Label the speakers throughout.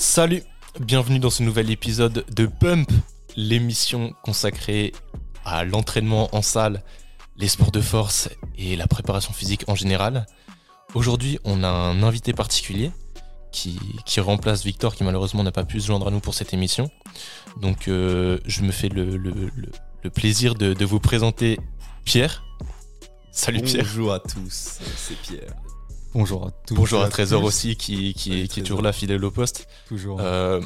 Speaker 1: Salut, bienvenue dans ce nouvel épisode de Pump, l'émission consacrée à l'entraînement en salle, les sports de force et la préparation physique en général. Aujourd'hui, on a un invité particulier qui remplace Victor, qui malheureusement n'a pas pu se joindre à nous pour cette émission. Donc je me fais le plaisir de vous présenter Pierre. Salut Pierre.
Speaker 2: Bonjour à tous, c'est Pierre.
Speaker 3: Bonjour à tous.
Speaker 1: Bonjour à Trésor aussi qui est toujours là, fidèle au poste.
Speaker 3: Toujours.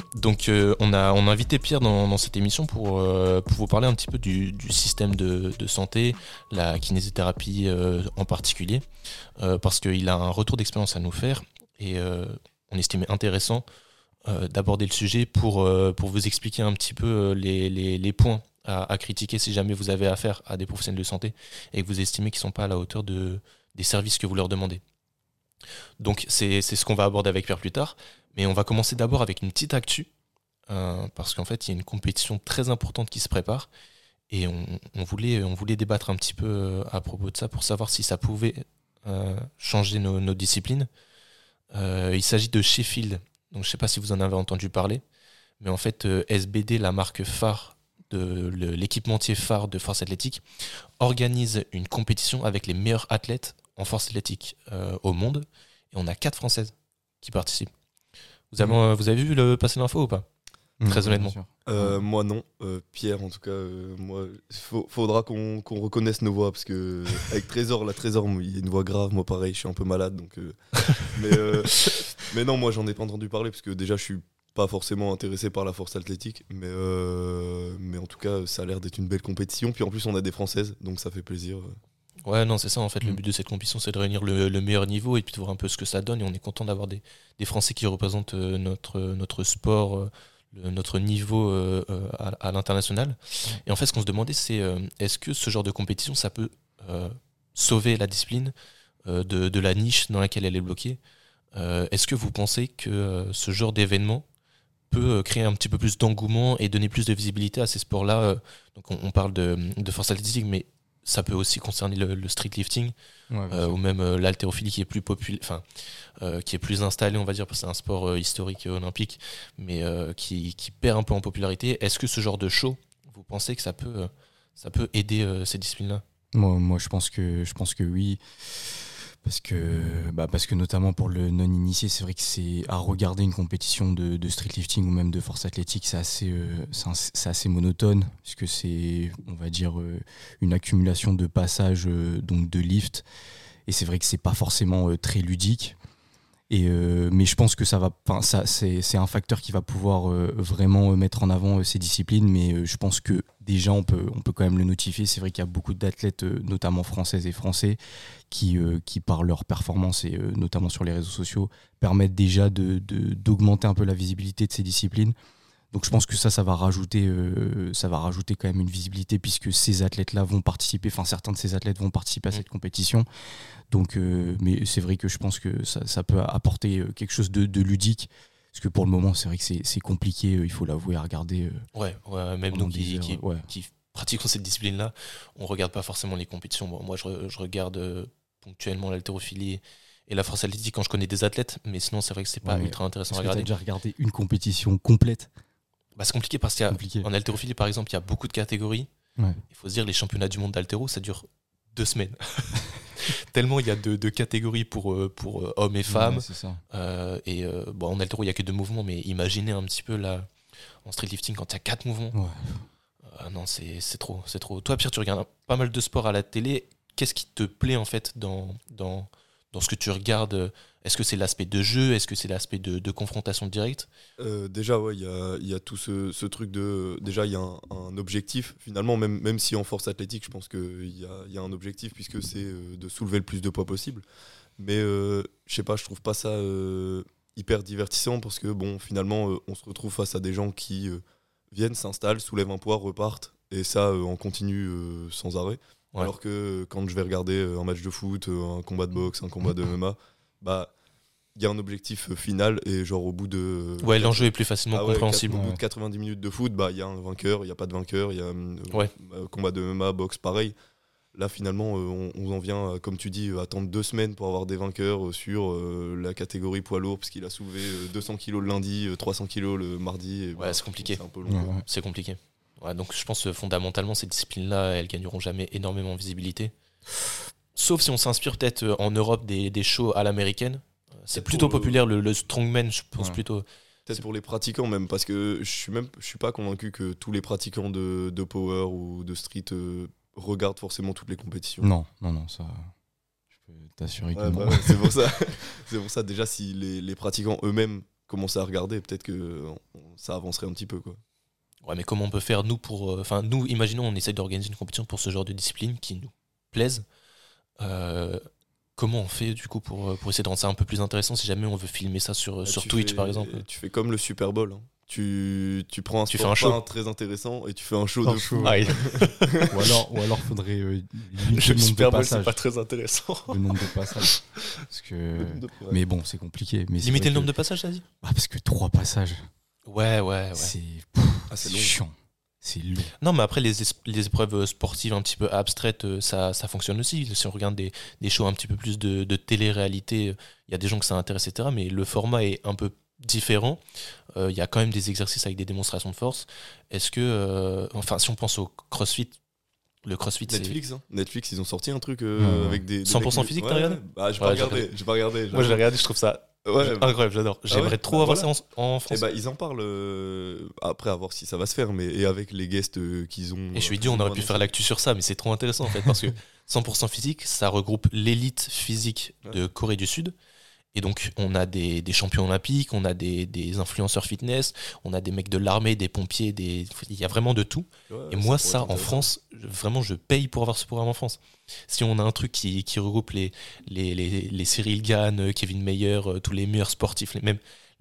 Speaker 1: On a invité Pierre dans cette émission pour vous parler un petit peu du système de santé, la kinésithérapie en particulier, parce qu'il a un retour d'expérience à nous faire et on estimait intéressant d'aborder le sujet pour vous expliquer un petit peu les points à critiquer si jamais vous avez affaire à des professionnels de santé et que vous estimez qu'ils ne sont pas à la hauteur des services que vous leur demandez. Donc c'est ce qu'on va aborder avec Pierre plus tard, mais on va commencer d'abord avec une petite actu, parce qu'en fait il y a une compétition très importante qui se prépare, et on voulait débattre un petit peu à propos de ça pour savoir si ça pouvait changer nos disciplines. Il s'agit de Sheffield, donc je ne sais pas si vous en avez entendu parler, mais en fait SBD, la marque phare, l'équipementier phare de force athlétique, organise une compétition avec les meilleurs athlètes en force athlétique au monde, et on a 4 Françaises qui participent. Vous avez vu passer l'info ou pas? Très honnêtement.
Speaker 2: Moi non, Pierre en tout cas, moi faudra qu'on reconnaisse nos voix, parce que avec Trésor, il y a une voix grave, moi pareil, je suis un peu malade, donc mais non, moi j'en ai pas entendu parler, parce que déjà je suis pas forcément intéressé par la force athlétique, mais en tout cas ça a l'air d'être une belle compétition, puis en plus on a des Françaises, donc ça fait plaisir.
Speaker 1: Ouais, non, c'est ça en fait. Le but de cette compétition, c'est de réunir le meilleur niveau et puis de voir un peu ce que ça donne. Et on est content d'avoir des Français qui représentent notre sport, notre niveau à l'international. Et en fait, ce qu'on se demandait, c'est est-ce que ce genre de compétition, ça peut sauver la discipline de la niche dans laquelle elle est bloquée? Est-ce que vous pensez que ce genre d'événement peut créer un petit peu plus d'engouement et donner plus de visibilité à ces sports-là? Donc on parle de force athlétique, mais ça peut aussi concerner le street lifting, ou même l'haltérophilie qui est plus qui est plus installée, on va dire, parce que c'est un sport historique olympique, mais qui perd un peu en popularité. Est-ce que ce genre de show, vous pensez que ça peut aider ces disciplines-là?
Speaker 3: Moi je pense que oui. Parce que notamment pour le non-initié, c'est vrai que c'est à regarder une compétition de street lifting ou même de force athlétique, c'est assez monotone, puisque c'est, on va dire, une accumulation de passages, donc de lift, et c'est vrai que c'est pas forcément très ludique. Mais je pense que c'est un facteur qui va pouvoir vraiment mettre en avant ces disciplines, mais je pense que déjà on peut quand même le notifier. C'est vrai qu'il y a beaucoup d'athlètes, notamment françaises et français, qui par leur performance et notamment sur les réseaux sociaux, permettent déjà d'augmenter un peu la visibilité de ces disciplines. Donc je pense que ça va rajouter quand même une visibilité, puisque ces athlètes-là vont participer, certains de ces athlètes vont participer à cette compétition. Donc, mais c'est vrai que je pense que ça peut apporter quelque chose de ludique, parce que pour le moment c'est vrai que c'est compliqué, il faut l'avouer, à regarder.
Speaker 1: Même nous qui pratiquons cette discipline-là, on regarde pas forcément les compétitions. Bon, moi je regarde ponctuellement l'haltérophilie et la force athlétique quand je connais des athlètes, mais sinon c'est vrai que c'est pas ultra intéressant à regarder.
Speaker 3: T'as déjà regardé une compétition complète?
Speaker 1: C'est compliqué, parce qu'en haltérophilie par exemple, il y a beaucoup de catégories. Ouais. Il faut se dire, les championnats du monde d'haltéro, ça dure 2 semaines. Tellement il y a de catégories pour hommes et femmes.
Speaker 3: Ouais, c'est ça.
Speaker 1: En haltéro, il n'y a que 2 mouvements, mais imaginez un petit peu là, en street lifting, quand il y a 4 mouvements. Ouais. Non, c'est trop. Toi, Pierre, tu regardes pas mal de sports à la télé. Qu'est-ce qui te plaît en fait dans ce que tu regardes? Est-ce que c'est l'aspect de jeu? Est-ce que c'est l'aspect de confrontation directe?
Speaker 2: Déjà, ouais, il y a tout ce truc de... Déjà, il y a un objectif, finalement, même si en force athlétique, je pense qu'il y a un objectif, puisque c'est de soulever le plus de poids possible. Mais, je sais pas, je trouve pas ça hyper divertissant, parce que, bon, finalement, on se retrouve face à des gens qui viennent, s'installent, soulèvent un poids, repartent, et ça, on continue sans arrêt. Ouais. Alors que quand je vais regarder un match de foot, un combat de boxe, un combat de MMA, il y a un objectif final, et genre au bout de...
Speaker 1: Ouais, l'enjeu est plus facilement compréhensible.
Speaker 2: Au bout de 90 minutes de foot, il y a un vainqueur, il n'y a pas de vainqueur, il y a combat de MMA, boxe, pareil. Là, finalement, on en vient, comme tu dis, attendre 2 semaines pour avoir des vainqueurs sur la catégorie poids lourd, parce qu'il a soulevé 200 kilos le lundi, 300 kilos le mardi. Et
Speaker 1: c'est compliqué.
Speaker 2: C'est un peu long.
Speaker 1: C'est compliqué. Ouais, donc je pense que fondamentalement, ces disciplines-là, elles gagneront jamais énormément en visibilité. Sauf si on s'inspire peut-être en Europe des shows à l'américaine. C'est plutôt populaire, le strongman, je pense plutôt.
Speaker 2: Peut-être pour les pratiquants même, parce que je suis pas convaincu que tous les pratiquants de power ou de street regardent forcément toutes les compétitions.
Speaker 3: Non, ça, je peux t'assurer que non.
Speaker 2: C'est pour ça, déjà, si les pratiquants eux-mêmes commençaient à regarder, peut-être que ça avancerait un petit peu, quoi.
Speaker 1: Ouais, mais comment on peut faire, nous, pour... nous, imaginons, on essaie d'organiser une compétition pour ce genre de discipline qui nous plaise. Comment on fait, du coup, pour essayer de rendre ça un peu plus intéressant si jamais on veut filmer ça sur Twitch, par exemple?
Speaker 2: Tu fais comme le Super Bowl, hein. Tu prends un
Speaker 1: sport pas
Speaker 2: très intéressant et tu fais un show de fou.
Speaker 1: Ah,
Speaker 3: ou alors faudrait
Speaker 1: le Super Bowl, c'est pas très intéressant.
Speaker 3: Le nombre de passages. Mais bon, c'est compliqué. Mais
Speaker 1: limiter le nombre de passages, ça dit?
Speaker 3: Parce que 3 passages.
Speaker 1: Ouais.
Speaker 3: C'est chiant. C'est long.
Speaker 1: Non, mais après, les épreuves sportives un petit peu abstraites, ça fonctionne aussi. Si on regarde des shows un petit peu plus de télé-réalité, il y a des gens que ça intéresse, etc. Mais le format est un peu différent. Il y a quand même des exercices avec des démonstrations de force. Est-ce que... si on pense au CrossFit, le CrossFit,
Speaker 2: Netflix,
Speaker 1: c'est...
Speaker 2: hein. Netflix, ils ont sorti un truc avec des
Speaker 1: 100% physique, t'as regardé?
Speaker 2: J'ai pas regardé.
Speaker 1: Moi, j'ai regardé, je trouve ça... incroyable, j'adore. J'aimerais trop avoir ça en France.
Speaker 2: Ils en parlent après, à voir si ça va se faire, et avec les guests qu'ils ont.
Speaker 1: Et je lui ai dit, on aurait pu faire l'actu sur ça, mais c'est trop intéressant en fait, parce que 100% physique, ça regroupe l'élite physique de Corée du Sud. Et donc, on a des champions olympiques, on a des influenceurs fitness, on a des mecs de l'armée, des pompiers, il y a vraiment de tout. Et moi, ça, en France, vraiment, je paye pour avoir ce programme en France. Si on a un truc qui regroupe les Cyril Gane, Kevin Mayer, tous les meilleurs sportifs, même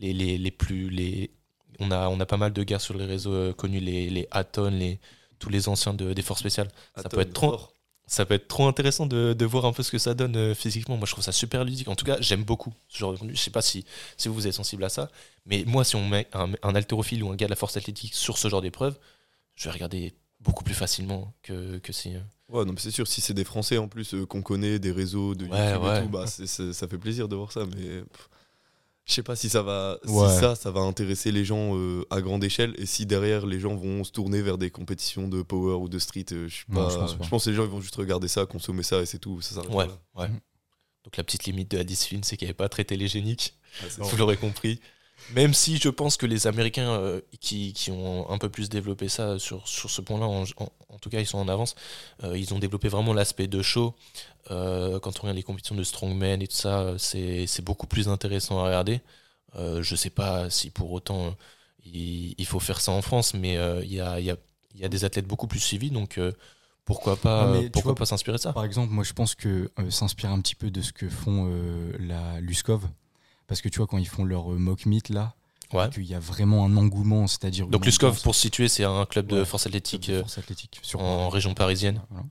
Speaker 1: on a pas mal de gars sur les réseaux connus, les Hatton, tous les anciens des forces spéciales. Ça peut être trop intéressant de voir un peu ce que ça donne physiquement. Moi, je trouve ça super ludique. En tout cas, j'aime beaucoup ce genre de contenu. Je sais pas si vous êtes sensible à ça, mais moi, si on met un haltérophile ou un gars de la force athlétique sur ce genre d'épreuve, je vais regarder beaucoup plus facilement que si...
Speaker 2: Ouais, non, mais c'est sûr, si c'est des Français en plus qu'on connaît, des réseaux de YouTube et tout, ça fait plaisir de voir ça, mais... Je sais pas si ça va intéresser les gens à grande échelle, et si derrière les gens vont se tourner vers des compétitions de power ou de street, je pense que les gens ils vont juste regarder ça, consommer ça et c'est tout. Ça s'arrête là.
Speaker 1: Ouais. Donc la petite limite de la discipline, c'est qu'il n'y avait pas très télégénique. Vous l'aurez compris. Même si je pense que les Américains qui ont un peu plus développé ça sur ce point-là, en tout cas ils sont en avance, ils ont développé vraiment l'aspect de show. Quand on regarde les compétitions de strongman et tout ça, c'est beaucoup plus intéressant à regarder. Je sais pas si pour autant il faut faire ça en France, mais il y a des athlètes beaucoup plus suivis, donc pourquoi pas s'inspirer de ça.
Speaker 3: Par exemple, moi je pense que s'inspirer un petit peu de ce que font la Luskov, parce que tu vois quand ils font leur mock meet là, qu'il y a vraiment un engouement, c'est-à-dire...
Speaker 1: Donc Luskov, pour se situer, c'est un club de force athlétique, en région parisienne.
Speaker 3: Voilà.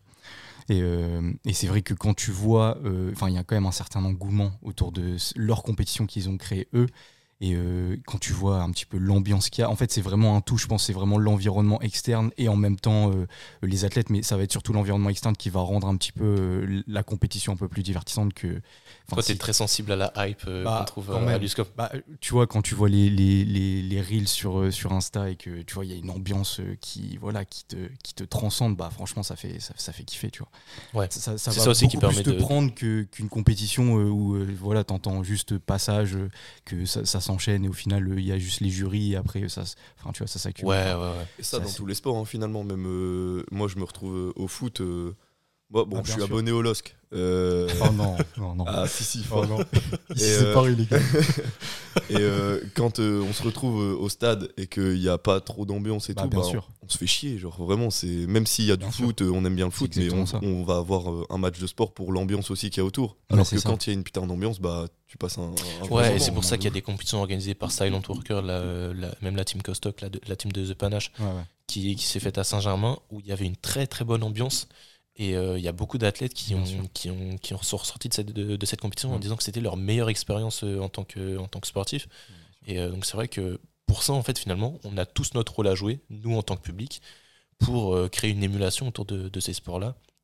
Speaker 3: Et c'est vrai que quand tu vois, il y a quand même un certain engouement autour de leur compétition qu'ils ont créée eux, et quand tu vois un petit peu l'ambiance qu'il y a, en fait c'est vraiment un tout, je pense, c'est vraiment l'environnement externe et en même temps les athlètes, mais ça va être surtout l'environnement externe qui va rendre un petit peu la compétition un peu plus divertissante que...
Speaker 1: Toi t'es très sensible à la hype qu'on trouve à Luskov.
Speaker 3: Tu vois, quand tu vois les reels sur Insta et que tu vois il y a une ambiance qui te transcende, franchement ça fait kiffer, tu vois.
Speaker 1: Ouais.
Speaker 3: Ça
Speaker 1: c'est
Speaker 3: va
Speaker 1: ça aussi
Speaker 3: beaucoup
Speaker 1: qui permet
Speaker 3: plus te prendre qu'une compétition où t'entends juste passage, que ça s'enchaîne et au final il y a juste les jurys et après ça s'accumule.
Speaker 1: Ouais.
Speaker 2: Et ça dans tous les sports, hein, finalement, même moi je me retrouve au foot. Je suis abonné au LOSC.
Speaker 3: Oh non.
Speaker 2: Ah si.
Speaker 3: Oh non. Il s'est séparé, les gars.
Speaker 2: Et quand on se retrouve au stade et qu'il n'y a pas trop d'ambiance et tout, on se fait chier. Genre vraiment, c'est même s'il y a du foot, on aime bien le foot, mais on va avoir un match de sport pour l'ambiance aussi qu'il y a autour. Alors que quand il y a une putain d'ambiance, tu passes un
Speaker 1: ouais, et c'est pour ça qu'il y a des compétitions organisées par Silent Worker, même la team Costock, la team de The Panache, qui s'est faite à Saint-Germain, où il y avait une très très bonne ambiance. Et il y a beaucoup d'athlètes qui sont ressortis de cette compétition en disant que c'était leur meilleure expérience en tant que sportif. Et donc c'est vrai que pour ça, en fait, finalement, on a tous notre rôle à jouer, nous en tant que public, pour créer une émulation autour de ces sports-là.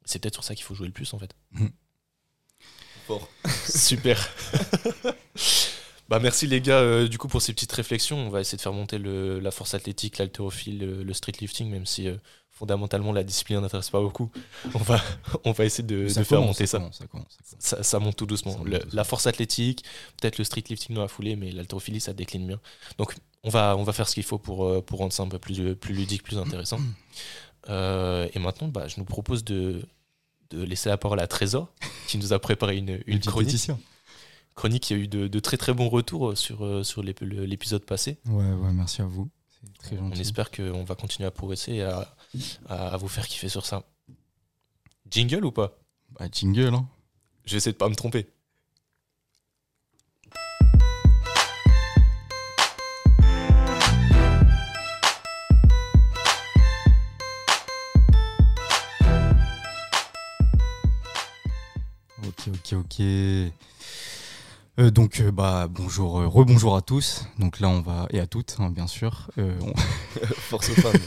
Speaker 1: C'est peut-être sur ça qu'il faut jouer le plus en fait.
Speaker 2: Fort.
Speaker 1: Super. Bah merci les gars du coup pour ces petites réflexions. On va essayer de faire monter la force athlétique, l'haltérophilie, le streetlifting, même si fondamentalement la discipline n'intéresse pas beaucoup. On va essayer de faire monter ça. Ça monte tout doucement. La force athlétique, peut-être le streetlifting dans la foulée, mais l'haltérophilie ça décline bien. Donc on va faire ce qu'il faut pour rendre ça un peu plus ludique, plus intéressant. Et maintenant je nous propose de laisser la parole à Trésor qui nous a préparé une chronique. Chronique qui a eu de très très bons retours sur l'épisode passé.
Speaker 3: Ouais, merci à vous. C'est très gentil.
Speaker 1: On espère qu'on va continuer à progresser et à vous faire kiffer sur ça. Jingle ou pas ?
Speaker 3: Jingle, hein.
Speaker 1: Je vais essayer de pas me tromper.
Speaker 3: Ok. Donc rebonjour à tous. Donc là on va et à toutes hein, bien sûr.
Speaker 2: Force aux femmes.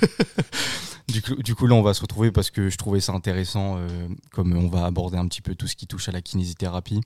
Speaker 3: Du coup là on va se retrouver parce que je trouvais ça intéressant comme on va aborder un petit peu tout ce qui touche à la kinésithérapie,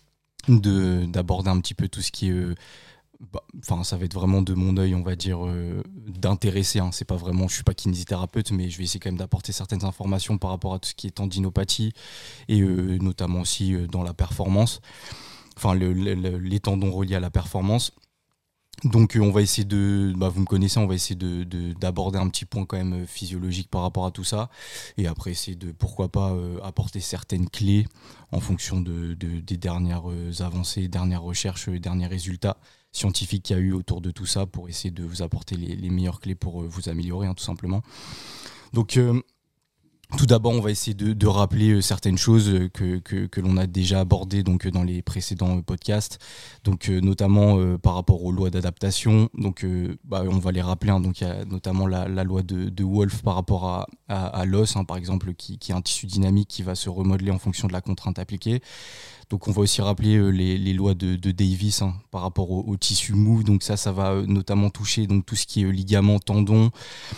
Speaker 3: d'aborder un petit peu tout ce qui est ça va être vraiment de mon œil on va dire d'intéresser hein. C'est pas vraiment, je suis pas kinésithérapeute mais je vais essayer quand même d'apporter certaines informations par rapport à tout ce qui est tendinopathie et notamment aussi dans la performance. Enfin, les tendons reliés à la performance. Donc, on va essayer vous me connaissez, on va essayer d'aborder un petit point quand même physiologique par rapport à tout ça. Et après, essayer de, pourquoi pas, apporter certaines clés en fonction des dernières avancées, dernières recherches, derniers résultats scientifiques qu'il y a eu autour de tout ça pour essayer de vous apporter les meilleures clés pour vous améliorer, hein, tout simplement. Donc, tout d'abord, on va essayer de rappeler certaines choses que l'on a déjà abordées donc, dans les précédents podcasts, donc, notamment par rapport aux lois d'adaptation. Donc, on va les rappeler. Hein, donc, il y a notamment la loi de Wolff par rapport à l'os, hein, par exemple, qui est un tissu dynamique qui va se remodeler en fonction de la contrainte appliquée. Donc, on va aussi rappeler les lois de Davis hein, par rapport au tissu mou. Donc, ça va notamment toucher donc, tout ce qui est ligament, tendon.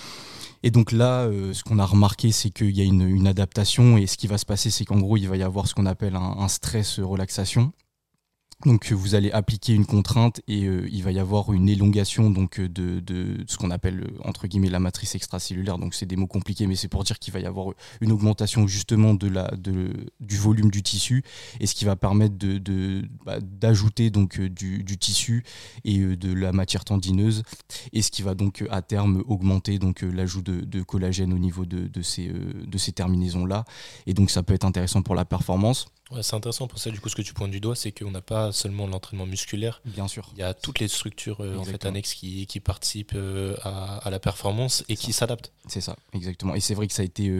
Speaker 3: Et donc là, ce qu'on a remarqué, c'est qu'il y a une adaptation et ce qui va se passer, c'est qu'en gros, il va y avoir ce qu'on appelle un stress-relaxation. Donc vous allez appliquer une contrainte et il va y avoir une élongation donc, de ce qu'on appelle entre guillemets la matrice extracellulaire. Donc c'est des mots compliqués, mais c'est pour dire qu'il va y avoir une augmentation justement du volume du tissu et ce qui va permettre d'ajouter donc, du tissu et de la matière tendineuse et ce qui va donc à terme augmenter donc, l'ajout de collagène au niveau de ces terminaisons-là. Et donc ça peut être intéressant pour la performance.
Speaker 1: Ouais, c'est intéressant pour ça, du coup, ce que tu pointes du doigt, c'est qu'on n'a pas seulement l'entraînement musculaire.
Speaker 3: Bien sûr.
Speaker 1: Il y a toutes les structures en fait, annexes qui participent à la performance et qui s'adaptent.
Speaker 3: C'est ça, exactement. Et c'est vrai que ça a été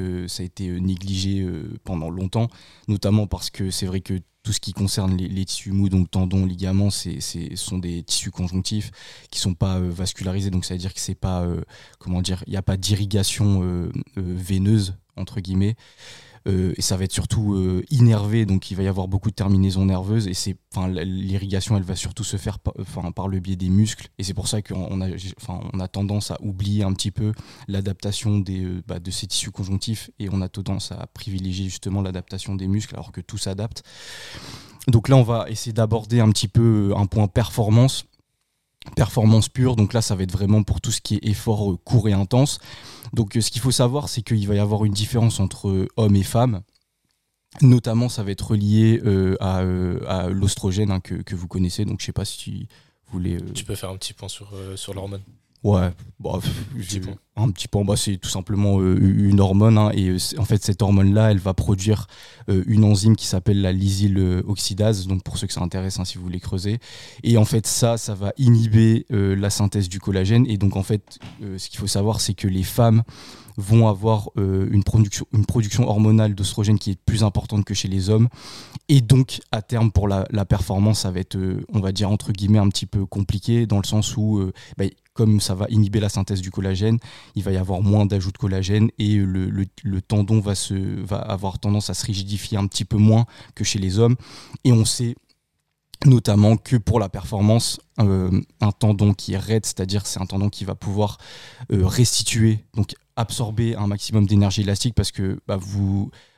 Speaker 3: négligé pendant longtemps, notamment parce que c'est vrai que tout ce qui concerne les tissus mous, donc tendons, ligaments, sont des tissus conjonctifs qui ne sont pas vascularisés. Donc ça veut dire que c'est pas, il n'y a pas d'irrigation veineuse, entre guillemets. Et ça va être surtout innervé, donc il va y avoir beaucoup de terminaisons nerveuses et l'irrigation elle va surtout se faire par le biais des muscles et c'est pour ça qu'on a tendance à oublier un petit peu l'adaptation de ces tissus conjonctifs et on a tendance à privilégier justement l'adaptation des muscles alors que tout s'adapte. Donc là on va essayer d'aborder un petit peu un point performance pure, donc là ça va être vraiment pour tout ce qui est effort court et intense. Donc ce qu'il faut savoir c'est qu'il va y avoir une différence entre hommes et femmes, notamment ça va être relié à l'oestrogène hein, que vous connaissez, donc je sais pas si vous voulez...
Speaker 1: Tu peux faire un petit point sur l'hormone.
Speaker 3: Ouais, un petit peu, c'est tout simplement une hormone hein, et en fait cette hormone-là, elle va produire une enzyme qui s'appelle la lysyl-oxydase, donc pour ceux que ça intéresse, hein, si vous voulez creuser. Et en fait ça va inhiber la synthèse du collagène et donc en fait ce qu'il faut savoir c'est que les femmes vont avoir une production hormonale d'oestrogène qui est plus importante que chez les hommes et donc à terme pour la performance ça va être on va dire entre guillemets un petit peu compliqué dans le sens où comme ça va inhiber la synthèse du collagène, il va y avoir moins d'ajout de collagène et le tendon va avoir tendance à se rigidifier un petit peu moins que chez les hommes. Et on sait notamment que pour la performance, un tendon qui est raide, c'est-à-dire c'est un tendon qui va pouvoir restituer, donc absorber un maximum d'énergie élastique parce que vous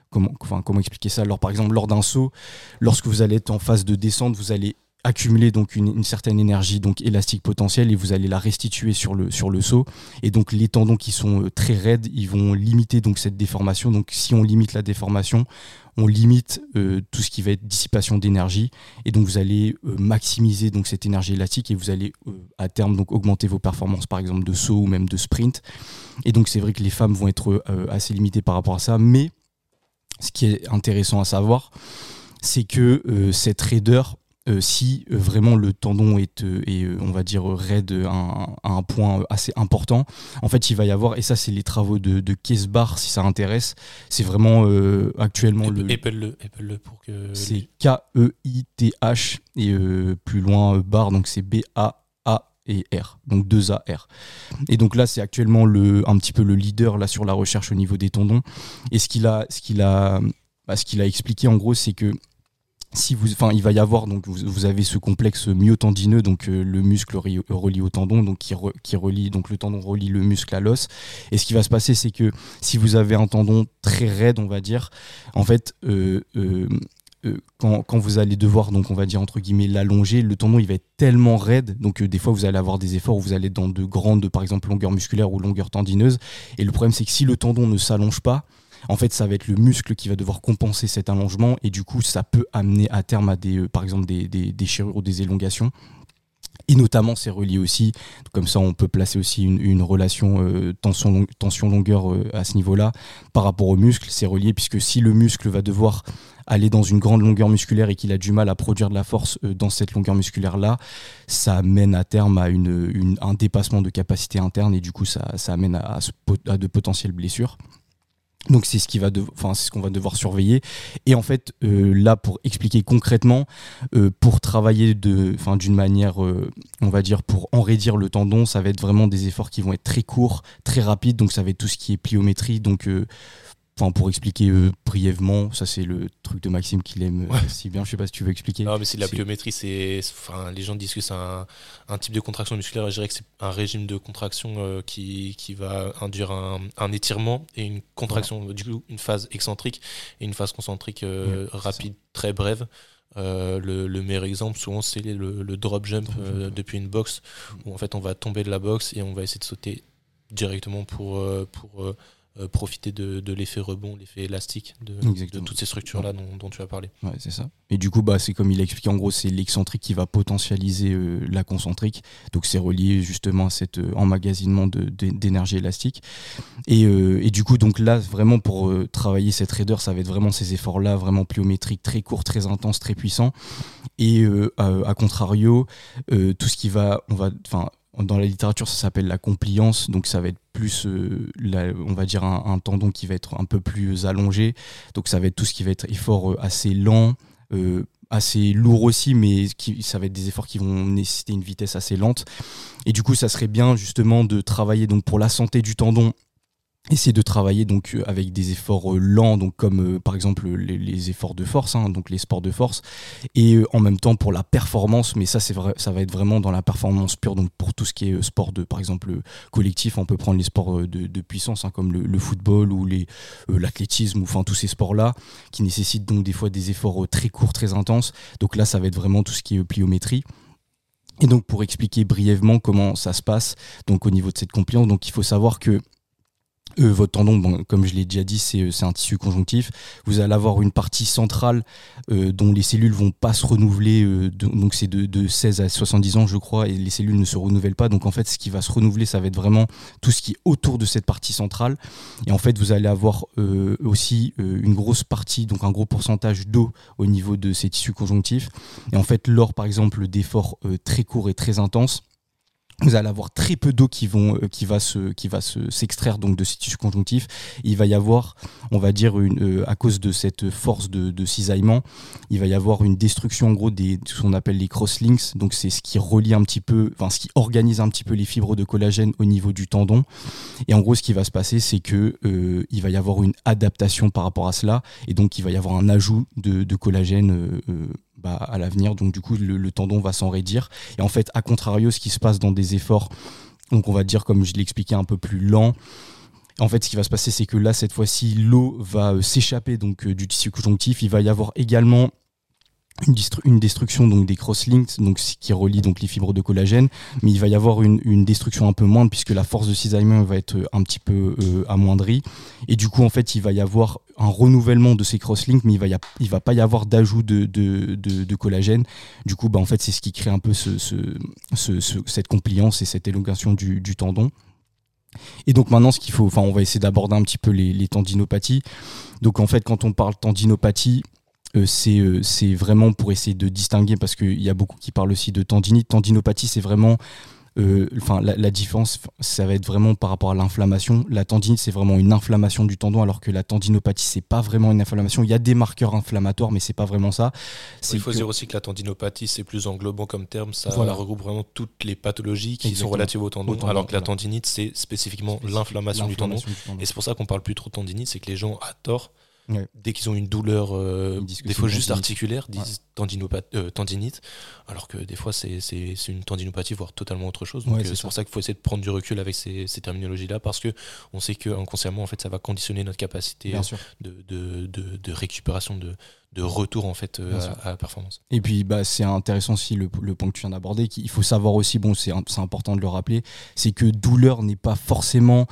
Speaker 3: comment expliquer ça? Alors par exemple lors d'un saut, lorsque vous allez être en phase de descente, vous allez accumuler donc une certaine énergie donc élastique potentielle et vous allez la restituer sur le saut, et donc les tendons qui sont très raides, ils vont limiter donc cette déformation. Donc si on limite la déformation, on limite tout ce qui va être dissipation d'énergie, et donc vous allez maximiser donc cette énergie élastique, et vous allez à terme donc augmenter vos performances par exemple de saut ou même de sprint. Et donc c'est vrai que les femmes vont être assez limitées par rapport à ça, mais ce qui est intéressant à savoir, c'est que cette raideur, si vraiment le tendon est on va dire raide à un point assez important, en fait il va y avoir, et ça c'est les travaux de Keisbar si ça intéresse, c'est vraiment actuellement
Speaker 1: Appelle-le pour que...
Speaker 3: C'est Keith et plus loin bar, donc c'est BAA et R, donc 2AR. Et donc là c'est actuellement un petit peu le leader là sur la recherche au niveau des tendons, et ce qu'il a expliqué en gros, c'est que il va y avoir, donc vous avez ce complexe myotendineux, donc le muscle relié au tendon, donc qui relie, donc le tendon relie le muscle à l'os. Et ce qui va se passer, c'est que si vous avez un tendon très raide, on va dire, en fait, quand vous allez devoir, donc on va dire entre guillemets l'allonger, le tendon il va être tellement raide, donc des fois vous allez avoir des efforts où vous allez être dans de grandes, par exemple longueurs musculaires ou longueurs tendineuses. Et le problème c'est que si le tendon ne s'allonge pas, en fait ça va être le muscle qui va devoir compenser cet allongement, et du coup ça peut amener à terme à par exemple des déchirures ou des élongations. Et notamment c'est relié aussi, comme ça on peut placer aussi une relation tension-longueur à ce niveau-là par rapport au muscle. C'est relié puisque si le muscle va devoir aller dans une grande longueur musculaire et qu'il a du mal à produire de la force dans cette longueur musculaire-là, ça mène à terme à un dépassement de capacité interne, et du coup ça amène à de potentielles blessures. Donc c'est ce qu'on va devoir surveiller. Et en fait là, pour expliquer concrètement, pour travailler d'une manière on va dire pour enraidir le tendon, ça va être vraiment des efforts qui vont être très courts, très rapides. Donc ça va être tout ce qui est pliométrie, donc pour expliquer brièvement, ça c'est le truc de Maxime qu'il aime si bien. Je sais pas si tu veux expliquer.
Speaker 1: Non, mais c'est de la pliométrie, les gens disent que c'est un type de contraction musculaire, et je dirais que c'est un régime de contraction qui va induire un étirement et une contraction, du coup une phase excentrique et une phase concentrique rapide, très brève. Le meilleur exemple souvent c'est le drop jump depuis une boxe, où en fait on va tomber de la boxe et on va essayer de sauter directement pour profiter de l'effet rebond, l'effet élastique de toutes ces structures-là dont tu as parlé.
Speaker 3: Ouais, c'est ça. Et du coup, c'est comme il a expliqué, en gros, c'est l'excentrique qui va potentialiser la concentrique. Donc c'est relié justement à cet emmagasinement d'énergie élastique. Et du coup, donc là, vraiment pour travailler cette raideur, ça va être vraiment ces efforts-là, vraiment pliométriques, très courts, très intenses, très puissants. Et à contrario, tout ce qui dans la littérature, ça s'appelle la compliance, donc ça va être plus, on va dire, un tendon qui va être un peu plus allongé. Donc ça va être tout ce qui va être effort assez lent, assez lourd aussi, mais ça va être des efforts qui vont nécessiter une vitesse assez lente. Et du coup, ça serait bien justement de travailler donc pour la santé du tendon, essayer de travailler donc avec des efforts lents, donc comme par exemple les efforts de force, donc les sports de force, et en même temps pour la performance, mais ça c'est vrai, ça va être vraiment dans la performance pure, donc pour tout ce qui est sport de par exemple collectif, on peut prendre les sports de puissance comme le football ou l'athlétisme, ou enfin tous ces sports là qui nécessitent donc des fois des efforts très courts, très intenses. Donc là ça va être vraiment tout ce qui est pliométrie. Et donc pour expliquer brièvement comment ça se passe donc au niveau de cette compliance, donc il faut savoir que votre tendon, comme je l'ai déjà dit, c'est un tissu conjonctif. Vous allez avoir une partie centrale dont les cellules vont pas se renouveler, donc c'est de 16 à 70 ans je crois, et les cellules ne se renouvellent pas. Donc en fait ce qui va se renouveler, ça va être vraiment tout ce qui est autour de cette partie centrale. Et en fait vous allez avoir aussi une grosse partie, donc un gros pourcentage d'eau au niveau de ces tissus conjonctifs. Et en fait lors par exemple d'efforts très courts et très intenses, vous allez avoir très peu d'eau qui va s'extraire donc de ces tissus conjonctifs. Il va y avoir, on va dire, à cause de cette force de cisaillement, il va y avoir une destruction en gros de ce qu'on appelle les crosslinks. Donc c'est ce qui relie un petit peu, ce qui organise un petit peu les fibres de collagène au niveau du tendon. Et en gros, ce qui va se passer, c'est que il va y avoir une adaptation par rapport à cela, et donc il va y avoir un ajout de collagène à l'avenir. Donc du coup le tendon va s'enraidir. Et en fait, à contrario, ce qui se passe dans des efforts, donc on va dire, comme je l'ai expliqué, un peu plus lents, En fait, ce qui va se passer, c'est que là, cette fois-ci, l'eau va s'échapper donc du tissu conjonctif. Il va y avoir également une destruction donc des crosslinks, donc ce qui relie donc les fibres de collagène, mais il va y avoir une destruction un peu moindre puisque la force de cisaillement va être un petit peu amoindrie, et du coup en fait il va y avoir un renouvellement de ces crosslinks, mais il va pas y avoir d'ajout de collagène. Du coup en fait c'est ce qui crée un peu cette compliance et cette élongation du tendon. Et donc maintenant on va essayer d'aborder un petit peu les tendinopathies. Donc en fait quand on parle tendinopathie, c'est vraiment pour essayer de distinguer, parce qu'il y a beaucoup qui parlent aussi de tendinite. Tendinopathie, c'est vraiment la différence, ça va être vraiment par rapport à l'inflammation. La tendinite, c'est vraiment une inflammation du tendon, alors que la tendinopathie, c'est pas vraiment une inflammation. Il y a des marqueurs inflammatoires, mais c'est pas vraiment ça.
Speaker 1: Il faut dire aussi que la tendinopathie, c'est plus englobant comme terme. Ça regroupe vraiment toutes les pathologies qui sont relatives au tendon, alors que la tendinite, c'est spécifiquement l'inflammation du tendon. Et c'est pour ça qu'on parle plus trop de tendinite, c'est que les gens, à tort, dès qu'ils ont une douleur, des fois juste articulaire, disent tendinite, alors que des fois c'est une tendinopathie, voire totalement autre chose. Donc c'est pour ça qu'il faut essayer de prendre du recul avec ces terminologies-là, parce que on sait que inconsciemment en fait ça va conditionner notre capacité de récupération, de retour en fait à la performance.
Speaker 3: Et puis c'est intéressant aussi le point que tu viens d'aborder, qu'il faut savoir aussi, c'est important de le rappeler, c'est que douleur n'est pas forcément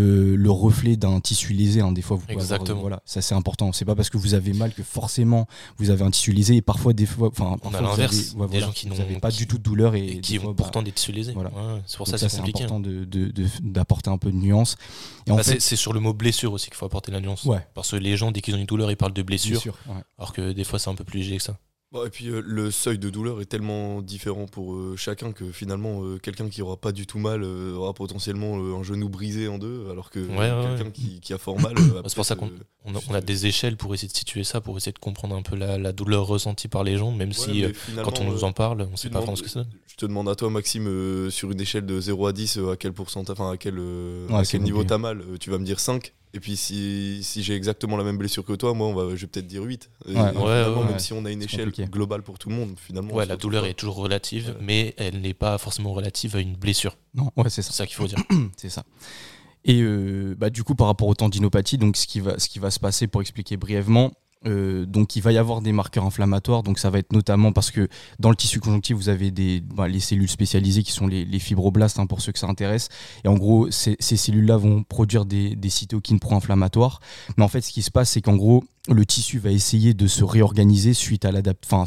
Speaker 3: le reflet d'un tissu lésé, hein. Des fois vous pouvez avoir, ça c'est important, c'est pas parce que vous avez mal que forcément vous avez un tissu lésé, et parfois
Speaker 1: on a l'inverse, des gens qui
Speaker 3: n'avaient pas du tout de douleur et
Speaker 1: qui ont pourtant des tissus lésés. C'est pour ça que c'est compliqué.
Speaker 3: C'est important d'apporter un peu de nuance. Et en fait,
Speaker 1: c'est sur le mot blessure aussi qu'il faut apporter la nuance, parce que les gens dès qu'ils ont une douleur ils parlent de blessure. Alors que des fois c'est un peu plus léger que ça.
Speaker 2: Et puis le seuil de douleur est tellement différent pour chacun que finalement quelqu'un qui aura pas du tout mal aura potentiellement un genou brisé en deux, alors que quelqu'un qui a fort mal
Speaker 1: c'est pour ça qu'on a des échelles pour essayer de situer ça, pour essayer de comprendre un peu la douleur ressentie par les gens, même si quand on nous en parle on sait pas vraiment ce que c'est.
Speaker 2: Je te demande à toi Maxime, sur une échelle de 0 à 10 à quel pourcentage, à quel niveau t'as mal, tu vas me dire 5. Et puis si j'ai exactement la même blessure que toi, moi je vais peut-être dire 8. Même si on a une échelle globale pour tout le monde, finalement.
Speaker 1: La douleur est toujours relative, mais elle n'est pas forcément relative à une blessure.
Speaker 3: Non, c'est ça.
Speaker 1: C'est ça qu'il faut dire.
Speaker 3: C'est ça. Et du coup, par rapport aux tendinopathies, donc ce qui va se passer, pour expliquer brièvement, donc il va y avoir des marqueurs inflammatoires, donc ça va être notamment parce que dans le tissu conjonctif vous avez les cellules spécialisées qui sont les fibroblastes, pour ceux que ça intéresse, et en gros ces cellules là vont produire des cytokines pro-inflammatoires, mais en fait ce qui se passe c'est qu'en gros le tissu va essayer de se réorganiser suite à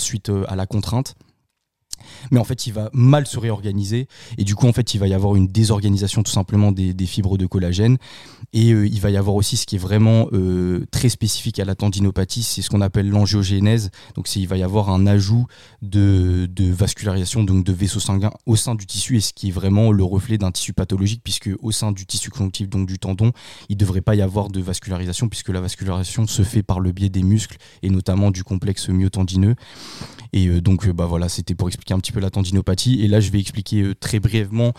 Speaker 3: la contrainte. Mais en fait il va mal se réorganiser, et du coup en fait il va y avoir une désorganisation tout simplement des fibres de collagène, et il va y avoir aussi ce qui est vraiment très spécifique à la tendinopathie, c'est ce qu'on appelle l'angiogénèse. Donc il va y avoir un ajout de vascularisation, donc de vaisseaux sanguins au sein du tissu, et ce qui est vraiment le reflet d'un tissu pathologique, puisque au sein du tissu conjonctif, donc du tendon, il ne devrait pas y avoir de vascularisation, puisque la vascularisation se fait par le biais des muscles et notamment du complexe myotendineux. Et donc voilà, c'était pour expliquer un petit peu la tendinopathie. Et là je vais expliquer très brièvement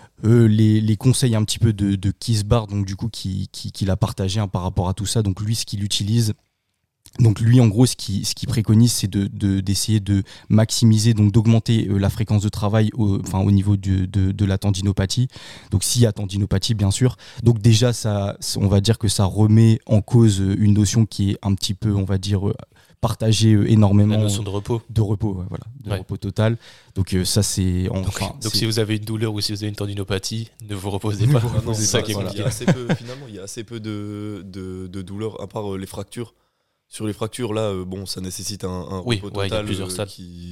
Speaker 3: les conseils un petit peu de Kees Baar, donc du coup qu'il a partagé par rapport à tout ça. Donc lui ce qu'il utilise, donc lui en gros ce qu'il préconise, c'est d'essayer de maximiser, donc d'augmenter la fréquence de travail au niveau de la tendinopathie. Donc s'il y a tendinopathie bien sûr, donc déjà on va dire que ça remet en cause une notion qui est un petit peu, on va dire, partagée énormément.
Speaker 1: La notion de repos.
Speaker 3: Repos total. Donc ça c'est...
Speaker 1: Donc si vous avez une douleur ou si vous avez une tendinopathie, ne vous reposez pas.
Speaker 2: C'est ça qui est compliqué. Finalement il y a assez peu de douleurs, à part les fractures. Sur les fractures, là, ça nécessite un repos total.
Speaker 1: Il y a plusieurs stades.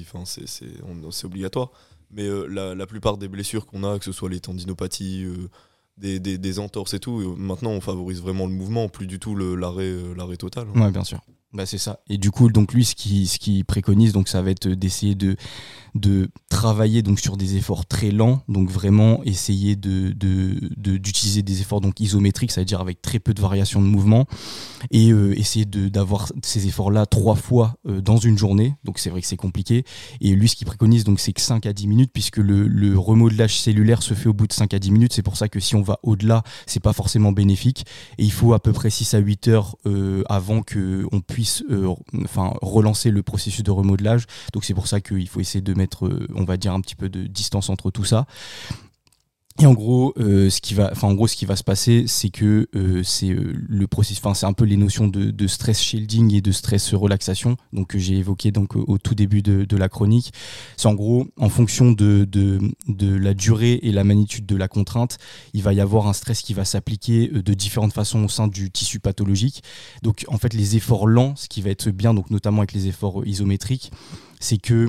Speaker 2: C'est obligatoire. Mais la plupart des blessures qu'on a, que ce soit les tendinopathies, des entorses et tout, maintenant on favorise vraiment le mouvement, plus du tout l'arrêt total.
Speaker 3: Ouais, bien sûr. C'est ça. Et du coup, donc lui, ce qu'il préconise, donc ça va être d'essayer de travailler donc sur des efforts très lents, donc vraiment essayer d'utiliser des efforts donc isométriques, c'est-à-dire avec très peu de variation de mouvement, et essayer d'avoir ces efforts-là 3 fois dans une journée. Donc c'est vrai que c'est compliqué. Et lui, ce qu'il préconise, donc c'est que 5 à 10 minutes, puisque le remodelage cellulaire se fait au bout de 5 à 10 minutes. C'est pour ça que si on va au-delà, c'est pas forcément bénéfique. Et il faut à peu près 6 à 8 heures avant qu'on puisse relancer le processus de remodelage. Donc c'est pour ça qu'il faut essayer de mettre, on va dire, un petit peu de distance entre tout ça. Et en gros, ce qui va se passer, c'est que le processus, c'est un peu les notions de stress shielding et de stress relaxation, donc que j'ai évoqué donc au tout début de la chronique. C'est en gros, en fonction de la durée et la magnitude de la contrainte, il va y avoir un stress qui va s'appliquer de différentes façons au sein du tissu pathologique. Donc en fait, les efforts lents, ce qui va être bien, donc notamment avec les efforts isométriques, c'est que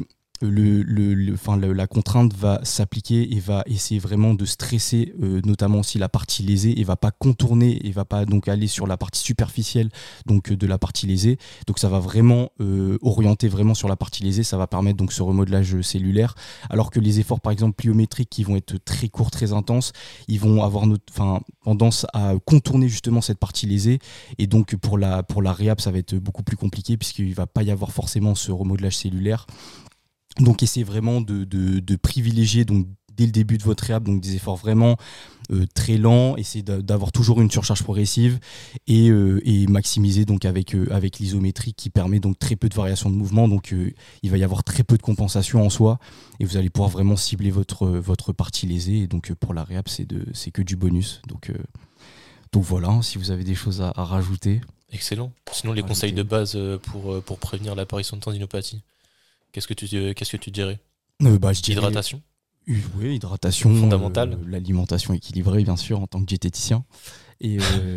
Speaker 3: la contrainte va s'appliquer et va essayer vraiment de stresser notamment aussi la partie lésée et va pas contourner et va pas donc aller sur la partie superficielle donc de la partie lésée. Donc ça va vraiment orienter vraiment sur la partie lésée, ça va permettre donc ce remodelage cellulaire, alors que les efforts par exemple pliométriques qui vont être très courts, très intenses, ils vont avoir tendance à contourner justement cette partie lésée, et donc pour la réhab ça va être beaucoup plus compliqué puisqu'il va pas y avoir forcément ce remodelage cellulaire. Donc essayez vraiment de privilégier donc dès le début de votre réhab donc des efforts vraiment très lents, essayez d'avoir toujours une surcharge progressive et maximiser donc avec l'isométrie qui permet donc très peu de variation de mouvement, donc il va y avoir très peu de compensation en soi et vous allez pouvoir vraiment cibler votre partie lésée, et donc pour la réhab c'est que du bonus, donc voilà, si vous avez des choses à rajouter.
Speaker 1: Excellent. Sinon les conseils de base pour prévenir l'apparition de tendinopathie, qu'est-ce que tu dirais?
Speaker 3: Je dirais
Speaker 1: Hydratation.
Speaker 3: Oui, hydratation
Speaker 1: fondamentale.
Speaker 3: L'alimentation équilibrée, bien sûr, en tant que diététicien. Et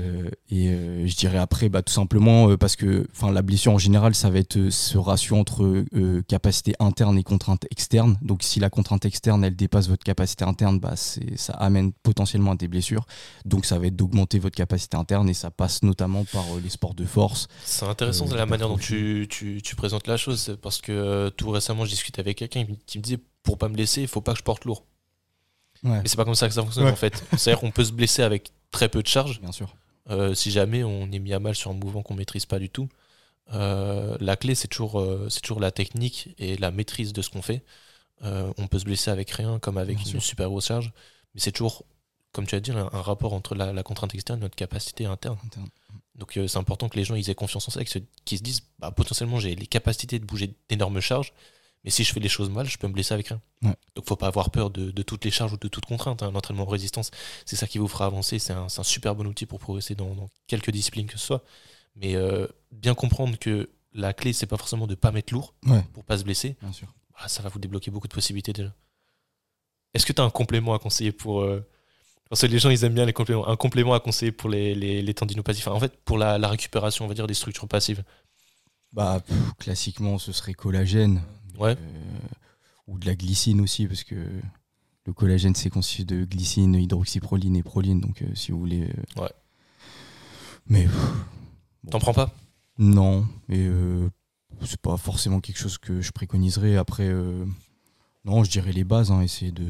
Speaker 3: je dirais après, tout simplement, parce que la blessure en général, ça va être ce ratio entre capacité interne et contrainte externe. Donc si la contrainte externe, elle dépasse votre capacité interne, ça amène potentiellement à des blessures. Donc ça va être d'augmenter votre capacité interne, et ça passe notamment par les sports de force.
Speaker 1: C'est intéressant la manière dont tu présentes la chose, parce que tout récemment, je discutais avec quelqu'un qui me disait, pour pas me blesser, il faut pas que je porte lourd.
Speaker 3: Ouais.
Speaker 1: Mais c'est pas comme ça que ça fonctionne en fait. C'est-à-dire qu'on peut se blesser avec très peu de charge.
Speaker 3: Bien sûr.
Speaker 1: Si jamais on est mis à mal sur un mouvement qu'on maîtrise pas du tout. La clé, c'est toujours la technique et la maîtrise de ce qu'on fait. On peut se blesser avec rien, comme avec une super grosse charge, mais c'est toujours, comme tu as dit, un rapport entre la contrainte externe et notre capacité interne. Donc c'est important que les gens ils aient confiance en ça, qu'ils se disent potentiellement j'ai les capacités de bouger d'énormes charges, mais si je fais les choses mal, je peux me blesser avec rien.
Speaker 3: Ouais.
Speaker 1: Donc faut pas avoir peur de toutes les charges ou de toute contrainte. L'entraînement en résistance, c'est ça qui vous fera avancer. C'est un super bon outil pour progresser dans quelques disciplines que ce soit. Mais bien comprendre que la clé, c'est pas forcément de pas mettre lourd pour pas se blesser.
Speaker 3: Bien sûr.
Speaker 1: Ça va vous débloquer beaucoup de possibilités déjà. Est-ce que tu as un complément à conseiller pour... Parce que les gens, ils aiment bien les compléments. Un complément à conseiller pour les tendinopathies. Enfin, en fait, pour la récupération, on va dire, des structures passives.
Speaker 3: Classiquement, ce serait collagène.
Speaker 1: Ouais.
Speaker 3: Ou de la glycine aussi, parce que le collagène, c'est constitué de glycine, hydroxyproline et proline. Donc, si vous voulez...
Speaker 1: Ouais.
Speaker 3: Mais...
Speaker 1: T'en prends pas?
Speaker 3: Non, mais c'est pas forcément quelque chose que je préconiserais. Après, non, je dirais les bases, essayer de...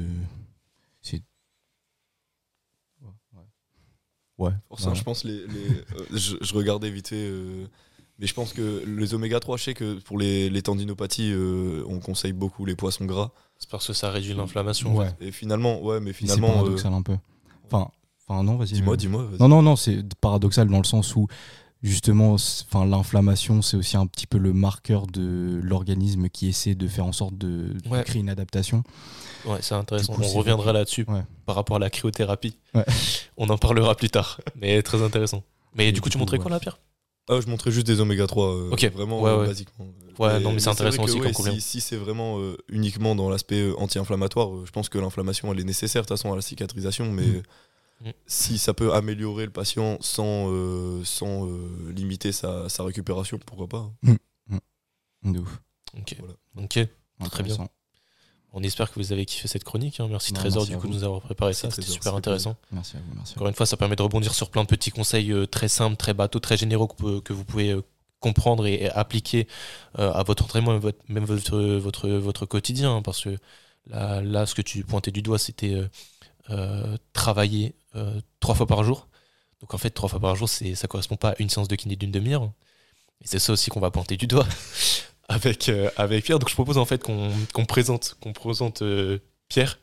Speaker 3: Ouais.
Speaker 2: Pour ça, je pense je regardais vite fait, mais je pense que les oméga 3, je sais que pour les tendinopathies, on conseille beaucoup les poissons gras.
Speaker 1: C'est parce que ça réduit l'inflammation.
Speaker 2: Ouais. Et finalement,
Speaker 3: c'est paradoxal un peu. Enfin, non, vas-y.
Speaker 2: Dis-moi. Vas-y.
Speaker 3: Non, c'est paradoxal dans le sens où justement, l'inflammation, c'est aussi un petit peu le marqueur de l'organisme qui essaie de faire en sorte de créer une adaptation.
Speaker 1: Ouais, c'est intéressant. On reviendra là-dessus par rapport à la cryothérapie.
Speaker 3: Ouais.
Speaker 1: On en parlera plus tard, mais très intéressant. Mais du coup, tu montrais quoi là, Pierre?
Speaker 2: Je montrais juste des oméga 3, vraiment basiquement.
Speaker 1: Mais c'est intéressant aussi comme complément.
Speaker 2: Si c'est vraiment uniquement dans l'aspect anti-inflammatoire, je pense que l'inflammation, elle est nécessaire de toute façon à la cicatrisation, mais si ça peut améliorer le patient sans limiter sa récupération, pourquoi pas.
Speaker 3: De ouf.
Speaker 1: Ok. Très bien. On espère que vous avez kiffé cette chronique. Merci Trésor de nous avoir préparé ça. C'était super intéressant.
Speaker 3: Merci à vous.
Speaker 1: Encore une fois, ça permet de rebondir sur plein de petits conseils très simples, très bateaux, très généraux que vous pouvez comprendre et appliquer à votre entraînement, même votre quotidien. Parce que là, ce que tu pointais du doigt, c'était travailler 3 fois par jour. Donc en fait, 3 fois par jour, ça correspond pas à une séance de kiné d'une demi-heure. Et c'est ça aussi qu'on va pointer du doigt. Avec Pierre, donc je propose en fait qu'on présente Pierre,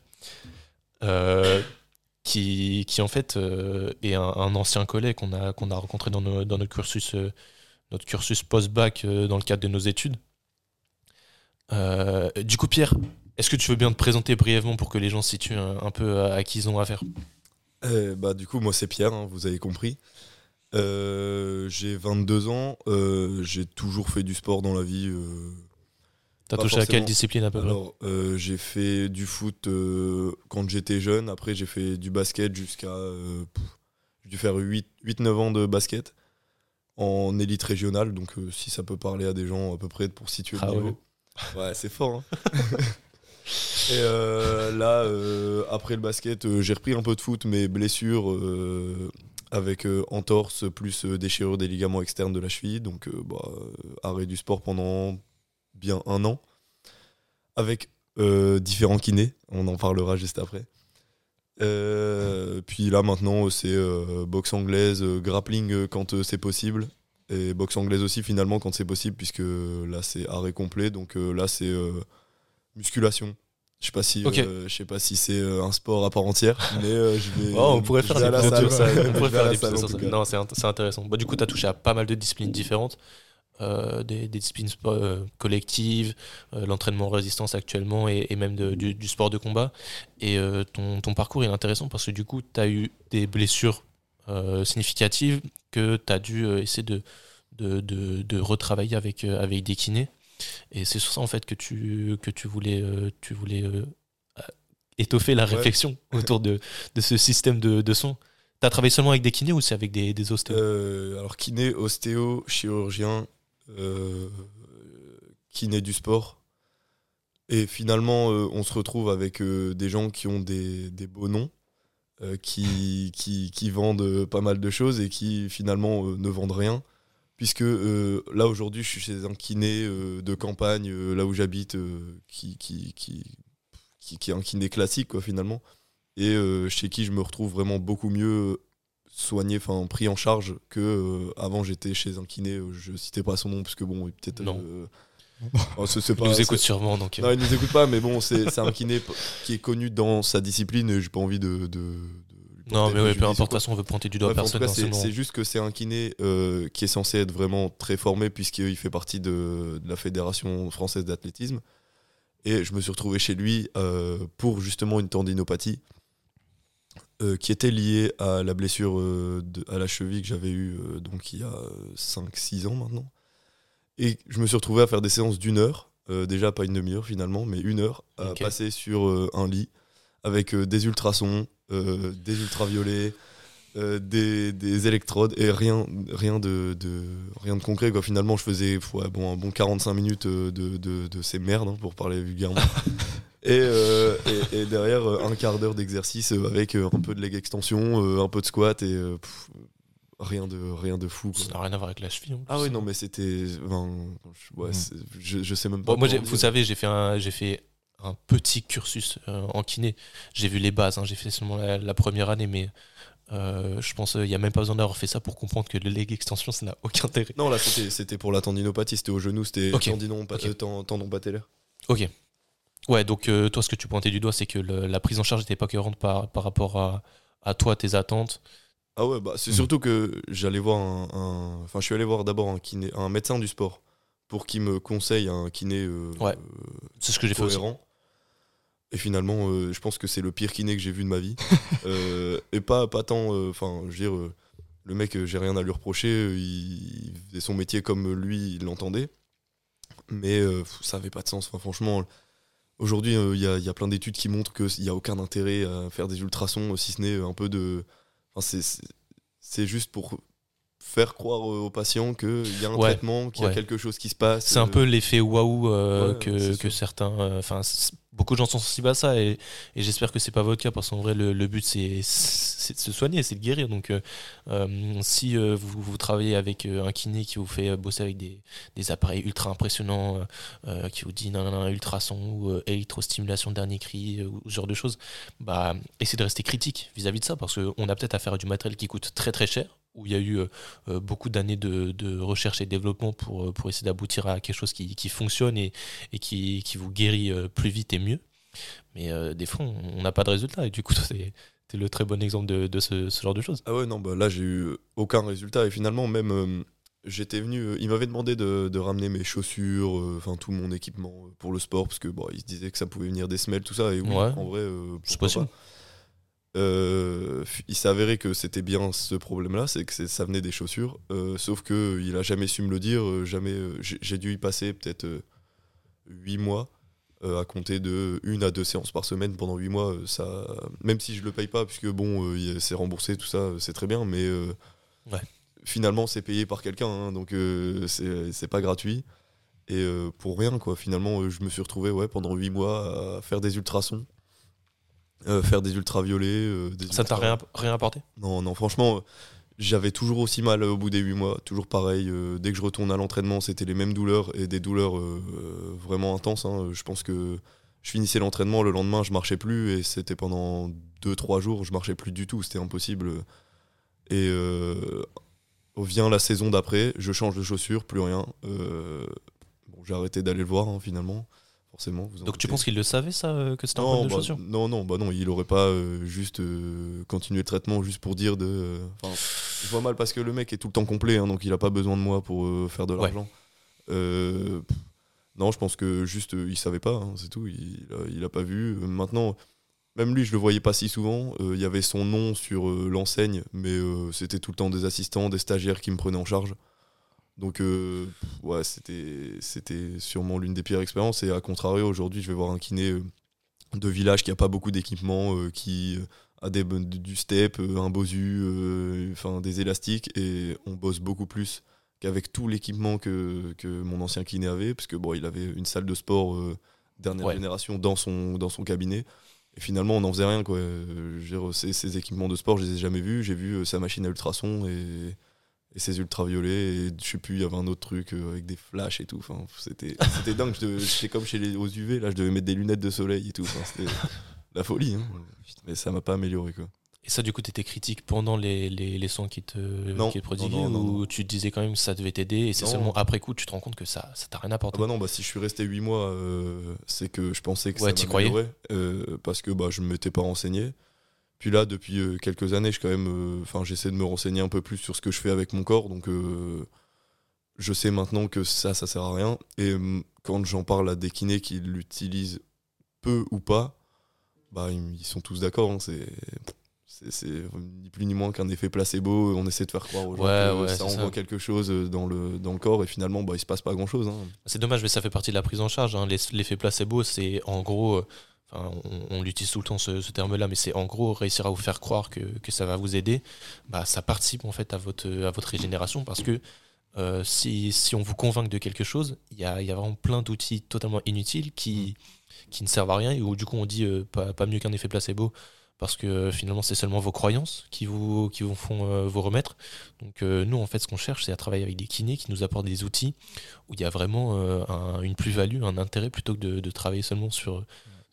Speaker 1: qui en fait est un ancien collègue qu'on a rencontré dans notre cursus post-bac dans le cadre de nos études. Du coup, Pierre, Est-ce que tu veux bien te présenter brièvement pour que les gens se situent un peu à qui ils ont affaire?
Speaker 2: Du coup, moi c'est Pierre, hein, vous avez compris. J'ai 22 ans, j'ai toujours fait du sport dans la vie.
Speaker 1: T'as
Speaker 2: Pas
Speaker 1: touché à quelle
Speaker 2: forcément.
Speaker 1: discipline à peu près?
Speaker 2: Alors, j'ai fait du foot quand j'étais jeune. Après, j'ai fait du basket jusqu'à. J'ai dû faire 8-9 ans de basket en élite régionale. Donc, si ça peut parler à des gens à peu près pour situer le
Speaker 1: Ah
Speaker 2: niveau. Ouais, c'est fort. Hein. Et là, après le basket, j'ai repris un peu de foot, mais blessure avec entorse plus déchirure des ligaments externes de la cheville. Donc, arrêt du sport pendant bien 1 an. Avec différents kinés, on en parlera juste après. Puis là maintenant c'est boxe anglaise, grappling quand c'est possible, et boxe anglaise aussi finalement quand c'est possible, puisque là c'est arrêt complet, donc là c'est musculation.
Speaker 1: Ok.
Speaker 2: Je sais pas si c'est un sport à part entière, mais je vais.
Speaker 1: On pourrait faire
Speaker 2: je vais à la salle.
Speaker 1: on pourrait
Speaker 2: Je vais à
Speaker 1: faire
Speaker 2: la
Speaker 1: un
Speaker 2: salle,
Speaker 1: épisode
Speaker 2: en
Speaker 1: sur
Speaker 2: tout
Speaker 1: ça.
Speaker 2: cas.
Speaker 1: Non, c'est intéressant. Bah, du coup, tu as touché à pas mal de disciplines différentes, des disciplines collectives, l'entraînement en résistance actuellement et même du sport de combat. Et ton parcours est intéressant parce que du coup, tu as eu des blessures significatives que tu as dû essayer de retravailler avec des kinés. Et c'est sur ça en fait que tu voulais étoffer la
Speaker 2: Ouais.
Speaker 1: réflexion autour de ce système de son. T'as travaillé seulement avec des kinés ou c'est avec des ostéos?
Speaker 2: Alors kiné, ostéo, chirurgien, kiné du sport. Et finalement, on se retrouve avec des gens qui ont des beaux noms, qui vendent pas mal de choses et qui finalement ne vendent rien. Puisque là aujourd'hui, je suis chez un kiné de campagne, là où j'habite, qui est un kiné classique quoi, finalement. Et chez qui je me retrouve vraiment beaucoup mieux soigné, enfin pris en charge que avant j'étais chez un kiné, je citais pas son nom parce que bon, peut-être.
Speaker 1: Non.
Speaker 2: C'est
Speaker 1: Il
Speaker 2: pas,
Speaker 1: nous écoute sûrement, donc.
Speaker 2: Non, il nous écoute pas, mais bon, c'est un kiné qui est connu dans sa discipline et j'ai pas envie de
Speaker 1: Non, mais ouais, peu
Speaker 2: préjudice
Speaker 1: importe, de
Speaker 2: ou
Speaker 1: toute
Speaker 2: quoi.
Speaker 1: façon, on veut pointer du doigt
Speaker 2: Bref, en tout
Speaker 1: personne.
Speaker 2: cas,
Speaker 1: Hein,
Speaker 2: c'est juste que c'est un kiné qui est censé être vraiment très formé puisqu'il fait partie de la Fédération française d'athlétisme. Et je me suis retrouvé chez lui pour justement une tendinopathie qui était liée à la blessure à la cheville que j'avais eue donc il y a 5-6 ans maintenant. Et je me suis retrouvé à faire des séances d'1 heure, déjà pas une demi-heure finalement, mais 1 heure, à passer sur un lit avec des ultrasons, des ultraviolets, des électrodes et rien de concret quoi. Finalement je faisais un bon 45 minutes de ces merdes hein, pour parler vulgairement et derrière un quart d'heure d'exercice avec un peu de leg extension, un peu de squat et rien de fou quoi.
Speaker 1: ça n'a rien à voir avec la cheville.
Speaker 2: Ah oui non mais c'était je sais même pas
Speaker 1: Bon, moi,
Speaker 2: comment
Speaker 1: vous
Speaker 2: dire.
Speaker 1: savez, j'ai fait un petit cursus en kiné. J'ai vu les bases, hein, j'ai fait seulement la première année, mais je pense qu'il n'y a même pas besoin d'avoir fait ça pour comprendre que le leg extension, ça n'a aucun intérêt.
Speaker 2: Non là c'était pour la tendinopathie, c'était au genou, c'était
Speaker 1: Ok.
Speaker 2: tendon patellaire.
Speaker 1: Ok. Ouais, donc toi, ce que tu pointais du doigt, c'est que la prise en charge n'était pas cohérente par rapport à toi, tes attentes.
Speaker 2: Ah ouais, bah c'est surtout que j'allais voir enfin je suis allé voir d'abord un médecin du sport pour qu'il me conseille un kiné
Speaker 1: Ouais, c'est ce que j'ai fait aussi.
Speaker 2: cohérent. Et finalement, je pense que c'est le pire kiné que j'ai vu de ma vie. Et pas tant, enfin, je veux dire, le mec, j'ai rien à lui reprocher, il faisait son métier comme lui, il l'entendait. Mais ça avait pas de sens. Enfin, franchement, aujourd'hui, il y a plein d'études qui montrent qu'il n'y a aucun intérêt à faire des ultrasons, si ce n'est un peu de. Enfin, c'est juste pour faire croire aux patients qu'il y a un traitement, qu'il y a quelque chose qui se passe.
Speaker 1: C'est un peu l'effet waouh
Speaker 2: c'est
Speaker 1: que certains. Enfin, beaucoup de gens sont sensibles à ça et j'espère que c'est pas votre cas parce qu'en vrai, le but c'est de se soigner, c'est de guérir. Donc, si vous travaillez avec un kiné qui vous fait bosser avec des appareils ultra impressionnants, qui vous dit ultrason ou électrostimulation de dernier cri ou ce genre de choses, bah, essayez de rester critique vis-à-vis de ça parce qu'on a peut-être affaire à du matériel qui coûte très très cher, où il y a eu beaucoup d'années de recherche et développement pour essayer d'aboutir à quelque chose qui fonctionne et qui vous guérit plus vite et mieux. Mais des fois, on n'a pas de résultat. Et du coup, c'est le très bon exemple de ce genre de choses.
Speaker 2: Ah ouais, non, bah là, j'ai eu aucun résultat. Et finalement, même j'étais venu, il m'avait demandé de ramener mes chaussures, enfin tout mon équipement pour le sport, parce que bon, il se disait que ça pouvait venir des semelles, tout ça, et oui,
Speaker 1: Ouais.
Speaker 2: en vrai,
Speaker 1: C'est
Speaker 2: pourquoi
Speaker 1: possible.
Speaker 2: pas. Il s'est avéré que c'était bien ce problème-là, c'est que ça venait des chaussures, sauf que il a jamais su me le dire, jamais, j'ai dû y passer peut-être 8 mois. À compter de 1 à 2 séances par semaine pendant 8 mois, ça, même si je le paye pas, puisque bon, c'est remboursé, tout ça, c'est très bien, mais
Speaker 1: Ouais.
Speaker 2: finalement c'est payé par quelqu'un, hein, donc c'est pas gratuit. Et pour rien, quoi. Finalement, je me suis retrouvé pendant 8 mois à faire des ultrasons, faire des ultraviolets.
Speaker 1: Ça t'a rien apporté?
Speaker 2: Non, non, franchement, j'avais toujours aussi mal au bout des 8 mois, toujours pareil. Dès que je retourne à l'entraînement, c'était les mêmes douleurs et des douleurs vraiment intenses, hein. Je pense que je finissais l'entraînement, le lendemain, je marchais plus et c'était pendant 2-3 jours, je marchais plus du tout, c'était impossible. Et vient la saison d'après, je change de chaussures, plus rien. Bon, j'ai arrêté d'aller le voir, hein, finalement, forcément. Vous en
Speaker 1: Donc tu
Speaker 2: doutez.
Speaker 1: penses qu'il le savait ça, que c'était un problème de chaussures?
Speaker 2: Non, il aurait pas juste continué le traitement juste pour dire de. Enfin, je vois mal parce que le mec est tout le temps complet, hein, donc il a pas besoin de moi pour faire de
Speaker 1: Ouais.
Speaker 2: l'argent. Non, je pense que juste il savait pas, hein, c'est tout. Il a pas vu. Maintenant, même lui, je le voyais pas si souvent. Il y avait son nom sur l'enseigne, mais c'était tout le temps des assistants, des stagiaires qui me prenaient en charge. Donc ouais, c'était sûrement l'une des pires expériences. Et à contrario, aujourd'hui, je vais voir un kiné de village qui a pas beaucoup d'équipement, qui a du step, un Bosu, enfin des élastiques, et on bosse beaucoup plus qu'avec tout l'équipement que mon ancien kiné avait, parce que bon, il avait une salle de sport dernière
Speaker 1: Ouais.
Speaker 2: génération dans son cabinet. Et finalement, on n'en faisait rien, quoi. Je veux dire, ces équipements de sport, je les ai jamais vus. J'ai vu sa machine à ultrasons et ses ultraviolets, et je sais plus, il y avait un autre truc avec des flashs et tout. Enfin, c'était dingue. C'est comme aux UV, là, je devais mettre des lunettes de soleil et tout. Enfin, c'était la folie, hein. Mais ça m'a pas amélioré, quoi.
Speaker 1: Et ça, du coup, t'étais critique pendant les soins qui
Speaker 2: Non,
Speaker 1: te prodiguaient,
Speaker 2: non, non,
Speaker 1: ou
Speaker 2: non.
Speaker 1: tu te disais quand même que ça devait t'aider et c'est
Speaker 2: Non.
Speaker 1: seulement après coup tu te rends compte que ça t'a rien
Speaker 2: Ah
Speaker 1: apporté?
Speaker 2: bah non, bah si je suis resté 8 mois, c'est que je pensais que
Speaker 1: Ouais,
Speaker 2: ça
Speaker 1: t'y croyais?
Speaker 2: m'améliorait, parce que bah, je ne m'étais pas renseigné. Puis là, depuis quelques années, j'essaie de me renseigner un peu plus sur ce que je fais avec mon corps, donc je sais maintenant que ça sert à rien. Et quand j'en parle à des kinés qui l'utilisent peu ou pas, bah ils sont tous d'accord, hein. C'est ni plus ni moins qu'un effet placebo. On essaie de faire croire aux gens que ça
Speaker 1: c'est
Speaker 2: envoie
Speaker 1: ça.
Speaker 2: quelque chose dans le corps, et finalement, bah, il se passe pas grand-chose, hein.
Speaker 1: C'est dommage, mais ça fait partie de la prise en charge, hein. L'effet placebo, c'est en gros, enfin, on l'utilise tout le temps ce terme-là, mais c'est en gros réussir à vous faire croire que ça va vous aider. Bah, ça participe en fait à votre régénération, parce que si on vous convainc de quelque chose, il y a vraiment plein d'outils totalement inutiles qui ne servent à rien, et où du coup on dit pas mieux qu'un effet placebo, parce que finalement c'est seulement vos croyances qui vous font vous remettre. Donc nous en fait ce qu'on cherche, c'est à travailler avec des kinés qui nous apportent des outils où il y a vraiment une plus-value, un intérêt, plutôt que de travailler seulement sur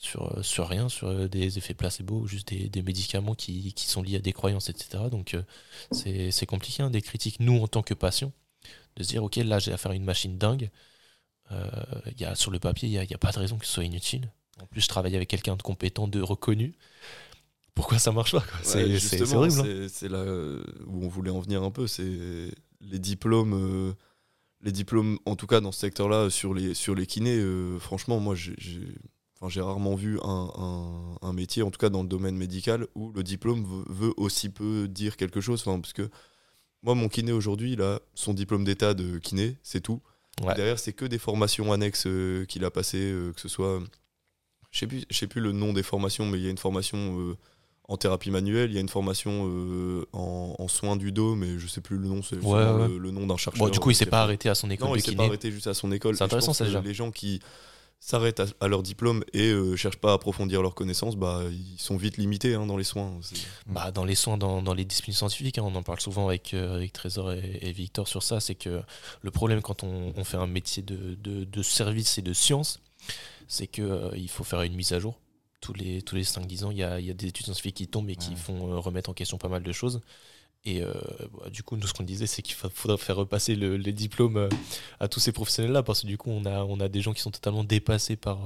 Speaker 1: rien, sur des effets placebo, ou juste des médicaments qui sont liés à des croyances, etc. Donc c'est compliqué, hein, des critiques, nous en tant que patients, de se dire ok, là j'ai affaire à une machine dingue. Sur le papier, il n'y a pas de raison que ce soit inutile. En plus, je travaille avec quelqu'un de compétent, de reconnu. Pourquoi ça marche pas, quoi?
Speaker 2: Ouais,
Speaker 1: C'est
Speaker 2: justement,
Speaker 1: horrible, hein.
Speaker 2: c'est là où on voulait en venir un peu. C'est les diplômes, en tout cas dans ce secteur-là, sur les kinés. Franchement, moi, j'ai rarement vu un métier, en tout cas dans le domaine médical, où le diplôme veut aussi peu dire quelque chose. Enfin, parce que moi, mon kiné aujourd'hui, il a son diplôme d'état de kiné, c'est tout.
Speaker 1: Ouais.
Speaker 2: Derrière, c'est que des formations annexes qu'il a passées, que ce soit. Je sais plus le nom des formations, mais il y a une formation en thérapie manuelle, il y a une formation en soins du dos, mais je sais plus le nom, c'est
Speaker 1: Ouais,
Speaker 2: sûrement
Speaker 1: ouais.
Speaker 2: le nom d'un chercheur.
Speaker 1: Bon, du coup, il s'est
Speaker 2: qui a
Speaker 1: pas
Speaker 2: fait-
Speaker 1: arrêté à son école
Speaker 2: Non,
Speaker 1: de
Speaker 2: il s'est
Speaker 1: kiné.
Speaker 2: pas arrêté juste à son école.
Speaker 1: C'est
Speaker 2: Et je
Speaker 1: intéressant,
Speaker 2: pense
Speaker 1: ça,
Speaker 2: que
Speaker 1: déjà.
Speaker 2: les gens qui s'arrêtent à leur diplôme et cherchent pas à approfondir leurs connaissances, bah, ils sont vite limités, hein, dans les soins.
Speaker 1: Bah, dans les soins, dans les disciplines scientifiques, hein, on en parle souvent avec Trésor et Victor sur ça, c'est que le problème quand on fait un métier de service et de science, c'est que il faut faire une mise à jour. Tous les 5-10 ans, il y a des études scientifiques qui tombent et qui font remettre en question pas mal de choses. Et du coup, nous, ce qu'on disait, c'est qu'il faudrait faire repasser les diplômes à tous ces professionnels-là, parce que du coup, on a des gens qui sont totalement dépassés par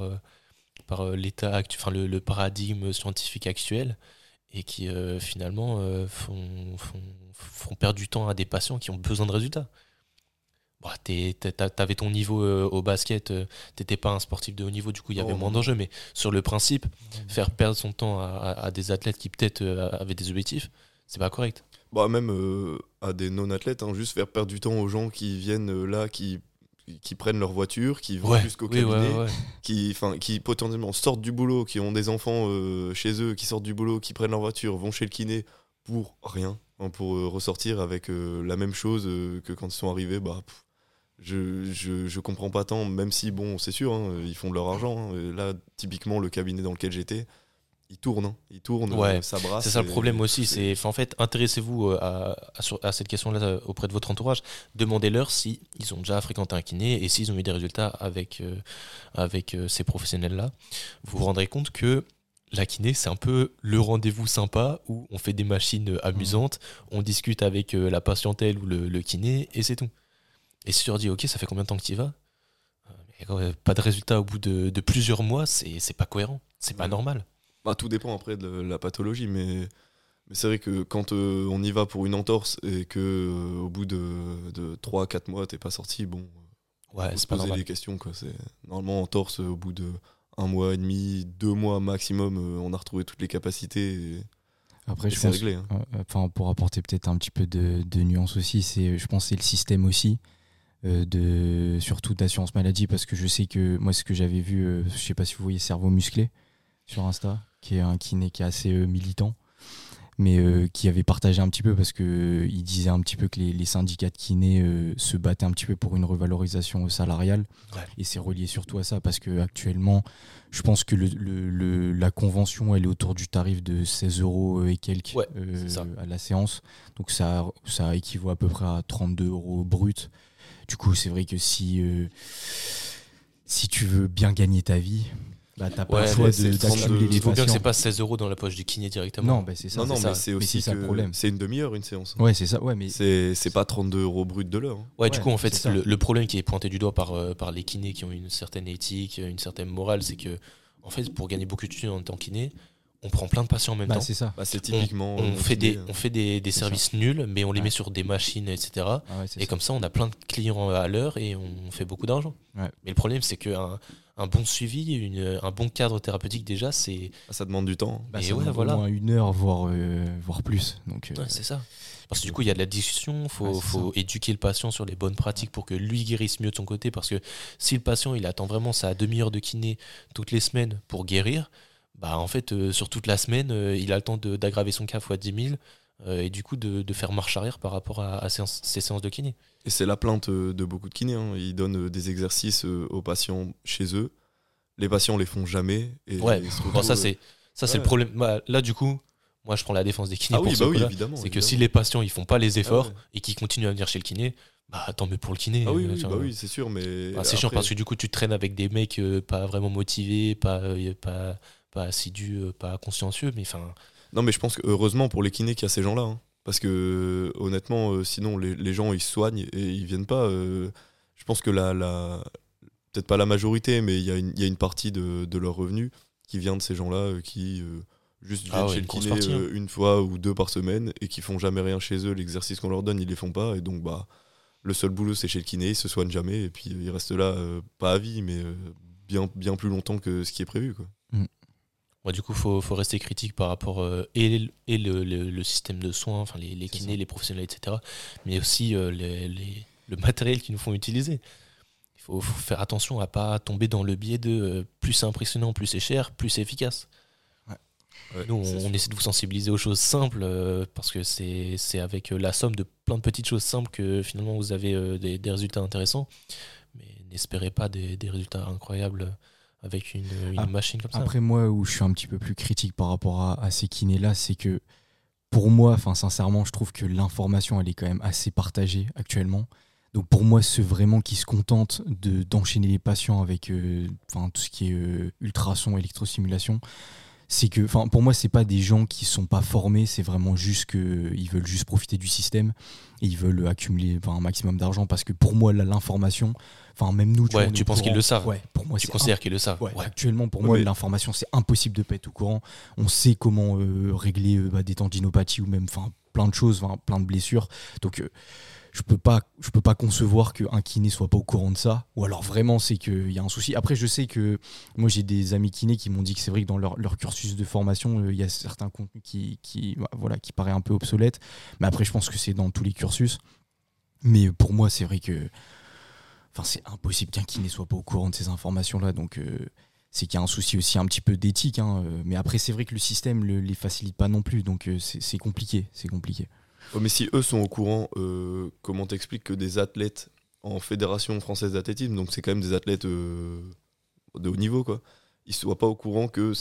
Speaker 1: l'état actuel, enfin le paradigme scientifique actuel, et qui finalement font perdre du temps à des patients qui ont besoin de résultats. t'avais ton niveau au basket, t'étais pas un sportif de haut niveau, du coup il y avait moins d'enjeux, mais sur le principe, faire perdre son temps à des athlètes qui peut-être avaient des objectifs, c'est pas correct.
Speaker 2: Même à des non-athlètes, juste faire perdre du temps aux gens qui viennent là, qui prennent leur voiture, qui vont jusqu'au cabinet, qui potentiellement sortent du boulot, qui ont des enfants chez eux, qui sortent du boulot, qui prennent leur voiture, vont chez le kiné pour rien, pour ressortir avec la même chose que quand ils sont arrivés. Je comprends pas tant, même si bon, c'est sûr, ils font de leur argent. Là, typiquement, le cabinet dans lequel j'étais, il tourne, ça brasse.
Speaker 1: C'est ça le problème aussi. En fait, intéressez-vous à cette question-là auprès de votre entourage. Demandez-leur si ils ont déjà fréquenté un kiné et s'ils ont eu des résultats avec ces professionnels-là. Vous vous rendrez compte que la kiné, c'est un peu le rendez-vous sympa où on fait des machines amusantes, on discute avec la patientèle ou le kiné et c'est tout. Et si tu leur dis, ok, ça fait combien de temps que tu y vas ? Pas de résultat au bout de plusieurs mois, c'est pas cohérent, c'est pas normal.
Speaker 2: Tout dépend après de la pathologie, mais c'est vrai que quand on y va pour une entorse et que au bout de 3-4 mois t'es pas sorti,
Speaker 1: c'est pas normal.
Speaker 2: des questions, quoi. C'est normalement entorse au bout de 1 mois et demi, 2 mois maximum, on a retrouvé toutes les capacités.
Speaker 3: Après, je pense, réglé, pour apporter peut-être un petit peu de nuance aussi, je pense que c'est le système aussi. Surtout d'assurance maladie, parce que je sais que moi, ce que j'avais vu, je sais pas si vous voyez Cerveau Musclé sur Insta, qui est un kiné qui est assez militant, mais qui avait partagé un petit peu, parce que il disait un petit peu que les syndicats de kinés se battaient un petit peu pour une revalorisation salariale, et c'est relié surtout à ça, parce que actuellement, je pense que la convention, elle est autour du tarif de 16 € et quelques à la séance, donc ça équivaut à peu près à 32 € brut. Du coup, c'est vrai que si tu veux bien gagner ta vie, t'as pas le choix d'accumuler les
Speaker 1: Il faut bien
Speaker 3: patients.
Speaker 1: que c'est pas 16 € dans la poche du kiné directement.
Speaker 3: Non, c'est ça.
Speaker 2: Non, mais c'est aussi
Speaker 3: ça le problème.
Speaker 2: C'est une demi-heure une séance.
Speaker 3: Ouais, c'est ça. Ouais, mais
Speaker 2: c'est pas 32 € brut de l'heure.
Speaker 1: Du coup, en fait, le problème qui est pointé du doigt par les kinés qui ont une certaine éthique, une certaine morale, c'est que, en fait, pour gagner beaucoup de thunes en étant kiné, on prend plein de patients en même temps.
Speaker 3: C'est ça.
Speaker 2: C'est typiquement.
Speaker 1: On fait des services nuls, mais on les met sur des machines, etc. Et comme ça, on a plein de clients à l'heure et on fait beaucoup d'argent.
Speaker 3: Ouais.
Speaker 1: Mais le problème, c'est qu'un bon suivi, un bon cadre thérapeutique, déjà, c'est.
Speaker 2: Ça demande du temps.
Speaker 3: Ça demande au moins 1 heure, voire plus. Donc,
Speaker 1: c'est ça. Parce que du coup, il y a de la discussion, faut éduquer le patient sur les bonnes pratiques pour que lui guérisse mieux de son côté. Parce que si le patient, il attend vraiment sa demi-heure de kiné toutes les semaines pour guérir, en fait, sur toute la semaine, il a le temps d'aggraver son cas fois 10 000 et du coup de faire marche arrière par rapport à ces séances de kiné.
Speaker 2: Et c'est la plainte de beaucoup de kinés. Ils donnent des exercices aux patients chez eux. Les patients les font jamais. Et
Speaker 1: ça c'est le problème. Là, du coup, moi je prends la défense des kinés pour ce coup-là. C'est que si les patients ils font pas les efforts et qu'ils continuent à venir chez le kiné, tant mieux pour le kiné.
Speaker 2: Oui, c'est sûr, mais
Speaker 1: c'est chiant parce que du coup tu traînes avec des mecs pas vraiment motivés, pas assidus, pas consciencieux, mais enfin.
Speaker 2: Non, mais je pense que heureusement pour les kinés qu'il y a ces gens-là, parce que honnêtement, sinon les gens ils se soignent et ils viennent pas. Je pense que peut-être pas la majorité, mais il y a une partie de leur revenu qui vient de ces gens-là qui juste viennent chez le kiné une fois ou 2 par semaine et qui font jamais rien chez eux. L'exercice qu'on leur donne, ils les font pas, et donc le seul boulot c'est chez le kiné, ils se soignent jamais et puis ils restent là pas à vie, mais bien plus longtemps que ce qui est prévu, quoi.
Speaker 1: Du coup, faut rester critique par rapport le système de soins, enfin les kinés, les professionnels, etc. Mais aussi le matériel qu'ils nous font utiliser. Il faut faire attention à pas tomber dans le biais de plus c'est impressionnant, plus c'est cher, plus c'est efficace. Nous, on essaie de vous sensibiliser aux choses simples parce que c'est avec la somme de plein de petites choses simples que finalement vous avez des résultats intéressants. Mais n'espérez pas des résultats incroyables avec une machine comme ça.
Speaker 3: Après, moi, où je suis un petit peu plus critique par rapport à ces kinés-là, c'est que pour moi, sincèrement, je trouve que l'information, elle est quand même assez partagée actuellement. Donc pour moi, ceux vraiment qui se contentent d'enchaîner les patients avec tout ce qui est ultrasons, électrostimulation, c'est que, pour moi, c'est pas des gens qui sont pas formés, c'est vraiment juste qu'ils veulent juste profiter du système et ils veulent accumuler un maximum d'argent, parce que pour moi, l'information, même nous,
Speaker 1: tu penses qu'ils le savent.
Speaker 3: Pour moi,
Speaker 1: tu considères qu'ils le savent.
Speaker 3: Actuellement, pour moi, l'information, c'est impossible de pas être au courant. On sait comment régler des tendinopathies ou même plein de choses, plein de blessures. Donc je peux pas concevoir qu'un kiné soit pas au courant de ça, ou alors vraiment c'est qu'il y a un souci. Après, je sais que moi j'ai des amis kinés qui m'ont dit que c'est vrai que dans leur cursus de formation, il y a certains contenus qui paraît un peu obsolète, mais après je pense que c'est dans tous les cursus. Mais pour moi, c'est vrai que c'est impossible qu'un kiné soit pas au courant de ces informations-là, donc c'est qu'il y a un souci aussi un petit peu d'éthique, hein. Mais après, c'est vrai que le système les facilite pas non plus, donc c'est compliqué.
Speaker 2: Ouais, mais si eux sont au courant, comment t'expliques que des athlètes en Fédération française d'athlétisme, donc c'est quand même des athlètes de haut niveau, quoi, ils soient pas au courant que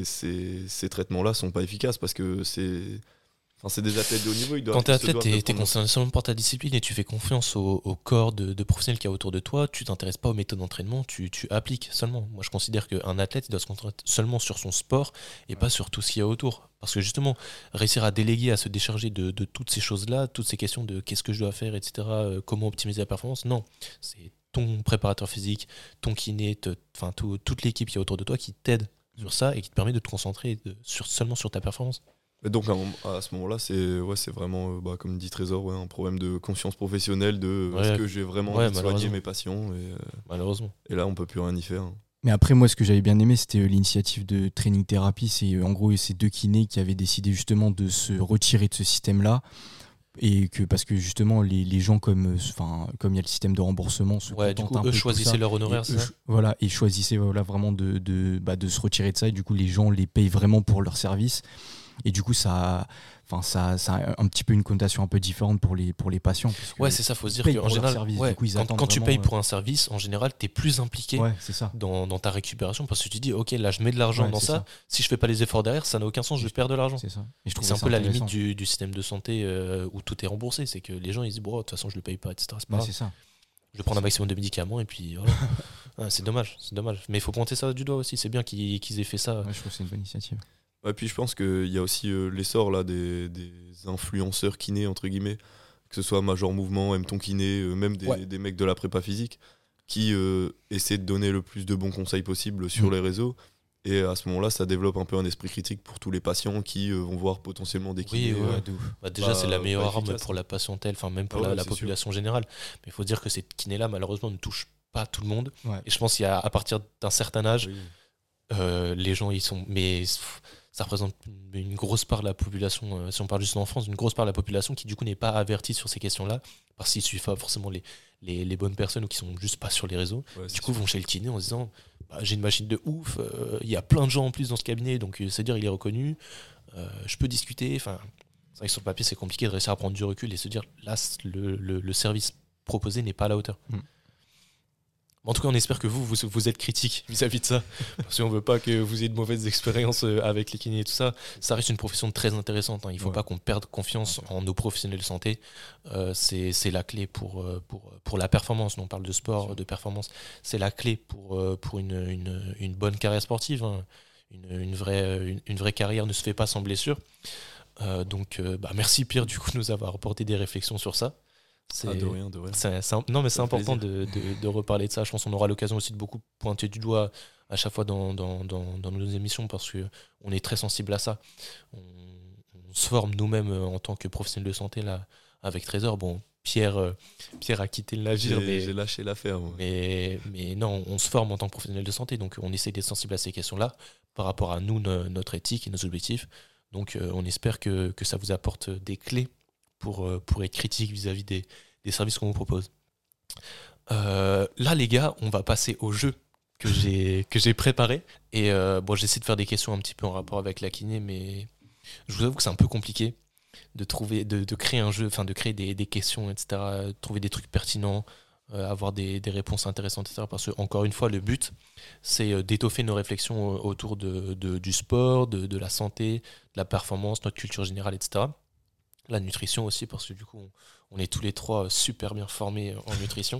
Speaker 2: ces traitements-là sont pas efficaces, parce que c'est des athlètes de haut niveau.
Speaker 1: Quand t'es athlète, t'es concerné seulement par ta discipline et tu fais confiance au corps de professionnels qu'il y a autour de toi. Tu t'intéresses pas aux méthodes d'entraînement, tu appliques seulement. Moi, je considère qu'un athlète, il doit se concentrer seulement sur son sport et pas sur tout ce qu'il y a autour. Parce que justement, réussir à déléguer, à se décharger de toutes ces choses-là, toutes ces questions de qu'est-ce que je dois faire, etc., comment optimiser la performance, non. C'est ton préparateur physique, ton kiné, toute l'équipe qui est autour de toi qui t'aide sur ça et qui te permet de te concentrer seulement sur ta performance.
Speaker 2: Et donc à ce moment-là, c'est vraiment, comme dit Trésor, un problème de conscience professionnelle, est-ce que j'ai vraiment envie de soigner mes patients,
Speaker 1: malheureusement.
Speaker 2: Et là, on peut plus rien y faire.
Speaker 3: Mais après, moi, ce que j'avais bien aimé, c'était l'initiative de Training Therapy. C'est en gros ces 2 kinés qui avaient décidé justement de se retirer de ce système-là. Et que parce que justement, les gens, comme il y a le système de remboursement, se contentent
Speaker 1: du coup,
Speaker 3: un peu
Speaker 1: eux
Speaker 3: de
Speaker 1: choisissaient
Speaker 3: ça.
Speaker 1: leur honoraire, c'est ça ?
Speaker 3: Et choisissaient vraiment de se retirer de ça. Et du coup, les gens les payent vraiment pour leur service. Et du coup, ça a un petit peu une connotation un peu différente pour les patients.
Speaker 1: Ouais, c'est ça, faut se dire qu'en général, quand tu payes pour un service, en général, t'es plus impliqué dans ta récupération, parce que tu dis, ok, là, je mets de l'argent dans ça. Si je fais pas les efforts derrière, ça n'a aucun sens, je perds de l'argent.
Speaker 3: C'est ça. Et
Speaker 1: c'est un peu la limite du système de santé où tout est remboursé, c'est que les gens ils disent, bon, de toute façon, je le paye pas, etc. C'est pas grave.
Speaker 3: C'est ça.
Speaker 1: Je vais prendre un maximum de médicaments et puis voilà. C'est dommage. Mais il faut pointer ça du doigt aussi, c'est bien qu'ils aient fait ça.
Speaker 3: Ouais, je trouve que c'est une bonne initiative.
Speaker 2: Et puis je pense qu'il y a aussi l'essor là, des influenceurs kinés, entre guillemets, que ce soit Major Mouvement, Aime ton kiné, même des mecs de la prépa physique, qui essaient de donner le plus de bons conseils possibles sur les réseaux. Et à ce moment-là, ça développe un peu un esprit critique pour tous les patients qui vont voir potentiellement des kinés.
Speaker 1: Déjà, c'est la meilleure arme pour la patientèle, même pour la population générale. Mais il faut dire que ces kinés-là, malheureusement, ne touchent pas tout le monde. Ouais. Et je pense qu'à partir d'un certain âge, les gens, ils sont... Mais ça représente une grosse part de la population, si on parle juste en France, une grosse part de la population qui du coup n'est pas avertie sur ces questions-là, parce qu'ils ne suivent pas forcément les bonnes personnes ou qui sont juste pas sur les réseaux. Du coup, vont chez le kiné en se disant j'ai une machine de ouf, il y a plein de gens en plus dans ce cabinet, donc c'est-à-dire il est reconnu, je peux discuter. C'est vrai que sur le papier, c'est compliqué de réussir à prendre du recul et se dire là, le service proposé n'est pas à la hauteur. En tout cas, on espère que vous êtes critique vis-à-vis de ça, parce qu'on ne veut pas que vous ayez de mauvaises expériences avec les kinés et tout ça. Ça reste une profession très intéressante. Il ne faut pas qu'on perde confiance en nos professionnels de santé. C'est la clé pour la performance. On parle de sport, de performance. C'est la clé pour une bonne carrière sportive. Une vraie carrière ne se fait pas sans blessure. Donc, merci Pierre du coup, de nous avoir apporté des réflexions sur ça.
Speaker 2: De rien.
Speaker 1: Non, mais c'est important de reparler de ça. Je pense qu'on aura l'occasion aussi de beaucoup pointer du doigt à chaque fois dans nos émissions, parce qu'on est très sensible à ça. On se forme nous-mêmes en tant que professionnels de santé là, avec Trésor. Bon, Pierre a quitté le navire.
Speaker 2: J'ai lâché l'affaire.
Speaker 1: Mais non, on se forme en tant que professionnel de santé, donc on essaie d'être sensible à ces questions-là par rapport à nous, notre éthique et nos objectifs. Donc on espère que ça vous apporte des clés pour être critique vis-à-vis des services qu'on vous propose. Là, les gars, on va passer au jeu que j'ai préparé. Et j'essaie de faire des questions un petit peu en rapport avec la kiné, mais je vous avoue que c'est un peu compliqué de créer un jeu, de créer des questions, etc., trouver des trucs pertinents, avoir des réponses intéressantes, etc. Parce que, encore une fois, le but, c'est d'étoffer nos réflexions autour du sport, de la santé, de la performance, notre culture générale, etc. La nutrition aussi, parce que du coup, on est tous les trois super bien formés en nutrition.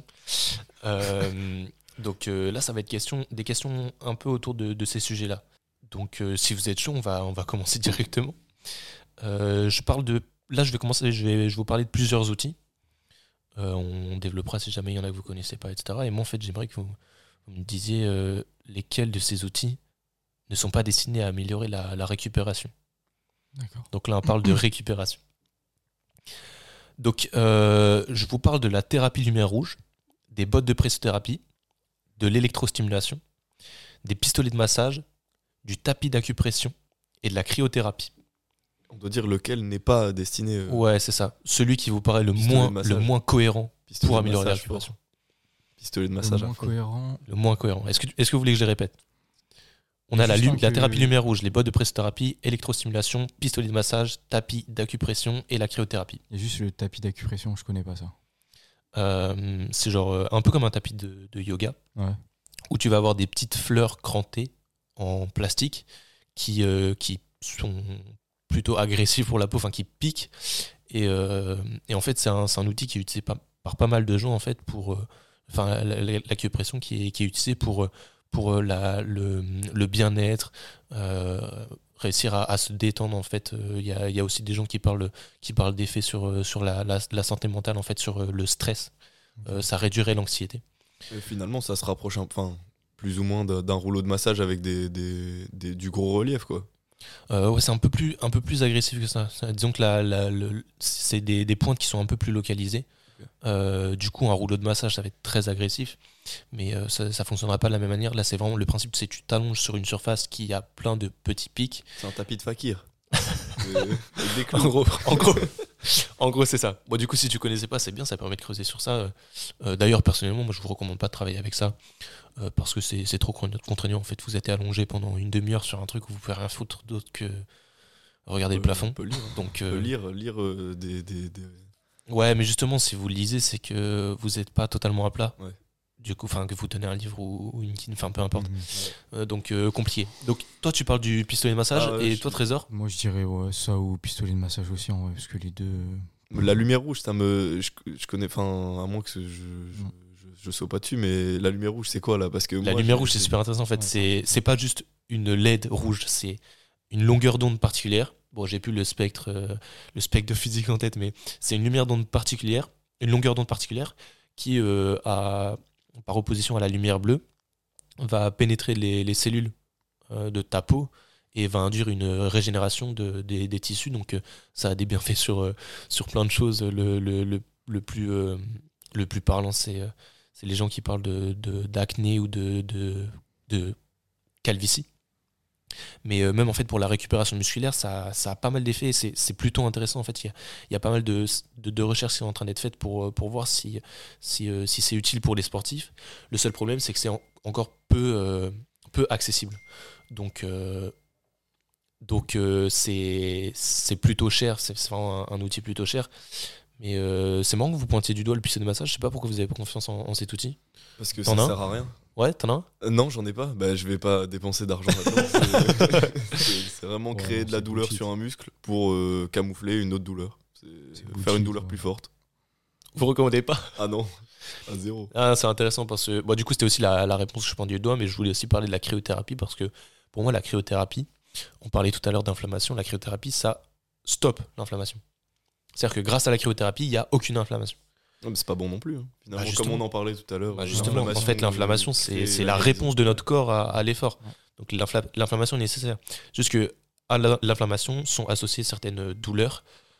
Speaker 1: Donc là, ça va être des questions un peu autour de ces sujets-là. Donc si vous êtes chaud, on va commencer directement. Là, je vais vous parler de plusieurs outils. On développera si jamais il y en a que vous ne connaissez pas, etc. Et moi, en fait, j'aimerais que vous me disiez lesquels de ces outils ne sont pas destinés à améliorer la récupération.
Speaker 3: D'accord.
Speaker 1: Donc là, on parle de récupération. Donc, je vous parle de la thérapie lumière rouge, des bottes de pressothérapie, de l'électrostimulation, des pistolets de massage, du tapis d'acupression et de la cryothérapie.
Speaker 2: On doit dire lequel n'est pas destiné.
Speaker 1: Ouais, c'est ça. Celui qui vous paraît le
Speaker 2: Pistolet de massage.
Speaker 1: moins cohérent
Speaker 2: Pistolet
Speaker 1: pour
Speaker 2: de
Speaker 1: améliorer la
Speaker 2: massage
Speaker 1: récupération.
Speaker 2: fort. Pistolet de
Speaker 3: Le
Speaker 2: massage à
Speaker 3: moins
Speaker 2: fond.
Speaker 3: cohérent.
Speaker 1: Le moins cohérent. Est-ce que vous voulez que je les répète? On a
Speaker 3: Juste
Speaker 1: la
Speaker 3: que-
Speaker 1: thérapie lumière rouge, les bottes de pressothérapie, électrostimulation, pistolet de massage, tapis d'acupression et la cryothérapie.
Speaker 3: Il y a juste le tapis d'acupression, je connais pas ça.
Speaker 1: C'est genre un peu comme un tapis de yoga,
Speaker 3: Ouais.
Speaker 1: où tu vas avoir des petites fleurs crantées en plastique qui sont plutôt agressives pour la peau, enfin qui piquent. Et en fait, c'est un outil qui est utilisé par pas mal de gens en fait pour l'acupression qui est utilisée pour le bien-être, réussir à se détendre en fait. Il y a aussi des gens qui parlent d'effets sur la santé mentale en fait, sur le stress. Ça réduirait l'anxiété.
Speaker 2: Et finalement, ça se rapproche plus ou moins d'un rouleau de massage avec du gros relief, quoi.
Speaker 1: Ouais, c'est un peu plus agressif que ça. Disons que c'est des pointes qui sont un peu plus localisées. Du coup, un rouleau de massage, ça va être très agressif, mais ça fonctionnera pas de la même manière. Là, c'est vraiment le principe, c'est que tu t'allonges sur une surface qui a plein de petits pics.
Speaker 2: C'est un tapis de fakir.
Speaker 1: En gros, c'est ça. Bon, du coup, si tu connaissais pas, c'est bien, ça permet de creuser sur ça. D'ailleurs, personnellement, moi, je vous recommande pas de travailler avec ça parce que c'est trop contraignant. En fait, vous êtes allongé pendant une demi-heure sur un truc où vous pouvez rien foutre d'autre que regarder le plafond.
Speaker 2: On peut lire.
Speaker 1: Donc,
Speaker 2: On peut lire des.
Speaker 1: Ouais, mais justement, si vous lisez, c'est que vous n'êtes pas totalement à plat.
Speaker 2: Ouais.
Speaker 1: Du coup, que vous tenez un livre ou une guide, enfin peu importe.
Speaker 3: Mhm.
Speaker 1: Donc compliqué. Donc toi, tu parles du pistolet de massage et toi, Trésor?
Speaker 3: Moi, je dirais ça ou pistolet de massage aussi, en vrai, parce que les deux.
Speaker 2: La lumière rouge, je connais, enfin, à moins que je saute pas dessus, mais la lumière rouge, c'est quoi là? Parce que
Speaker 1: La
Speaker 2: moi,
Speaker 1: lumière rouge, c'est super intéressant en fait.
Speaker 3: Ouais.
Speaker 1: C'est pas juste une LED rouge, c'est une longueur d'onde particulière. Bon, j'ai plus le spectre de physique en tête, mais c'est une lumière d'onde particulière, une longueur d'onde particulière qui, par opposition à la lumière bleue, va pénétrer les cellules de ta peau et va induire une régénération des tissus. Donc ça a des bienfaits sur plein de choses. Le plus parlant, c'est les gens qui parlent d'acné ou de calvitie. Mais même en fait pour la récupération musculaire, ça a pas mal d'effets. C'est plutôt intéressant en fait. Il y a pas mal de recherches qui sont en train d'être faites pour voir si c'est utile pour les sportifs. Le seul problème, c'est que c'est encore peu accessible. Donc c'est plutôt cher. C'est vraiment un outil plutôt cher. Mais c'est marrant que vous pointiez du doigt le pistolet de massage. Je sais pas pourquoi vous avez pas confiance en cet outil.
Speaker 2: Parce que
Speaker 1: T'en
Speaker 2: ça
Speaker 1: as un
Speaker 2: sert à rien.
Speaker 1: Ouais, t'en as un?
Speaker 2: Non, j'en ai pas. Bah, je vais pas dépenser d'argent là-dedans. C'est vraiment
Speaker 3: Ouais,
Speaker 2: créer de la
Speaker 3: c'est
Speaker 2: douleur
Speaker 3: bullshit.
Speaker 2: sur un muscle pour camoufler une autre douleur.
Speaker 3: C'est
Speaker 2: Faire
Speaker 3: bullshit,
Speaker 2: une douleur
Speaker 3: ouais.
Speaker 2: plus forte.
Speaker 1: Vous recommandez pas?
Speaker 2: Ah non, à zéro.
Speaker 1: Ah, c'est intéressant parce que du coup c'était aussi la réponse que je pointais du doigt, mais je voulais aussi parler de la cryothérapie parce que pour moi la cryothérapie, on parlait tout à l'heure d'inflammation, la cryothérapie ça stoppe l'inflammation. C'est-à-dire que grâce à la cryothérapie il n'y a aucune inflammation.
Speaker 2: Non, mais c'est pas bon non plus. Finalement,
Speaker 1: Bah, justement.
Speaker 2: comme on en parlait tout à l'heure.
Speaker 1: Justement, en fait l'inflammation c'est la réponse de notre corps à l'effort.
Speaker 3: Ouais.
Speaker 1: Donc l'inflammation est nécessaire. Juste que à l'inflammation sont associées certaines douleurs.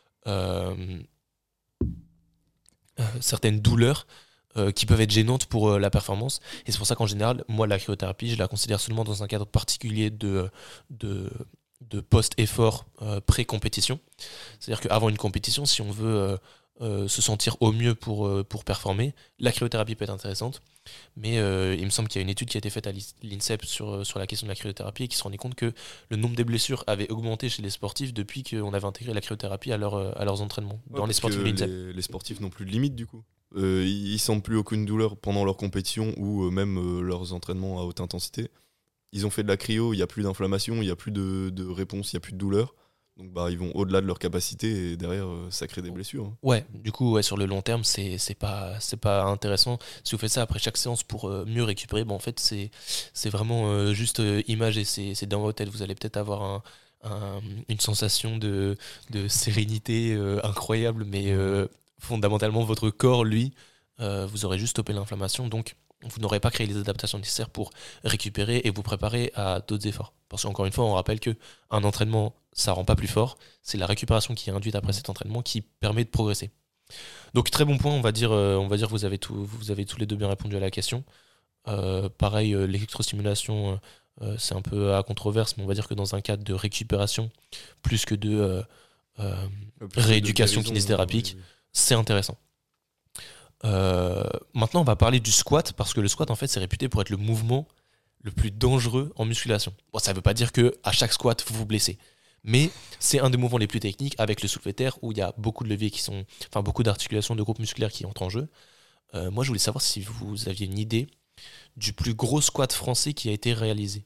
Speaker 1: Qui peuvent être gênantes pour la performance. Et c'est pour ça qu'en général, moi, la cryothérapie, je la considère seulement dans un cadre particulier de post-effort pré-compétition. C'est-à-dire qu'avant une compétition, si on veut se sentir au mieux pour performer, la cryothérapie peut être intéressante. Mais il me semble qu'il y a une étude qui a été faite à l'INSEP sur la question de la cryothérapie et qui se rendait compte que le nombre de blessures avait augmenté chez les sportifs depuis qu'on avait intégré la cryothérapie à leurs entraînements.
Speaker 2: Ouais,
Speaker 1: dans les
Speaker 2: parce
Speaker 1: sportifs
Speaker 2: que
Speaker 1: de l'INSEP.
Speaker 2: les sportifs n'ont plus de limite du coup. Ils sentent plus aucune douleur pendant leur compétition ou même leurs entraînements à haute intensité. Ils ont fait de la cryo, il n'y a plus d'inflammation, il n'y a plus de réponse, il n'y a plus de douleur. Donc ils vont au-delà de leur capacité et derrière ça crée des blessures.
Speaker 1: Ouais, du coup sur le long terme c'est pas intéressant. Si vous faites ça après chaque séance pour mieux récupérer, en fait c'est vraiment juste imagé, c'est dans votre tête. Vous allez peut-être avoir une sensation de sérénité incroyable, mais fondamentalement votre corps lui vous aurez juste stoppé l'inflammation, donc vous n'aurez pas créé les adaptations nécessaires pour récupérer et vous préparer à d'autres efforts. Parce qu'encore une fois, on rappelle qu'un entraînement, ça rend pas plus fort. C'est la récupération qui est induite après cet entraînement qui permet de progresser. Donc très bon point, on va dire que vous avez tous les deux bien répondu à la question. Pareil, l'électrostimulation, c'est un peu à controverse, mais on va dire que dans un cadre de récupération, plus que de rééducation kinésithérapique, c'est intéressant. Maintenant, on va parler du squat, parce que le squat, en fait, c'est réputé pour être le mouvement le plus dangereux en musculation. Bon, ça ne veut pas dire qu'à chaque squat, vous vous blessez. Mais c'est un des mouvements les plus techniques avec le soulevé de terre où il y a beaucoup de leviers beaucoup d'articulations de groupes musculaires qui entrent en jeu. Moi, je voulais savoir si vous aviez une idée du plus gros squat français qui a été réalisé.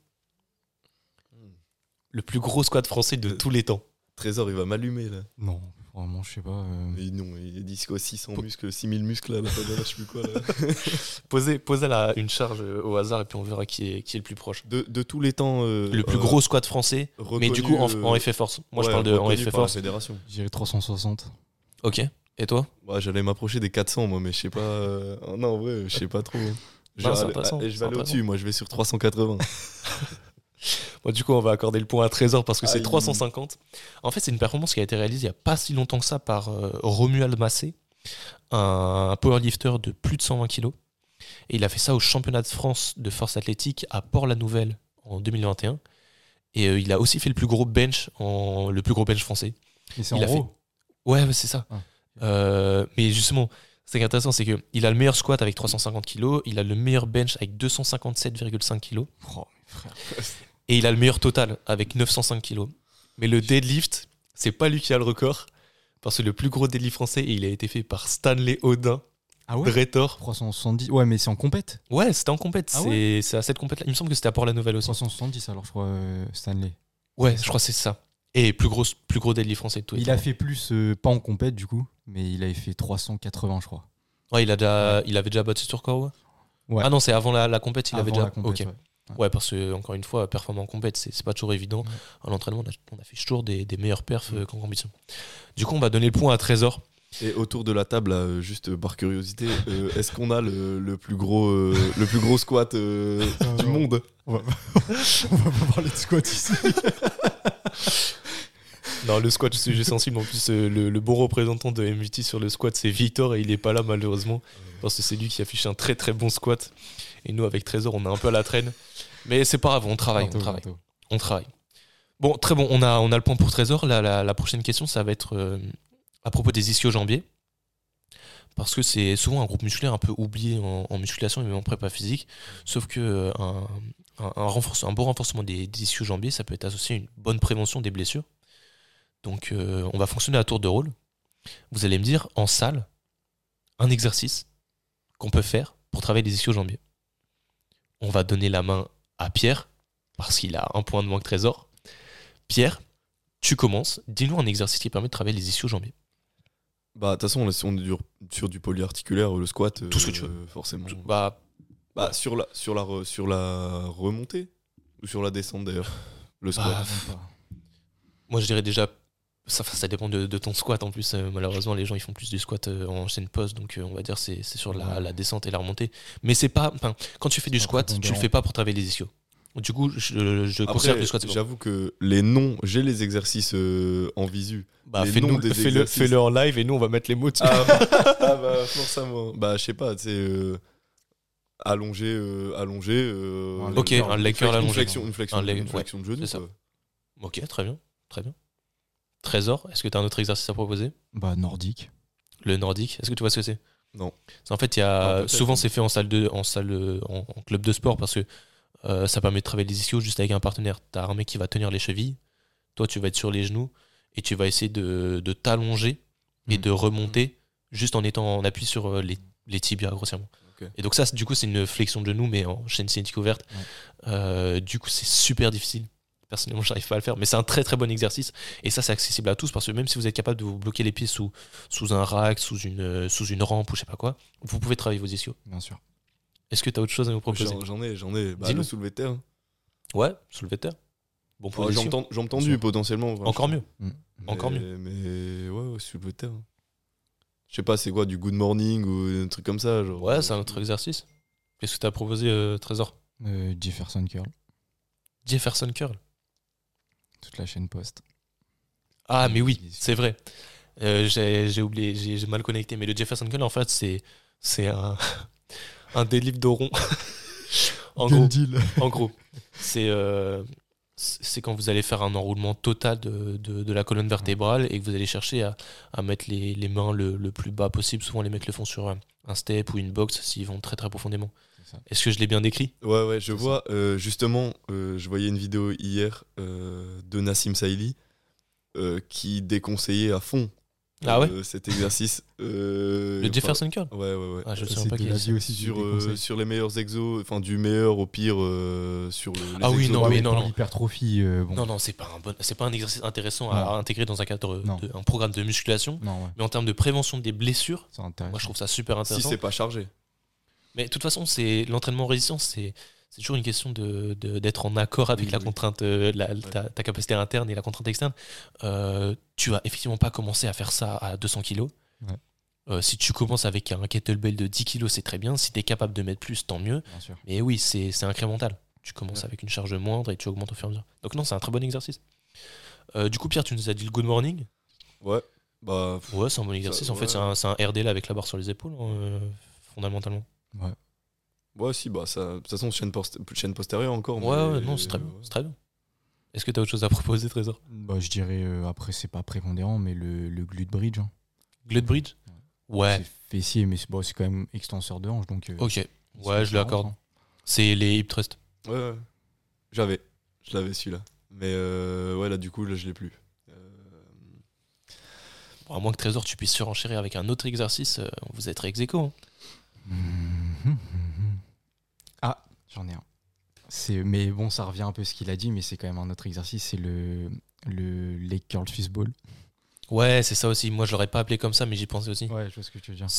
Speaker 1: Le plus gros squat français de tous les temps.
Speaker 2: Trésor, il va m'allumer là.
Speaker 3: Non, vraiment, je sais pas.
Speaker 2: Mais non, il dit quoi, 600 muscles, 6000 muscles là, je sais plus quoi là.
Speaker 1: Posez une charge au hasard et puis on verra qui est le plus proche.
Speaker 2: De tous les temps.
Speaker 1: Le plus gros squat français, mais du coup en effet force. Moi je parle en effet force.
Speaker 2: Fédération.
Speaker 3: J'irais 360.
Speaker 1: Ok, et toi?
Speaker 2: J'allais m'approcher des 400 moi, mais je sais pas. Non, en vrai, je sais pas trop. Je vais aller au-dessus, moi je vais sur 380.
Speaker 1: Bon, du coup, on va accorder le point à Trésor parce que c'est 350. En fait, c'est une performance qui a été réalisée il n'y a pas si longtemps que ça par Romuald Massé, un powerlifter de plus de 120 kg. Et il a fait ça au championnat de France de force athlétique à Port-la-Nouvelle en 2021. Et il a aussi fait le plus gros bench français.
Speaker 3: Et c'est en gros.
Speaker 1: Ouais, c'est ça. Mais justement, ce qui est intéressant, c'est qu'il a le meilleur squat avec 350 kg, il a le meilleur bench avec 257,5 kg.
Speaker 3: Oh, frère.
Speaker 1: Et il a le meilleur total avec 905 kg. Mais le deadlift, c'est pas lui qui a le record. Parce que le plus gros deadlift français, il a été fait par Stanley Audin.
Speaker 3: Ah ouais,
Speaker 1: Bretor.
Speaker 3: 370. Ouais, mais c'est en compète.
Speaker 1: Ouais, c'était en compète.
Speaker 3: Ah ouais,
Speaker 1: c'est à cette compète là. Il me semble que c'était à Port-la-Nouvelle aussi.
Speaker 3: 370 alors, je crois, Stanley.
Speaker 1: Ouais, je crois que c'est ça. Et plus gros deadlift français de tous les temps.
Speaker 3: Il a fait plus, pas en compète du coup, mais il avait fait 380, je crois.
Speaker 1: Ouais, il avait déjà battu ce record, ouais. Ah non, c'est avant la compète, il avait déjà.
Speaker 3: Compète,
Speaker 1: ok. Ouais, parce que, encore une fois, performer en compète, c'est pas toujours évident. À l'entraînement, on a fait toujours des meilleurs perfs qu'en compétition. Du coup, on va donner le point à Trésor.
Speaker 2: Et autour de la table, là, juste par curiosité, est-ce qu'on a le plus gros squat du monde?
Speaker 3: On va pas parler de squat ici.
Speaker 1: Non, le squat, c'est sujet sensible. En plus, le bon représentant de MVT sur le squat, c'est Victor, et il est pas là malheureusement. Parce que c'est lui qui affiche un très très bon squat. Et nous, avec Trésor, on est un peu à la traîne. Mais c'est pas grave, on travaille. Bon, très bon, on a le point pour Trésor. La prochaine question, ça va être à propos des ischio-jambiers. Parce que c'est souvent un groupe musculaire un peu oublié en musculation et même en prépa physique. Sauf que un bon renforcement des ischio-jambiers, ça peut être associé à une bonne prévention des blessures. Donc on va fonctionner à tour de rôle. Vous allez me dire en salle un exercice qu'on peut faire pour travailler les ischio-jambiers. On va donner la main à Pierre parce qu'il a un point de moins que Trésor. Pierre, tu commences. Dis-nous un exercice qui permet de travailler les ischio-jambiers.
Speaker 2: Bah de toute façon, si on est sur du polyarticulaire, le squat,
Speaker 1: tout ce que tu veux.
Speaker 2: Forcément.
Speaker 1: Ouais.
Speaker 2: Sur la remontée ou sur la descente d'ailleurs, le squat.
Speaker 1: Moi je dirais déjà. Ça dépend de ton squat en plus. Malheureusement, les gens ils font plus du squat en chaîne poste, donc on va dire c'est sur la descente et la remontée. Mais c'est pas. Quand tu fais du squat, tu le fais pas pour travailler les ischios. Du coup, je considère que le squat.
Speaker 2: J'avoue que les noms, j'ai les exercices en visu.
Speaker 1: Fais-le en live et nous on va mettre les mots dessus.
Speaker 2: Bah forcément. Bah je sais pas, tu sais. Allongé.
Speaker 1: Ok, un leg curl allongé.
Speaker 2: Une flexion de genou.
Speaker 1: C'est ça. Ok, très bien. Trésor, est-ce que tu as un autre exercice à proposer?
Speaker 3: Nordique.
Speaker 1: Le nordique, est-ce que tu vois ce que c'est?
Speaker 2: Non.
Speaker 1: En fait, souvent c'est fait en club de sport parce que ça permet de travailler les ischios juste avec un partenaire. Tu as un mec qui va tenir les chevilles, toi tu vas être sur les genoux et tu vas essayer de t'allonger et de remonter juste en étant en appui sur les tibias grossièrement. Okay. Et donc ça, du coup, c'est une flexion de genou mais en chaîne cinétique ouverte. Ouais. Du coup, c'est super difficile. Personnellement, j'arrive pas à le faire, mais c'est un très très bon exercice. Et ça, c'est accessible à tous parce que même si vous êtes capable de vous bloquer les pieds sous un rack, sous une rampe ou je sais pas quoi, vous pouvez travailler vos ischios.
Speaker 3: Bien sûr.
Speaker 1: Est-ce que tu as autre chose à nous proposer?
Speaker 2: J'en ai. Bah, le soulevé de terre.
Speaker 1: Ouais, soulevé de terre. Bon pour les
Speaker 2: jambes tendues potentiellement.
Speaker 1: Encore mieux.
Speaker 2: Encore mieux. Mais ouais, soulevé de terre. Je sais pas, c'est quoi, du good morning ou un truc comme ça genre,
Speaker 1: ouais, c'est un autre exercice. Qu'est-ce que tu as proposé, Trésor?
Speaker 3: Jefferson curl.
Speaker 1: Jefferson curl.
Speaker 3: Toute la chaîne poste.
Speaker 1: Ah, mais oui, c'est vrai. J'ai oublié, j'ai mal connecté. Mais le Jefferson Curl, en fait, c'est un délivre de rond. En gros, c'est quand vous allez faire un enroulement total de la colonne vertébrale et que vous allez chercher à mettre les mains le plus bas possible. Souvent, les mecs le font sur un step ou une box s'ils vont très très profondément. Est-ce que je l'ai bien décrit ?
Speaker 2: Ouais, je vois. Justement, je voyais une vidéo hier de Nassim Saïli qui déconseillait à fond cet exercice.
Speaker 1: Le Jefferson Curl ?
Speaker 2: Ouais.
Speaker 1: Ah, je ne sais pas qu'il
Speaker 3: dit aussi
Speaker 2: sur les meilleurs exos, enfin du meilleur au pire sur les
Speaker 1: oui,
Speaker 2: exos.
Speaker 1: non, mais non.
Speaker 3: L'hypertrophie, bon.
Speaker 1: Non, c'est pas un exercice intéressant à intégrer dans un cadre d'un programme de musculation.
Speaker 3: Non, ouais.
Speaker 1: Mais en termes de prévention des blessures,
Speaker 3: C'est intéressant.
Speaker 1: moi je trouve ça super intéressant.
Speaker 2: Si c'est pas chargé.
Speaker 1: Mais de toute façon, l'entraînement en résistance, c'est toujours une question d'être en accord avec la contrainte, ta capacité interne et la contrainte externe. Tu vas effectivement pas commencer à faire ça à 200 kg.
Speaker 3: Ouais.
Speaker 1: Si tu commences avec un kettlebell de 10 kg, c'est très bien. Si tu es capable de mettre plus, tant mieux.
Speaker 3: Bien sûr.
Speaker 1: Mais oui, c'est incrémental. Tu commences avec une charge moindre et tu augmentes au fur et à mesure. Donc non, c'est un très bon exercice. Du coup, Pierre, tu nous as dit le good morning.
Speaker 2: Ouais.
Speaker 1: Ouais, c'est un bon exercice. En fait, c'est un RD là avec la barre sur les épaules, fondamentalement.
Speaker 2: Ouais, si, ça, de toute façon, chaîne postérieure encore.
Speaker 1: Ouais, non, c'est très bien. C'est très bien. Est-ce que tu as autre chose à proposer, Trésor ?
Speaker 3: Je dirais, après, c'est pas prépondérant, mais le glute bridge. Hein.
Speaker 1: Glute bridge ? Ouais.
Speaker 3: C'est fessier, mais c'est quand même extenseur de hanche. Donc,
Speaker 1: ok. Ouais, je l'accorde. Hein. C'est les hip thrust.
Speaker 2: Ouais. Je l'avais celui-là. Mais là, du coup, là, je l'ai plus.
Speaker 1: Bon, à moins que Trésor, tu puisses surenchérir avec un autre exercice, vous êtes ex aequo. Hein.
Speaker 3: Ah, j'en ai un. Mais bon, ça revient un peu à ce qu'il a dit, mais c'est quand même un autre exercice, c'est le leg curl Swiss ball.
Speaker 1: Ouais, c'est ça aussi. Moi, je l'aurais pas appelé comme ça, mais j'y pensais aussi.
Speaker 3: Ouais, je vois ce que tu veux dire.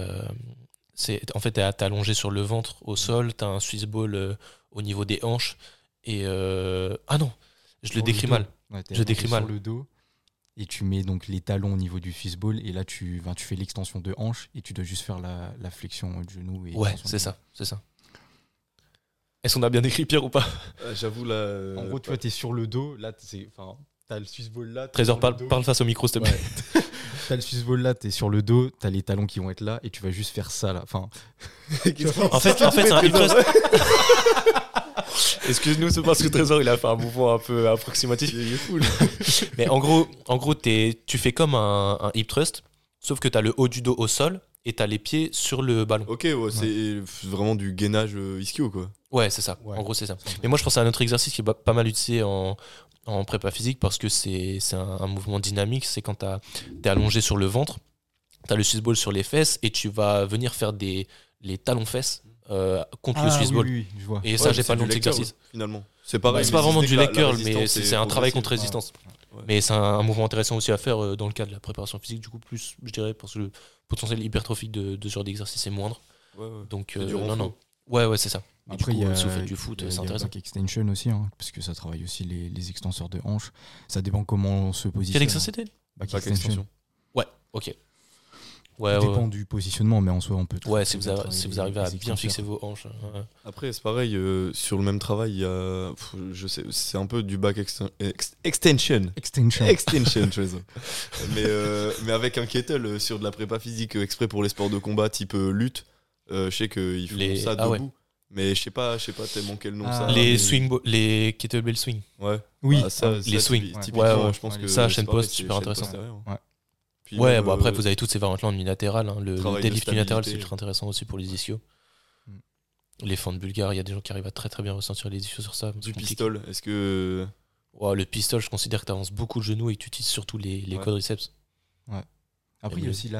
Speaker 1: En fait, t'es allongé sur le ventre au sol, t'as un Swiss ball au niveau des hanches, et ah non, je le décris mal.
Speaker 3: Ouais,
Speaker 1: je décris mal.
Speaker 3: Sur le dos. Et tu mets donc les talons au niveau du Swiss ball et là tu fais l'extension de hanche et tu dois juste faire la flexion du genou.
Speaker 1: Ouais, c'est ça. Est-ce qu'on a bien décrit, Pierre, ou pas ?
Speaker 2: J'avoue là.
Speaker 3: En gros, tu vois, t'es sur le dos, là t'as le Swiss ball là.
Speaker 1: Trésor, parle face au micro, s'il te plaît.
Speaker 3: Ouais. T'as le Swiss ball là, t'es sur le dos, t'as les talons qui vont être là et tu vas juste faire ça là. Enfin.
Speaker 1: en fait, c'est un hip thrust. Excuse-nous, c'est parce que Trésor il a fait un mouvement un peu approximatif.
Speaker 2: Il est fou.
Speaker 1: Mais en gros tu fais comme un hip thrust, sauf que t'as le haut du dos au sol et t'as les pieds sur le ballon.
Speaker 2: Ok, c'est vraiment du gainage ischio quoi.
Speaker 1: Ouais, c'est ça. Ouais. En gros, c'est ça. Mais moi, je pense à un autre exercice qui est pas mal utilisé en prépa physique parce que c'est un mouvement dynamique. C'est quand t'es allongé sur le ventre, t'as le Swiss ball sur les fesses et tu vas venir faire les talons fesses contre le Swiss ball.
Speaker 3: Oui, je vois.
Speaker 1: Et ça, j'ai pas le nom de l'exercice.
Speaker 2: Finalement. C'est pareil.
Speaker 1: C'est pas vraiment du leg curl, mais c'est un travail contre résistance. Ouais. Mais c'est un mouvement intéressant aussi à faire dans le cadre de la préparation physique, du coup, plus, je dirais, parce que le potentiel hypertrophique de ce genre d'exercice est moindre.
Speaker 2: Ouais.
Speaker 1: Donc, non. Ouais, c'est ça. Mais
Speaker 3: après,
Speaker 1: du coup, si vous faites du foot, c'est intéressant.
Speaker 3: Il y a back extension aussi, hein, parce que ça travaille aussi les extenseurs de hanches. Ça dépend comment on se positionne.
Speaker 1: Quel exercice c'était ?
Speaker 3: Back extension.
Speaker 1: Ouais, ok.
Speaker 3: Ça dépend du positionnement, mais en soi, on peut...
Speaker 1: Ouais, si vous arrivez à bien fixer vos hanches. Ouais.
Speaker 2: Après, c'est pareil, sur le même travail, il y a... Je sais, c'est un peu du back extension. Extension, je sais. Mais avec un kettle sur de la prépa physique exprès pour les sports de combat type lutte, je sais qu'ils font ça debout. Ouais. Mais je sais pas tellement quel nom ça.
Speaker 1: Les kettlebell swing.
Speaker 2: Ouais.
Speaker 3: Oui,
Speaker 1: les swings.
Speaker 2: Typiquement, je pense que
Speaker 1: ça, chaîne post, super intéressant. Ouais, bon après vous avez toutes ces variantes là en unilatéral. Hein. Le deadlift unilatéral c'est ultra intéressant aussi pour les ischios. Les fentes bulgares, il y a des gens qui arrivent à très très bien ressentir les ischios sur ça.
Speaker 2: Du pistol, est-ce que...
Speaker 1: Le pistol, je considère que tu avances beaucoup le genou et que tu utilises surtout les quadriceps.
Speaker 3: Ouais. Après il y a aussi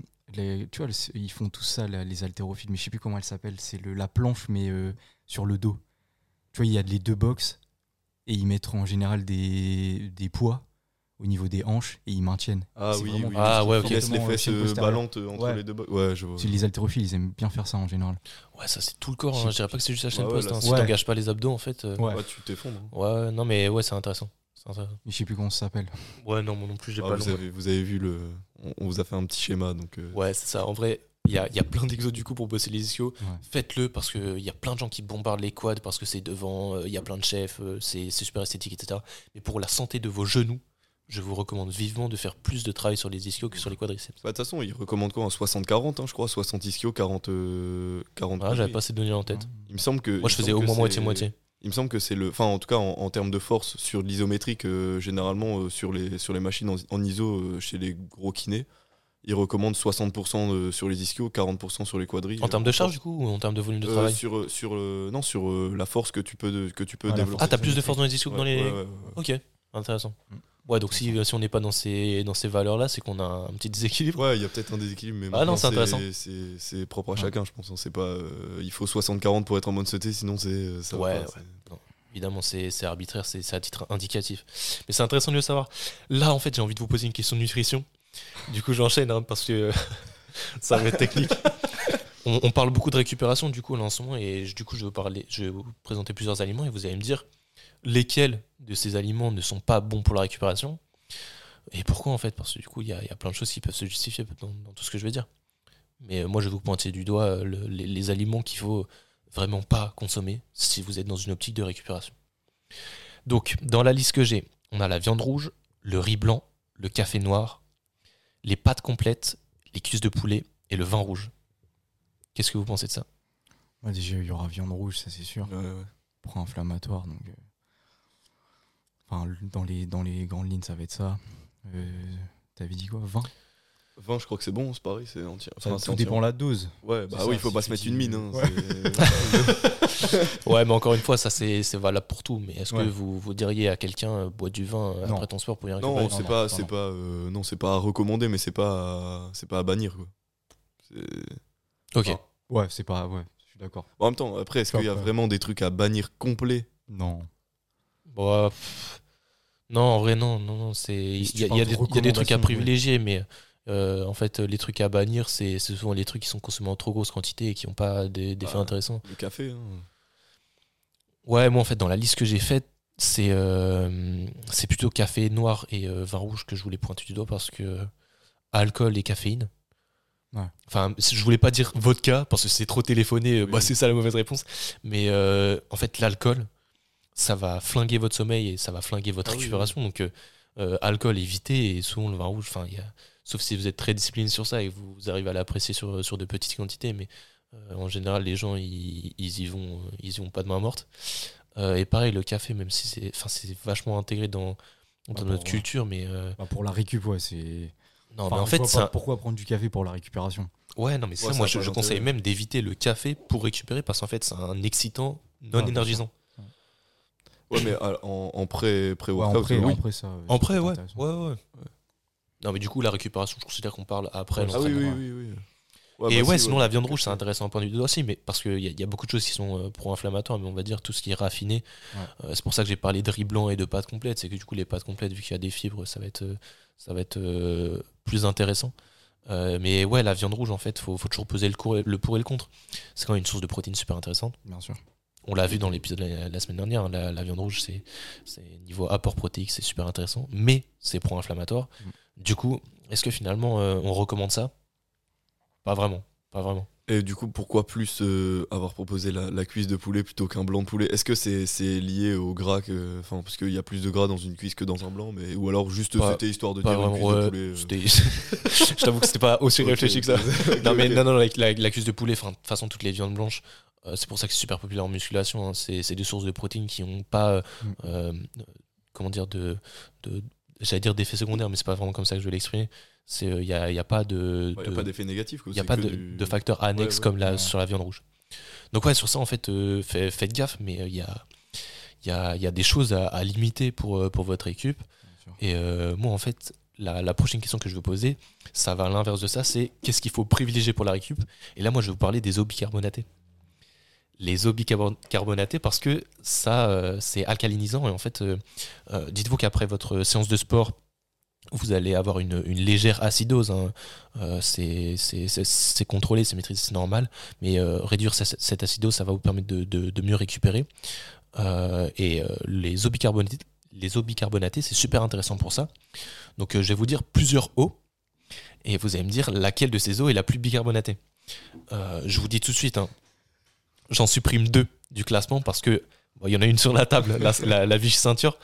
Speaker 3: tu vois, ils font tout ça, les haltérophiles, mais je sais plus comment elle s'appelle. C'est la planche, mais sur le dos. Tu vois, il y a les deux box et ils mettent en général des poids au niveau des hanches et ils maintiennent.
Speaker 1: Ok.
Speaker 2: Ils laissent les fesses ballantes entre les deux box. Ouais, je vois.
Speaker 3: Les haltérophiles, ils aiment bien faire ça en général.
Speaker 1: Ouais, ça c'est tout le corps. Hein. Je dirais pas que c'est juste la chaîne post. Si t'engages pas les abdos, en fait.
Speaker 2: Tu t'effondres.
Speaker 1: Ouais, non, mais ouais, c'est intéressant.
Speaker 3: Mais je sais plus comment ça s'appelle.
Speaker 1: Ouais, non, moi non plus, j'ai pas le nom.
Speaker 2: Vous avez vu on vous a fait un petit schéma. Donc,
Speaker 1: Ouais, c'est ça. En vrai, il y a plein d'exos du coup pour bosser les ischios. Ouais. Faites-le parce qu'il y a plein de gens qui bombardent les quads parce que c'est devant, il y a plein de chefs, c'est super esthétique, etc. Mais pour la santé de vos genoux, je vous recommande vivement de faire plus de travail sur les ischios que sur les quadriceps.
Speaker 2: Bah, de toute façon, ils recommandent quoi, un 60-40, je crois, 60 ischio, 40
Speaker 1: Voilà, j'avais pas ces données en tête.
Speaker 2: Il me semble que.
Speaker 1: Moi, je faisais au moins moitié-moitié.
Speaker 2: Il me semble que c'est le. Enfin, en tout cas, en termes de force, sur l'isométrique, généralement, sur les machines en ISO, chez les gros kinés, ils recommandent 60% sur les ischios, 40% sur les quadris.
Speaker 1: En termes de charge, du coup, ou en termes de volume de travail
Speaker 2: sur la force que tu peux développer.
Speaker 1: Ah, t'as plus de force dans les ischios que dans les.
Speaker 2: Ouais.
Speaker 1: Ok, intéressant. Ouais, donc si on n'est pas dans ces valeurs-là, c'est qu'on a un petit déséquilibre.
Speaker 2: Ouais, il y a peut-être un déséquilibre, mais
Speaker 1: non, c'est intéressant.
Speaker 2: C'est propre à chacun, je pense. C'est pas, il faut 60-40 pour être en bonne sauté, sinon ça
Speaker 1: ouais,
Speaker 2: va pas,
Speaker 1: ouais. Non, évidemment, c'est arbitraire, c'est à titre indicatif. Mais c'est intéressant de le savoir. Là, en fait, j'ai envie de vous poser une question de nutrition. Du coup, j'enchaîne parce que ça va être technique. On parle beaucoup de récupération du coup là en ce moment, et du coup je vais vous présenter plusieurs aliments et vous allez me dire lesquels de ces aliments ne sont pas bons pour la récupération et pourquoi en fait, parce que du coup il y a plein de choses qui peuvent se justifier dans tout ce que je vais dire. Mais moi je vais vous pointer du doigt les aliments qu'il faut vraiment pas consommer si vous êtes dans une optique de récupération. Donc dans la liste que j'ai, on a la viande rouge, le riz blanc, le café noir, les pâtes complètes, les cuisses de poulet et le vin rouge. Qu'est-ce que vous pensez de ça ?
Speaker 3: Ouais, déjà, il y aura viande rouge, ça c'est sûr.
Speaker 2: Ouais.
Speaker 3: Pro-inflammatoire, donc. Enfin, dans les grandes lignes, ça va être ça. T'avais dit quoi ? 20 ?
Speaker 2: 20, je crois que c'est bon, c'est pareil, c'est entier.
Speaker 3: Enfin, tout dépend de la dose.
Speaker 2: Ouais, bah oui, il faut pas se mettre une mine. Hein,
Speaker 1: ouais, mais encore une fois, ça c'est valable pour tout. Mais est-ce que vous diriez à quelqu'un bois du vin après ton sport pour y récupérer ?
Speaker 2: Non, c'est pas à recommander, mais c'est pas à bannir, quoi.
Speaker 1: Ok.
Speaker 3: Ouais, c'est pas. Ouais, je suis d'accord.
Speaker 2: En même temps, après, est-ce qu'il y a vraiment des trucs à bannir complets ?
Speaker 3: Non.
Speaker 1: Bon, non, en vrai, non. Il y a des trucs à privilégier, mais en fait, les trucs à bannir, c'est souvent les trucs qui sont consommés en trop grosse quantité et qui n'ont pas d'effet intéressant.
Speaker 2: Le café.
Speaker 1: Ouais, moi, en fait, dans la liste que j'ai faite, c'est plutôt café noir et vin rouge que je voulais pointer du doigt parce que alcool et caféine.
Speaker 3: Ouais.
Speaker 1: Enfin, je voulais pas dire vodka parce que c'est trop téléphoné, oui. C'est ça la mauvaise réponse. Mais en fait, l'alcool, ça va flinguer votre sommeil et ça va flinguer votre récupération. Oui. Donc, alcool, évitez. Et souvent, le vin rouge, sauf si vous êtes très discipliné sur ça et que vous arrivez à l'apprécier sur de petites quantités. Mais en général, les gens, ils y vont pas de main morte. Et pareil, le café, même si c'est vachement intégré dans notre culture. Mais
Speaker 3: pour la récup, ouais, c'est.
Speaker 1: Non, mais en fait,
Speaker 3: pourquoi prendre du café pour la récupération ?
Speaker 1: Ouais, non, mais ça, moi, je conseille même d'éviter le café pour récupérer parce qu'en fait, c'est un excitant non énergisant.
Speaker 2: Ouais, mais en pré-workout,
Speaker 3: après ça.
Speaker 1: En pré, ouais. Non, mais du coup, la récupération, je considère qu'on parle après l'entraînement.
Speaker 2: Oui.
Speaker 1: Et sinon, la viande rouge, c'est intéressant à point de vue aussi, mais parce qu'il y a beaucoup de choses qui sont pro-inflammatoires, mais on va dire tout ce qui est raffiné. Ouais. C'est pour ça que j'ai parlé de riz blanc et de pâtes complètes. C'est que du coup, les pâtes complètes, vu qu'il y a des fibres, ça va être plus intéressant. Mais ouais, la viande rouge, en fait, faut toujours peser le pour et le contre. C'est quand même une source de protéines super intéressante.
Speaker 3: Bien sûr.
Speaker 1: On l'a vu dans l'épisode la semaine dernière, hein, la viande rouge, c'est niveau apport protéique, c'est super intéressant, mais c'est pro-inflammatoire. Du coup, est-ce que finalement, on recommande ça ? Pas vraiment.
Speaker 2: Et du coup, pourquoi plus avoir proposé la cuisse de poulet plutôt qu'un blanc de poulet ? Est-ce que c'est lié au gras parce qu'il y a plus de gras dans une cuisse que dans un blanc, mais ou alors juste c'était histoire de dire
Speaker 1: vraiment,
Speaker 2: une cuisse de poulet
Speaker 1: Je t'avoue que c'était pas aussi réfléchi que ça. Non, la cuisse de poulet, de toute façon, toutes les viandes blanches, c'est pour ça que c'est super populaire en musculation. Hein. C'est des sources de protéines qui n'ont pas, j'allais dire d'effets secondaires, mais c'est pas vraiment comme ça que je vais l'exprimer. Il n'y a pas
Speaker 2: pas d'effet négatif.
Speaker 1: Il n'y a pas de facteurs annexes comme sur la viande rouge. Donc sur ça, en fait, faites gaffe, mais il y a des choses à limiter pour votre récup. Et moi, en fait, la prochaine question que je veux poser, ça va à l'inverse de ça, c'est qu'est-ce qu'il faut privilégier pour la récup ? Et là, moi, je vais vous parler des eaux bicarbonatés. Les eaux bicarbonatées, parce que ça, c'est alcalinisant. Et en fait, dites-vous qu'après votre séance de sport, vous allez avoir une légère acidose. Hein. C'est contrôlé, c'est maîtrisé, c'est normal. Mais réduire cette acidose, ça va vous permettre de mieux récupérer. Les eaux bicarbonatées, c'est super intéressant pour ça. Donc, je vais vous dire plusieurs eaux. Et vous allez me dire laquelle de ces eaux est la plus bicarbonatée. Je vous dis tout de suite, hein, j'en supprime 2 du classement parce que Bon, il y en a une sur la table, la Vichy ceinture.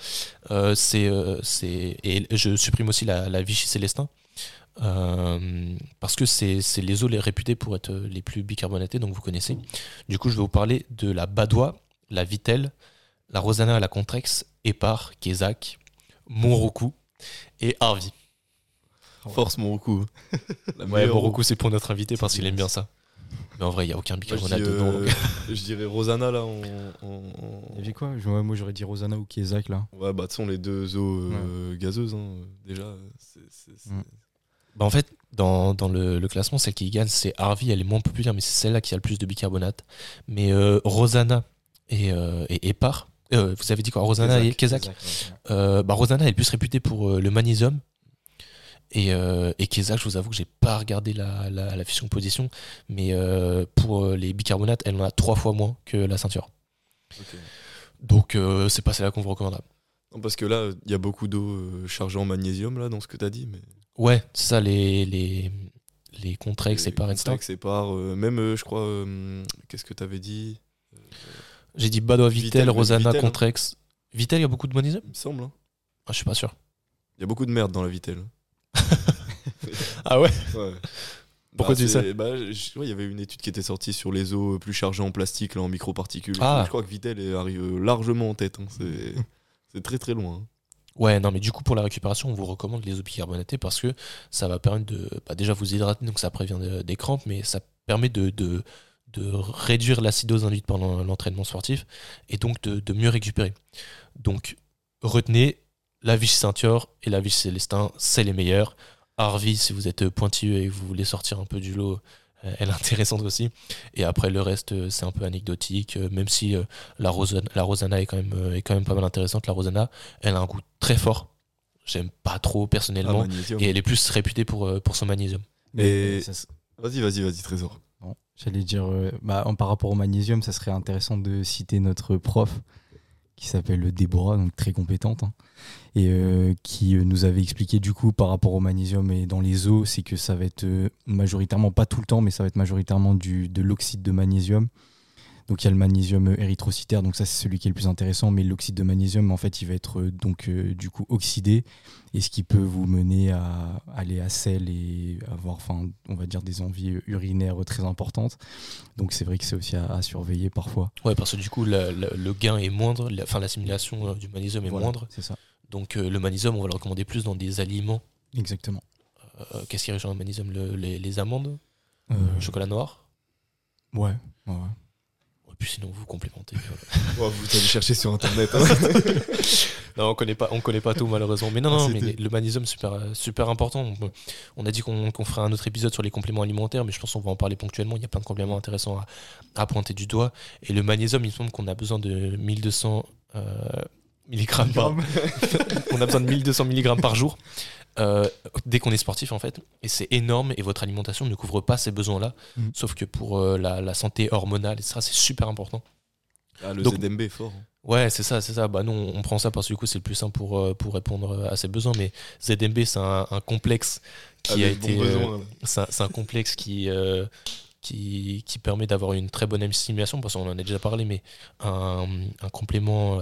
Speaker 1: Et je supprime aussi la Vichy Célestin. Parce que c'est les eaux les réputées pour être les plus bicarbonatées, donc vous connaissez. Du coup, je vais vous parler de la Badois, la Vittel, la Rosanna à la Contrex, Épar, Kézak, Monroku et Harvey.
Speaker 2: Force Monroku.
Speaker 1: Ouais, Monroku, c'est pour notre invité parce qu'il aime bien ça. Mais en vrai, il n'y a aucun bicarbonate dedans. Donc...
Speaker 2: je dirais Rosanna là.
Speaker 3: Il y avait quoi? Moi, j'aurais dit Rosanna ou Kézak là.
Speaker 2: Ouais, bah, sont les deux eaux gazeuses, hein, déjà.
Speaker 1: Bah en fait, dans le classement, celle qui gagne, c'est Harvey, elle est moins populaire, mais c'est celle-là qui a le plus de bicarbonate. Mais Rosanna et Épar, vous avez dit quoi? Rosanna et Kézak. Bah, Rosanna est plus réputée pour le magnésium. Et Kézak, je vous avoue que j'ai pas regardé la fiche composition, mais pour les bicarbonates, elle en a 3 fois moins que la ceinture.
Speaker 2: Okay.
Speaker 1: Donc c'est pas celle-là qu'on vous recommande.
Speaker 2: Non, parce que là, il y a beaucoup d'eau chargée en magnésium là, dans ce que tu as dit. Mais...
Speaker 1: Ouais, c'est ça, les Contrex, Épar, etc.
Speaker 2: Contrex, Épar, même, je crois, qu'est-ce que tu avais dit?
Speaker 1: J'ai dit Badois, Vittel, Rosanna, Contrex. Vittel, il y a beaucoup de magnésium?
Speaker 2: Il me semble. Hein.
Speaker 1: Ah, je suis pas sûr.
Speaker 2: Il y a beaucoup de merde dans la Vittel.
Speaker 1: Ah ouais?
Speaker 2: Ouais.
Speaker 1: Pourquoi tu dis ça?
Speaker 2: Il y avait une étude qui était sortie sur les eaux plus chargées en plastique, là, en microparticules.
Speaker 1: Ah.
Speaker 2: Je crois que Vittel arrive largement en tête. Hein. C'est très très loin. Hein.
Speaker 1: Ouais, non, mais du coup, pour la récupération, on vous recommande les eaux bicarbonatées parce que ça va permettre de déjà vous hydrater, donc ça prévient des crampes, mais ça permet de réduire l'acidose induite pendant l'entraînement sportif et donc de mieux récupérer. Donc, retenez la Vichy ceinture et la Vichy Célestin, c'est les meilleurs. Harvey, si vous êtes pointilleux et que vous voulez sortir un peu du lot, elle est intéressante aussi. Et après, le reste, c'est un peu anecdotique, même si la Rosanna est quand même pas mal intéressante. La Rosanna, elle a un goût très fort. J'aime pas trop personnellement. Et elle est plus réputée pour son magnésium.
Speaker 2: Vas-y, Trésor.
Speaker 3: Bon, j'allais dire, par rapport au magnésium, ça serait intéressant de citer notre prof qui s'appelle Déborah, donc très compétente, hein, et qui nous avait expliqué du coup par rapport au magnésium et dans les eaux, c'est que ça va être majoritairement, pas tout le temps, mais ça va être majoritairement de l'oxyde de magnésium. Donc il y a le magnésium érythrocytaire, donc ça c'est celui qui est le plus intéressant, mais l'oxyde de magnésium en fait il va être du coup oxydé, et ce qui peut vous mener à aller à sel et avoir, on va dire, des envies urinaires très importantes. Donc c'est vrai que c'est aussi à surveiller parfois.
Speaker 1: Ouais, parce que du coup le gain est moindre, l'assimilation du magnésium est moindre.
Speaker 3: C'est ça.
Speaker 1: Donc le magnésium, on va le recommander plus dans des aliments.
Speaker 3: Exactement.
Speaker 1: Qu'est-ce qui est riche en magnésium? Les amandes, chocolat noir.
Speaker 3: Ouais.
Speaker 1: Puis sinon vous complémentez.
Speaker 2: Vous allez chercher sur internet. Hein.
Speaker 1: Non, on connaît pas tout malheureusement. Mais non, mais le magnésium super important. On a dit qu'on ferait un autre épisode sur les compléments alimentaires, mais je pense qu'on va en parler ponctuellement. Il y a plein de compléments intéressants à pointer du doigt. Et le magnésium, il me semble qu'on a besoin de 1200 milligrammes on a besoin de 1200 mg par jour. Dès qu'on est sportif en fait, et c'est énorme, et votre alimentation ne couvre pas ces besoins-là, sauf que pour la santé hormonale, etc., c'est super important.
Speaker 2: Le ZMB est fort.
Speaker 1: Ouais, c'est ça. Bah nous, on prend ça parce que du coup, c'est le plus simple pour répondre à ses besoins, mais ZMB, c'est un complexe qui a été... c'est un complexe qui permet d'avoir une très bonne assimilation, parce qu'on en a déjà parlé, mais un complément...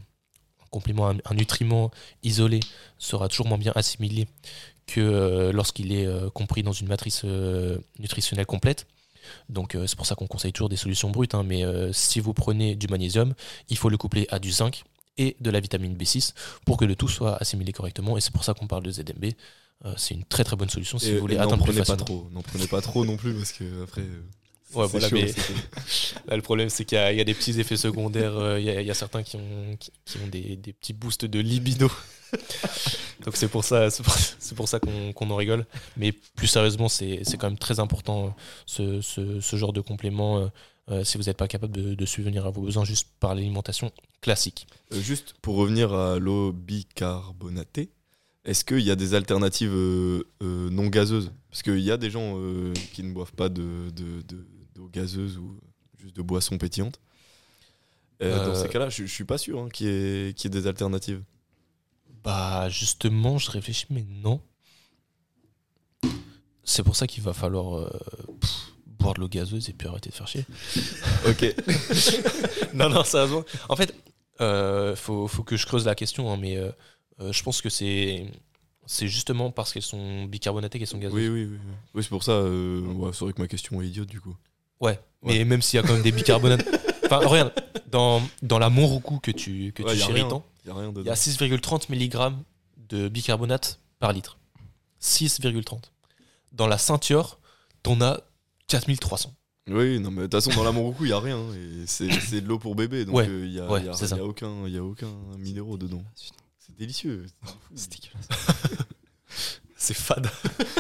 Speaker 1: un nutriment isolé sera toujours moins bien assimilé que lorsqu'il est compris dans une matrice nutritionnelle complète. Donc c'est pour ça qu'on conseille toujours des solutions brutes, hein, mais si vous prenez du magnésium, il faut le coupler à du zinc et de la vitamine B6 pour que le tout soit assimilé correctement, et c'est pour ça qu'on parle de ZMB. C'est une très très bonne solution si vous voulez atteindre plus facilement.
Speaker 2: N'en prenez pas trop non plus, parce que après...
Speaker 1: Ouais, voilà, chaud, mais là, le problème c'est qu'il y a des petits effets secondaires. Il y a certains qui ont des petits boosts de libido. Donc c'est pour ça qu'on en rigole. Mais plus sérieusement, c'est quand même très important ce genre de complément. Si vous n'êtes pas capable de subvenir à vos besoins juste par l'alimentation classique.
Speaker 2: Juste pour revenir à l'eau bicarbonatée, est-ce qu'il y a des alternatives non gazeuses? Parce qu'il y a des gens qui ne boivent pas d'eau gazeuse ou juste de boissons pétillantes. Dans ces cas-là, je suis pas sûr qu'il y ait des alternatives.
Speaker 1: Bah justement, je réfléchis, mais non. C'est pour ça qu'il va falloir boire de l'eau gazeuse et puis arrêter de faire chier.
Speaker 2: Ok.
Speaker 1: Non, sérieusement. En fait, faut que je creuse la question, hein, mais je pense que c'est justement parce qu'elles sont bicarbonatées qu'elles sont gazeuses.
Speaker 2: Oui, c'est pour ça. Ouais, c'est vrai que ma question est idiote du coup.
Speaker 1: Ouais, mais même s'il y a quand même des bicarbonates. Enfin, regarde, dans la Monroucou que tu chéris tant,
Speaker 2: Il y a rien dedans.
Speaker 1: il y a 6,30 mg de bicarbonate par litre. 6,30. Dans la Saint-Yor, t'en as 4300.
Speaker 2: Oui, non, mais de toute façon, dans la Monroucou, il n'y a rien. Et c'est de l'eau pour bébé. Donc,
Speaker 1: Ouais,
Speaker 2: il n'y a,
Speaker 1: ouais,
Speaker 2: y a-
Speaker 1: c'est
Speaker 2: y
Speaker 1: ça.
Speaker 2: a aucun minéraux dedans. C'est délicieux.
Speaker 3: C'est dégueulasse.
Speaker 1: C'est fade.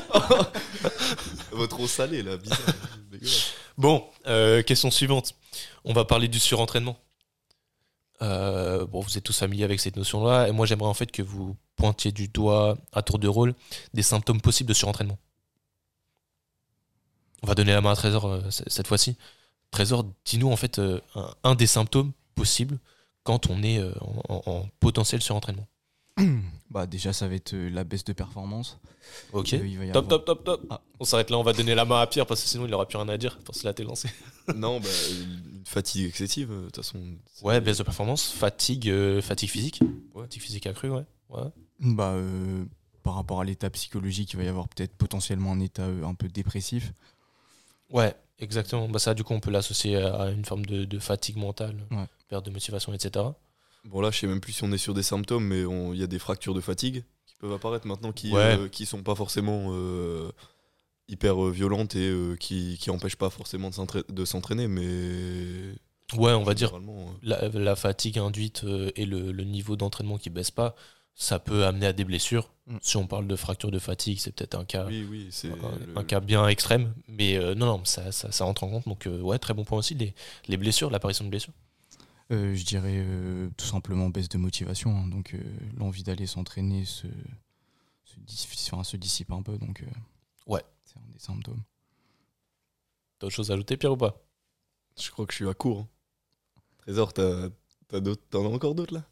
Speaker 2: Votre eau salée, là, bizarre. Dégueulasse.
Speaker 1: Bon, question suivante. On va parler du surentraînement. Bon, vous êtes tous familiers avec cette notion-là. Et moi, j'aimerais en fait que vous pointiez du doigt, à tour de rôle, des symptômes possibles de surentraînement. On va donner la main à Trésor cette fois-ci. Trésor, dis-nous en fait un des symptômes possibles quand on est en potentiel surentraînement.
Speaker 3: Bah déjà ça va être la baisse de performance.
Speaker 1: Ok.
Speaker 3: Il va y
Speaker 1: Top.
Speaker 3: Ah.
Speaker 1: On s'arrête là, on va donner la main à Pierre parce que sinon il n'aura plus rien à dire. Parce que là, t'es lancé.
Speaker 2: Non, bah, une fatigue excessive, de toute façon.
Speaker 1: Ouais, baisse de performance, fatigue physique.
Speaker 2: Ouais.
Speaker 1: Fatigue physique accrue, ouais.
Speaker 3: Bah par rapport à l'état psychologique, il va y avoir peut-être potentiellement un état un peu dépressif.
Speaker 1: Ouais, exactement. Bah ça, du coup, on peut l'associer à une forme de fatigue mentale,
Speaker 3: Ouais.
Speaker 1: perte de motivation, etc.
Speaker 2: Bon, là, je sais même plus si on est sur des symptômes, mais il y a des fractures de fatigue qui peuvent apparaître maintenant qui sont pas forcément hyper violentes et qui empêchent pas forcément de s'entraîner, mais.
Speaker 1: Ouais, on va dire
Speaker 2: généralement,
Speaker 1: la fatigue induite et le niveau d'entraînement qui baisse pas, ça peut amener à des blessures. Si on parle de fracture de fatigue, c'est peut-être un cas,
Speaker 2: oui, c'est
Speaker 1: un cas bien extrême, mais non, ça entre en compte. Donc, ouais, très bon point aussi, les blessures, l'apparition de blessures.
Speaker 3: Je dirais tout simplement baisse de motivation, hein. Donc l'envie d'aller s'entraîner se dissipe un peu, donc
Speaker 1: Ouais.
Speaker 3: c'est un des symptômes.
Speaker 1: T'as autre chose à ajouter, Pierre, ou pas?
Speaker 2: Je crois que je suis à court. Hein. Trésor, t'en as encore d'autres là?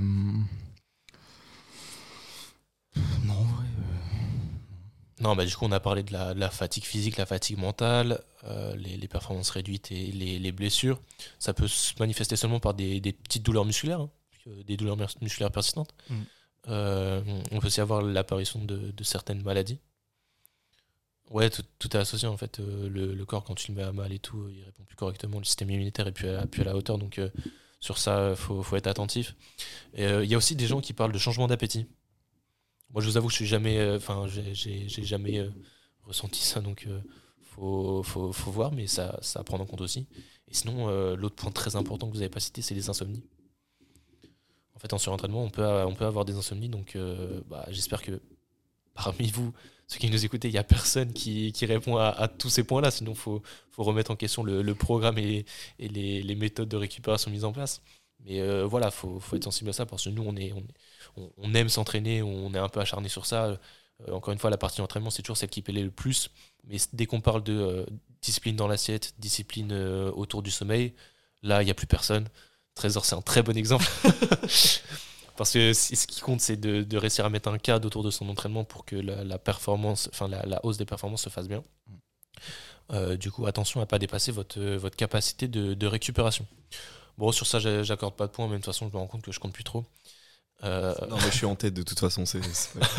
Speaker 3: Non, en vrai.
Speaker 1: Non, bah du coup, on a parlé de la fatigue physique, la fatigue mentale, les performances réduites et les blessures. Ça peut se manifester seulement par des petites douleurs musculaires, hein, des douleurs musculaires persistantes. On peut aussi avoir l'apparition de certaines maladies. Ouais, tout est associé en fait. Le corps, quand tu le mets à mal et tout, il répond plus correctement. Le système immunitaire est plus à la hauteur. Donc sur ça, faut être attentif. Et il y a aussi des gens qui parlent de changement d'appétit. Moi, je vous avoue que je suis jamais, j'ai jamais ressenti ça, donc faut voir, mais ça à prendre en compte aussi. Et sinon, l'autre point très important que vous n'avez pas cité, c'est les insomnies. En fait, en surentraînement, on peut avoir des insomnies, donc j'espère que parmi vous, ceux qui nous écoutez, il n'y a personne qui répond à tous ces points-là, sinon faut remettre en question le programme et les méthodes de récupération mises en place. Mais voilà, faut être sensible à ça, parce que nous, on aime s'entraîner, on est un peu acharné sur ça. Encore une fois, la partie entraînement, c'est toujours celle qui paie le plus. Mais dès qu'on parle de discipline dans l'assiette, discipline autour du sommeil, là, il n'y a plus personne. Trésor, c'est un très bon exemple. Parce que ce qui compte, c'est de réussir à mettre un cadre autour de son entraînement pour que la performance, enfin la hausse des performances se fasse bien. Du coup, attention à ne pas dépasser votre capacité de récupération. Bon, sur ça, j'accorde pas de points, mais de toute façon, je me rends compte que je compte plus trop.
Speaker 2: Non, mais je suis en tête de toute façon. C'est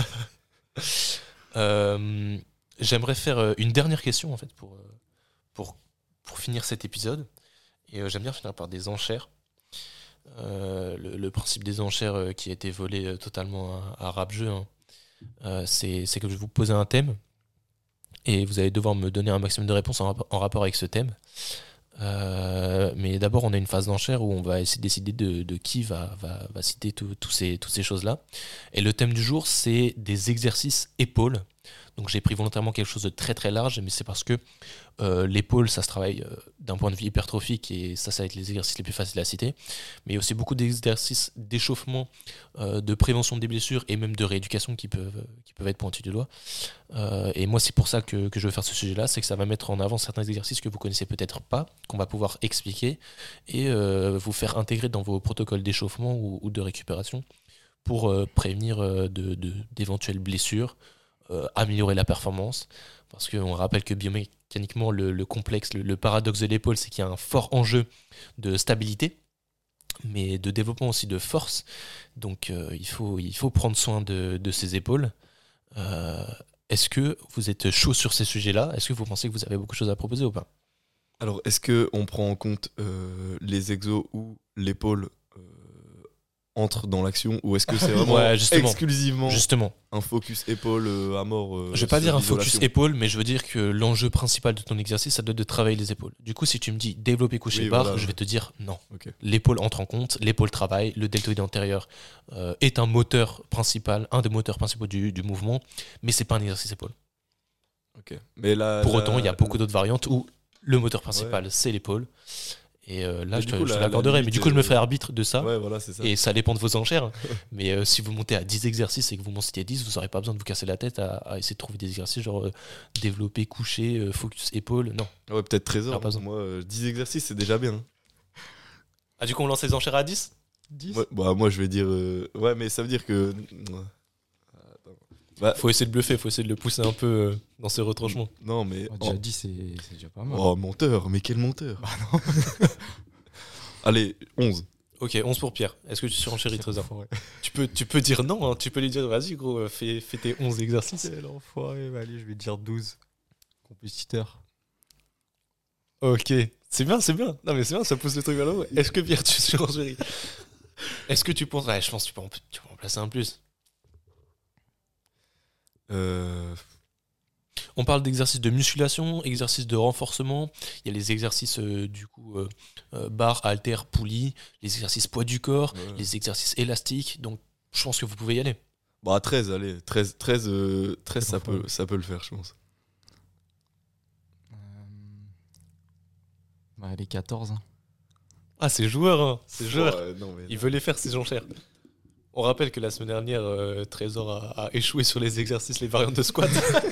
Speaker 1: J'aimerais faire une dernière question en fait pour finir cet épisode. Et j'aime bien finir par des enchères. Le principe des enchères qui a été volé totalement à Rap Jeu, hein, c'est que je vais vous poser un thème et vous allez devoir me donner un maximum de réponses en rapport avec ce thème. Mais d'abord, on a une phase d'enchère où on va essayer de décider de qui va citer toutes ces choses-là. Et le thème du jour, c'est des exercices épaules. Donc j'ai pris volontairement quelque chose de très très large, mais c'est parce que l'épaule, ça se travaille d'un point de vue hypertrophique, et ça va être les exercices les plus faciles à citer. Mais il y a aussi beaucoup d'exercices d'échauffement, de prévention des blessures et même de rééducation qui peuvent être pointus du doigt. Et moi, c'est pour ça que je veux faire ce sujet-là, c'est que ça va mettre en avant certains exercices que vous connaissez peut-être pas, qu'on va pouvoir expliquer et vous faire intégrer dans vos protocoles d'échauffement ou de récupération pour prévenir d'éventuelles blessures, améliorer la performance. parce qu'on rappelle que biomécaniquement, le complexe, le paradoxe de l'épaule, c'est qu'il y a un fort enjeu de stabilité, mais de développement aussi de force. Donc il faut prendre soin de ses épaules. Est-ce que vous êtes chaud sur ces sujets-là? Est-ce que vous pensez que vous avez beaucoup de choses à proposer ou pas?
Speaker 2: Alors, est-ce qu'on prend en compte les exos où l'épaule entre dans l'action, ou est-ce que c'est vraiment
Speaker 1: Ouais,
Speaker 2: exclusivement
Speaker 1: Justement.
Speaker 2: un focus épaule à mort
Speaker 1: Je vais pas
Speaker 2: sur
Speaker 1: dire un focus
Speaker 2: l'isolation?
Speaker 1: épaule, mais je veux dire que l'enjeu principal de ton exercice, ça doit être de travailler les épaules. Du coup, si tu me dis développer coucher
Speaker 2: Oui,
Speaker 1: barre,
Speaker 2: voilà.
Speaker 1: je vais te dire non.
Speaker 2: Ok.
Speaker 1: L'épaule entre en compte, l'épaule travaille, le deltoïde antérieur est un moteur principal, un des moteurs principaux du mouvement, mais c'est pas un exercice épaule.
Speaker 2: Ok. Mais là,
Speaker 1: Pour autant, il y a beaucoup d'autres variantes où le moteur principal, c'est l'épaule. Et là,
Speaker 2: Mais
Speaker 1: je
Speaker 2: du
Speaker 1: te
Speaker 2: coup,
Speaker 1: je te
Speaker 2: la
Speaker 1: l'accorderai. Mais
Speaker 2: limite,
Speaker 1: du coup, je me ferai arbitre de ça.
Speaker 2: Ouais, voilà, c'est ça.
Speaker 1: Et ça dépend de vos enchères. Mais si vous montez à 10 exercices et que vous m'en citez 10, vous n'aurez pas besoin de vous casser la tête à essayer de trouver des exercices genre développer, coucher, focus, épaule. Non.
Speaker 2: Ouais, peut-être Trésor.
Speaker 1: Ah, pas besoin.
Speaker 2: Moi, 10 exercices, c'est déjà bien.
Speaker 1: Ah, du coup, on lance les enchères à 10
Speaker 3: 10
Speaker 2: Ouais, bah, moi, je vais dire. Ouais, mais ça veut dire que.
Speaker 1: Faut essayer de bluffer, faut essayer de le pousser un peu dans ses retranchements.
Speaker 2: Non, mais.
Speaker 3: Déjà 10, c'est déjà pas mal.
Speaker 2: Oh, menteur, mais quel menteur. Allez, 11.
Speaker 1: Ok, 11 pour Pierre. Est-ce que tu surenchéris, Trésor? Tu peux dire non, hein. Tu peux lui dire vas-y, gros, fais tes 11 exercices.
Speaker 3: C'est l'enfoiré. Bah, allez, je vais dire 12. Compétiteur.
Speaker 1: Ok, c'est bien, c'est bien. Non, mais c'est bien, ça pousse le truc vers le haut. Est-ce que Pierre, tu surenchéris? Est-ce que tu penses. Ouais, je pense que tu peux en placer un plus. On parle d'exercices de musculation, exercices de renforcement. Il y a les exercices barre, haltère, poulie, les exercices poids du corps,
Speaker 2: Ouais.
Speaker 1: les exercices élastiques. Donc, je pense que vous pouvez y aller.
Speaker 2: Bah, 13, allez. 13 ça peut le faire, je pense.
Speaker 3: Bah, les 14. Hein.
Speaker 1: Ah, c'est joueur, hein. C'est joueur.
Speaker 2: Ouais, non, mais...
Speaker 1: Il veut les faire, ces enchères. On rappelle que la semaine dernière, Trésor a échoué sur les exercices, les variantes de squat.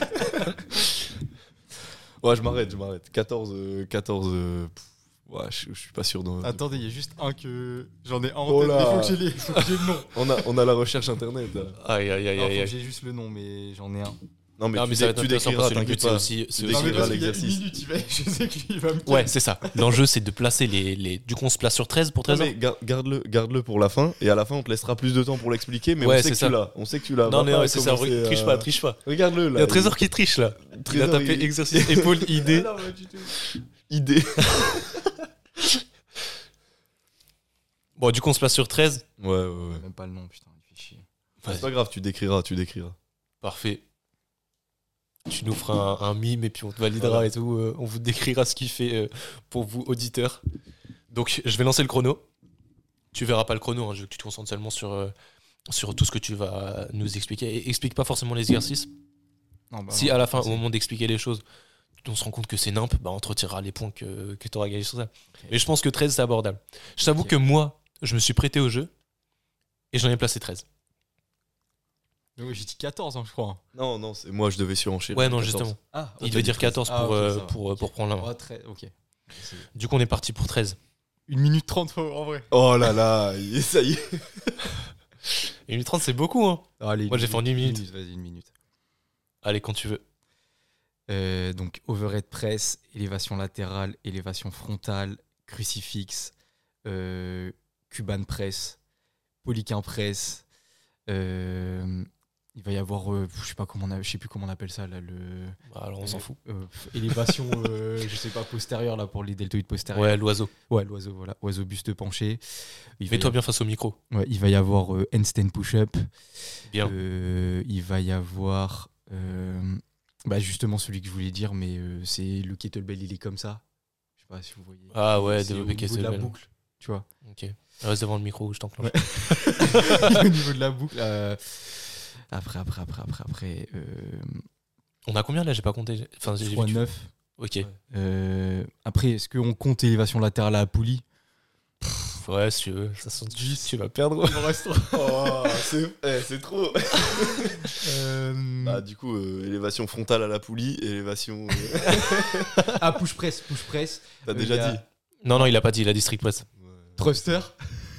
Speaker 2: Ouais, je m'arrête. 14. Ouais, je suis pas sûr.
Speaker 3: Attendez, il y a juste un que. J'en ai un en
Speaker 2: Oh
Speaker 3: tête.
Speaker 2: là.
Speaker 3: Il faut que j'ai le nom.
Speaker 2: On a la recherche internet. Là.
Speaker 1: Aïe, aïe, aïe,
Speaker 3: Alors,
Speaker 1: aïe.
Speaker 3: faut que j'ai juste le nom, mais j'en ai un.
Speaker 2: Non, mais
Speaker 1: Non,
Speaker 2: tu,
Speaker 1: mais ça va être
Speaker 2: tu
Speaker 1: intéressant
Speaker 2: décriras,
Speaker 1: parce que le but,
Speaker 2: t'inquiète
Speaker 1: c'est
Speaker 2: pas.
Speaker 1: aussi.
Speaker 2: Tu
Speaker 1: c'est
Speaker 2: décriras
Speaker 1: aussi
Speaker 3: parce qu'il y a
Speaker 2: l'exercice.
Speaker 3: une minute, je sais qu'il va me
Speaker 1: Ouais, c'est ça. L'enjeu, c'est de placer les. Du coup, on se place sur 13 pour
Speaker 2: Non,
Speaker 1: 13
Speaker 2: mais garde-le pour la fin, et à la fin, on te laissera plus de temps pour l'expliquer, mais
Speaker 1: Ouais,
Speaker 2: on sait
Speaker 1: c'est
Speaker 2: que
Speaker 1: ça.
Speaker 2: tu l'as. On sait que tu l'as.
Speaker 1: Non,
Speaker 2: Va
Speaker 1: non,
Speaker 2: pas
Speaker 1: c'est ça.
Speaker 2: commencer à-
Speaker 1: Triche pas.
Speaker 2: Regarde-le,
Speaker 1: Il
Speaker 2: là.
Speaker 1: y a Trésor qui triche, là. Il a
Speaker 2: Trésor,
Speaker 1: tapé
Speaker 2: il-
Speaker 1: exercice épaule idée.
Speaker 3: Non, pas du tout.
Speaker 2: Idée.
Speaker 1: Bon, du coup, on se place sur 13.
Speaker 2: Ouais.
Speaker 3: Même pas le nom, putain, il fait chier.
Speaker 2: C'est pas grave, tu décriras.
Speaker 1: Parfait. Tu nous feras un mime et puis on te validera
Speaker 2: Voilà.
Speaker 1: et tout. On vous décrira ce qu'il fait pour vous, auditeurs. Donc, je vais lancer le chrono. Tu verras pas le chrono, hein, je veux que tu te concentres seulement sur tout ce que tu vas nous expliquer. Et explique pas forcément les exercices.
Speaker 3: Non, bah,
Speaker 1: Si
Speaker 3: non,
Speaker 1: à la fin,
Speaker 3: c'est-
Speaker 1: au moment d'expliquer les choses, on se rend compte que c'est nimp, bah on te retirera les points que tu auras gagnés sur ça. Mais je pense que 13, c'est abordable. Je t'avoue
Speaker 3: Ok.
Speaker 1: que moi, je me suis prêté au jeu et j'en ai placé 13.
Speaker 3: Oui, j'ai dit 14, hein, je crois.
Speaker 2: Non, c'est moi, je devais surenchérir.
Speaker 1: Ouais, non,
Speaker 2: 14.
Speaker 1: justement.
Speaker 3: Ah,
Speaker 1: Il devait dire 14
Speaker 3: Ah,
Speaker 1: pour,
Speaker 3: ok, ça va.
Speaker 1: pour prendre la main.
Speaker 3: Oh, ok.
Speaker 1: Du coup, on est parti pour 13.
Speaker 3: 1 minute 30 en vrai.
Speaker 2: Oh là là, ça y est.
Speaker 1: Et 1 minute 30, c'est beaucoup, hein.
Speaker 3: Allez,
Speaker 1: Moi, j'ai fait en 1 minute.
Speaker 3: Vas-y, 1 minute.
Speaker 1: Allez, quand tu veux.
Speaker 3: Donc, overhead press, élévation latérale, élévation frontale, crucifix, Cuban press, polyquin press. Il va y avoir, je sais plus comment on appelle ça là,
Speaker 1: Bah, alors, on s'en fout.
Speaker 3: élévation, je sais pas, postérieure là pour les deltoïdes postérieurs.
Speaker 1: Ouais, l'oiseau.
Speaker 3: Ouais, l'oiseau, voilà, oiseau buste penché. Il va
Speaker 1: Mets-toi
Speaker 3: y
Speaker 1: bien face au micro.
Speaker 3: Ouais, il va y avoir handstand push-up.
Speaker 1: Bien.
Speaker 3: Il va y avoir justement celui que je voulais dire, mais c'est le kettlebell, il est comme ça. Je sais pas si vous voyez.
Speaker 1: Ah ouais,
Speaker 3: C'est au
Speaker 1: développer
Speaker 3: niveau de la
Speaker 1: kettlebell.
Speaker 3: boucle, tu vois.
Speaker 1: Ok. Reste devant le micro où je t'enclenche.
Speaker 3: Au niveau de la boucle. Après.
Speaker 1: On a combien là? J'ai pas compté. Enfin, j'ai
Speaker 3: Je
Speaker 1: vu
Speaker 3: crois
Speaker 1: que-
Speaker 3: 9.
Speaker 1: Ok.
Speaker 3: Après, est-ce qu'on compte élévation latérale à la poulie?
Speaker 1: Ouais, si tu veux. Ça sent tu vas perdre.
Speaker 2: Oh, c'est trop. Bah, du coup, élévation frontale à la poulie, élévation.
Speaker 3: Ah, push press.
Speaker 2: T'as
Speaker 3: Il y
Speaker 2: déjà
Speaker 3: a-
Speaker 2: dit.
Speaker 1: Non, il a pas dit. Il a dit strict press.
Speaker 3: Thruster.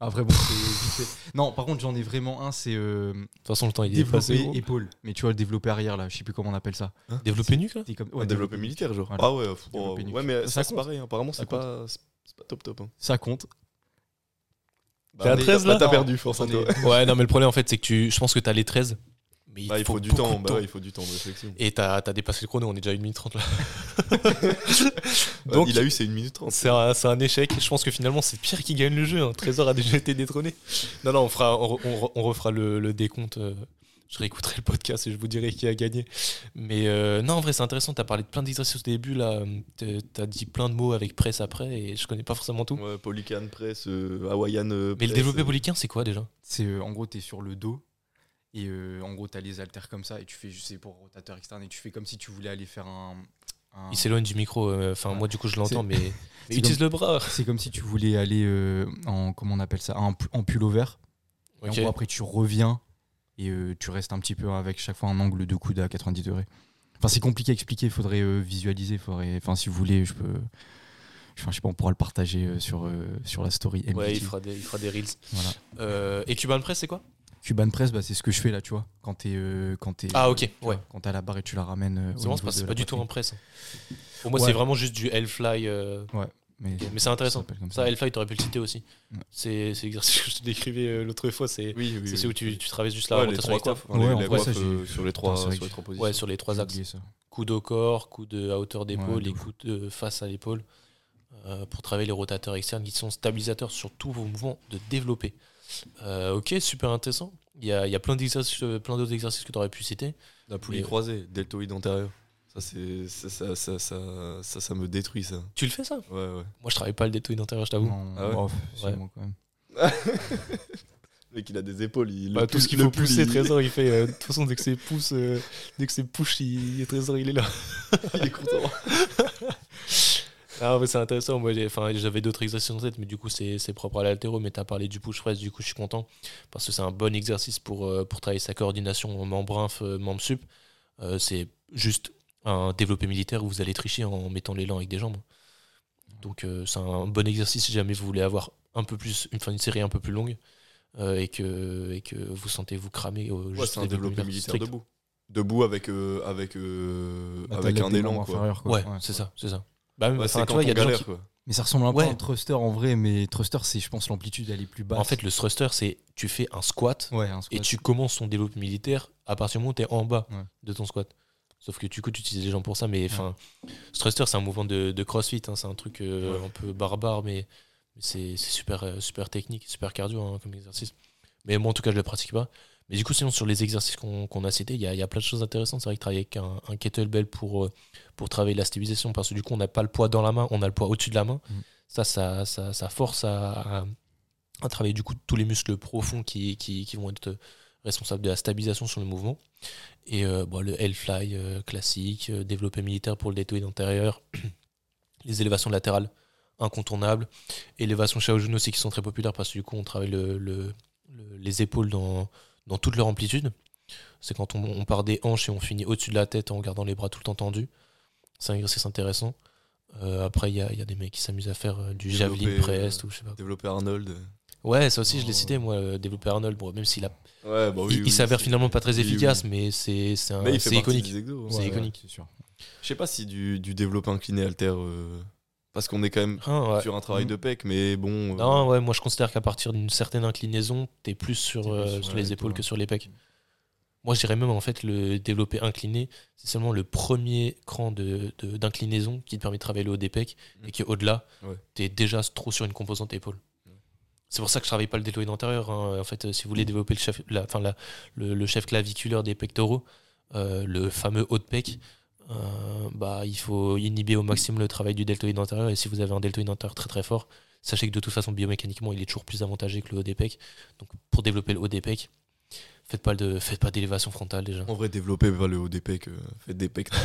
Speaker 3: Après, bon, c'est vite fait. Non, par contre, j'en ai vraiment un, c'est
Speaker 1: De toute façon, le temps il est passé.
Speaker 3: développer épaule. Mais tu vois, le développer arrière, là, je sais plus comment on appelle ça.
Speaker 1: Développer nuque, là.
Speaker 3: C'est comme...
Speaker 2: Ouais, développé militaire, genre.
Speaker 3: Voilà.
Speaker 2: Ah ouais,
Speaker 3: Développé nuque.
Speaker 2: ouais, mais
Speaker 3: Ça
Speaker 2: ça c'est
Speaker 3: compte.
Speaker 2: pareil. Apparemment,
Speaker 3: Ça
Speaker 2: c'est pas top. Hein.
Speaker 3: Ça compte.
Speaker 1: T'es à 13, là
Speaker 2: T'as
Speaker 3: Non,
Speaker 2: perdu, force à
Speaker 3: on
Speaker 2: toi.
Speaker 3: est-
Speaker 1: Ouais, non, mais le problème, en fait, c'est que je pense que t'as les 13. Mais
Speaker 2: Bah, il faut du
Speaker 1: beaucoup
Speaker 2: temps.
Speaker 1: de
Speaker 2: Bah, ouais, il faut du temps de réflexion.
Speaker 1: Et t'as dépassé le chrono, on est déjà à 1 minute 30 là.
Speaker 2: Donc,
Speaker 1: Donc,
Speaker 2: il a eu, c'est 1 minute 30.
Speaker 1: c'est un échec. Je pense que finalement, c'est Pierre qui gagne le jeu. Hein. Trésor a déjà été détrôné. Non, on refera le décompte. Je réécouterai le podcast et je vous dirai qui a gagné. Mais non, en vrai, c'est intéressant. T'as parlé de plein d'exercices au début. Là, t'as dit plein de mots avec presse après et je connais pas forcément tout.
Speaker 2: Ouais, Polycane press, Hawaiian
Speaker 1: Mais
Speaker 2: press,
Speaker 1: le développé polyquin, c'est quoi déjà?
Speaker 3: C'est en gros, t'es sur le dos. Et en gros, t'as les haltères comme ça. Et tu fais, c'est pour rotateur externe. Et tu fais comme si tu voulais aller faire un...
Speaker 1: Il s'éloigne du micro. Enfin,
Speaker 3: Ouais.
Speaker 1: moi, du coup, je l'entends, mais
Speaker 3: c'est
Speaker 1: utilise le bras.
Speaker 3: C'est comme si tu voulais aller en... Comment on appelle ça? En pullover. Et en
Speaker 1: Ok.
Speaker 3: gros, après, tu reviens. Et tu restes un petit peu avec chaque fois un angle de coude à 90 degrés. Enfin, c'est compliqué à expliquer. Il faudrait visualiser. Enfin, si vous voulez, je peux... Enfin, je sais pas, on pourra le partager sur la story.
Speaker 1: Ouais,
Speaker 3: MBT.
Speaker 1: il fera des reels.
Speaker 3: Voilà.
Speaker 1: Et Cuban Press, c'est quoi?
Speaker 3: Cuban press, bah, c'est ce que je fais là, tu vois. Quand t'es,
Speaker 1: Ah, ok,
Speaker 3: tu vois,
Speaker 1: ouais.
Speaker 3: quand t'as la barre et tu la ramènes.
Speaker 1: C'est vraiment, c'est pas du tout en presse. Pour moi,
Speaker 3: Ouais.
Speaker 1: c'est vraiment juste du Hellfly.
Speaker 3: Mais
Speaker 1: c'est intéressant.
Speaker 3: ça s'appelle comme
Speaker 1: Ça, Hellfly, t'aurais pu le citer aussi.
Speaker 3: Ouais.
Speaker 1: C'est l'exercice que je te décrivais l'autre fois. C'est
Speaker 2: Oui.
Speaker 1: celui où tu traverses juste la
Speaker 2: Ouais, les
Speaker 1: rotation
Speaker 2: trois
Speaker 1: externe.
Speaker 2: coiffes.
Speaker 3: Ouais,
Speaker 2: Les
Speaker 3: en vrai,
Speaker 2: coiffes
Speaker 3: ça, j'ai-
Speaker 2: sur les trois
Speaker 3: Putain, c'est vrai que
Speaker 2: positions.
Speaker 1: Ouais, sur les trois
Speaker 3: j'ai
Speaker 1: axes.
Speaker 3: oublié ça.
Speaker 1: Coude au corps, coude à hauteur d'épaule
Speaker 3: Ouais,
Speaker 1: et
Speaker 3: de ouf.
Speaker 1: coude face à l'épaule. Pour travailler les rotateurs externes qui sont stabilisateurs sur tous vos mouvements de développer. Ok, super intéressant. Il y a plein d'autres exercices que tu aurais pu citer.
Speaker 2: La poulie
Speaker 1: Mais-
Speaker 2: croisée, deltoïde antérieur. Ça me détruit ça.
Speaker 1: Tu le fais ça?
Speaker 2: Ouais.
Speaker 1: Moi, je travaille pas le deltoïde antérieur, je t'avoue.
Speaker 3: Non,
Speaker 2: Ah ouais
Speaker 3: bof, si,
Speaker 1: Ouais.
Speaker 3: moi, quand même.
Speaker 2: Le mec il a des épaules,
Speaker 1: Bah, tout ce qu'il faut pousser, Trésor, il fait. De toute façon, dès que c'est pouce, dès que c'est push, Trésor, il est là.
Speaker 2: il est content.
Speaker 1: Ah ouais, c'est intéressant. Moi, j'avais d'autres exercices en tête, mais du coup, c'est propre à l'haltéro. Mais tu as parlé du push press, du coup, je suis content parce que c'est un bon exercice pour travailler sa coordination membre inf, membre sup. C'est juste un développé militaire où vous allez tricher en mettant l'élan avec des jambes. Donc, c'est un bon exercice si jamais vous voulez avoir un peu plus, une série un peu plus longue et que vous sentez vous cramer.
Speaker 2: Ouais, c'est un développé militaire
Speaker 1: strict.
Speaker 2: debout. Debout avec
Speaker 3: Bah, t'as
Speaker 2: avec un
Speaker 3: les
Speaker 2: élan
Speaker 3: membres
Speaker 2: quoi.
Speaker 3: inférieurs, quoi.
Speaker 1: Ouais, c'est ça. Bah,
Speaker 2: Ouais,
Speaker 1: enfin,
Speaker 2: c'est
Speaker 1: tu vois,
Speaker 2: quand
Speaker 1: il y
Speaker 2: on
Speaker 1: a des gens
Speaker 2: galère
Speaker 1: qui-
Speaker 2: quoi.
Speaker 3: Mais ça ressemble un peu
Speaker 1: Ouais.
Speaker 3: à un thruster en vrai, mais thruster, c'est, je pense, l'amplitude elle est plus basse.
Speaker 1: En fait, le thruster, c'est tu fais un squat
Speaker 3: ouais, un
Speaker 1: et
Speaker 3: squat.
Speaker 1: tu commences ton développé militaire à partir du moment où tu es en bas
Speaker 3: Ouais.
Speaker 1: de ton squat. Sauf que du coup, tu utilises les jambes pour ça. Mais enfin, ce thruster, c'est un mouvement de crossfit. Hein, c'est un truc un peu barbare, mais c'est super technique, super cardio hein, comme exercice. Mais moi, en tout cas, je le pratique pas. Mais du coup, sinon, sur les exercices qu'on a cités, il y a plein de choses intéressantes. C'est vrai que travailler avec un kettlebell pour travailler la stabilisation, parce que du coup, on n'a pas le poids dans la main, on a le poids au-dessus de la main. Ça force à travailler du coup tous les muscles profonds qui vont être responsables de la stabilisation sur le mouvement. Et le Hellfly classique, développé militaire pour le deltoïde antérieur, les élévations latérales incontournables, élévation Shaojun aussi qui sont très populaires parce que du coup on travaille les épaules dans toute leur amplitude. C'est quand on part des hanches et on finit au-dessus de la tête en gardant les bras tout le temps tendus. C'est un exercice intéressant. Après, il y a des mecs qui s'amusent à faire du javelin press ou je sais pas.
Speaker 2: Développer Arnold.
Speaker 1: Ouais, ça aussi, je l'ai cité, moi, développer Arnold. Bon, même s'il a,
Speaker 2: Ouais, bah oui.
Speaker 1: il s'avère finalement pas très
Speaker 2: oui,
Speaker 1: efficace,
Speaker 2: oui.
Speaker 1: mais c'est
Speaker 2: Mais il fait partie
Speaker 1: iconique.
Speaker 2: des exos, hein.
Speaker 1: c'est iconique.
Speaker 3: c'est sûr.
Speaker 2: Je sais pas si du développé incliné alter parce qu'on est quand même
Speaker 1: Ah, ouais.
Speaker 2: sur un travail de pec, mais bon.
Speaker 1: Non, ouais, moi je considère qu'à partir d'une certaine inclinaison, t'es plus sur
Speaker 3: sur
Speaker 1: les
Speaker 3: les
Speaker 1: épaules
Speaker 3: épaules.
Speaker 1: que sur les pecs. Moi je dirais même en fait le développé incliné, c'est seulement le premier cran d'inclinaison qui te permet de travailler le haut des pecs et qu'au-delà,
Speaker 2: Ouais.
Speaker 1: t'es déjà trop sur une composante épaule. C'est pour ça que je travaille pas le deltoïde antérieur. Hein. En fait, si vous voulez développer le chef claviculaire des pectoraux, le fameux haut de pec, il faut inhiber au maximum le travail du deltoïde antérieur. Et si vous avez un deltoïde antérieur très très fort, sachez que de toute façon biomécaniquement il est toujours plus avantageux que le haut des pecs. Donc pour développer le haut des pecs, faites pas d'élévation frontale déjà.
Speaker 2: En vrai, développer vers le haut des pecs, faites des pecs.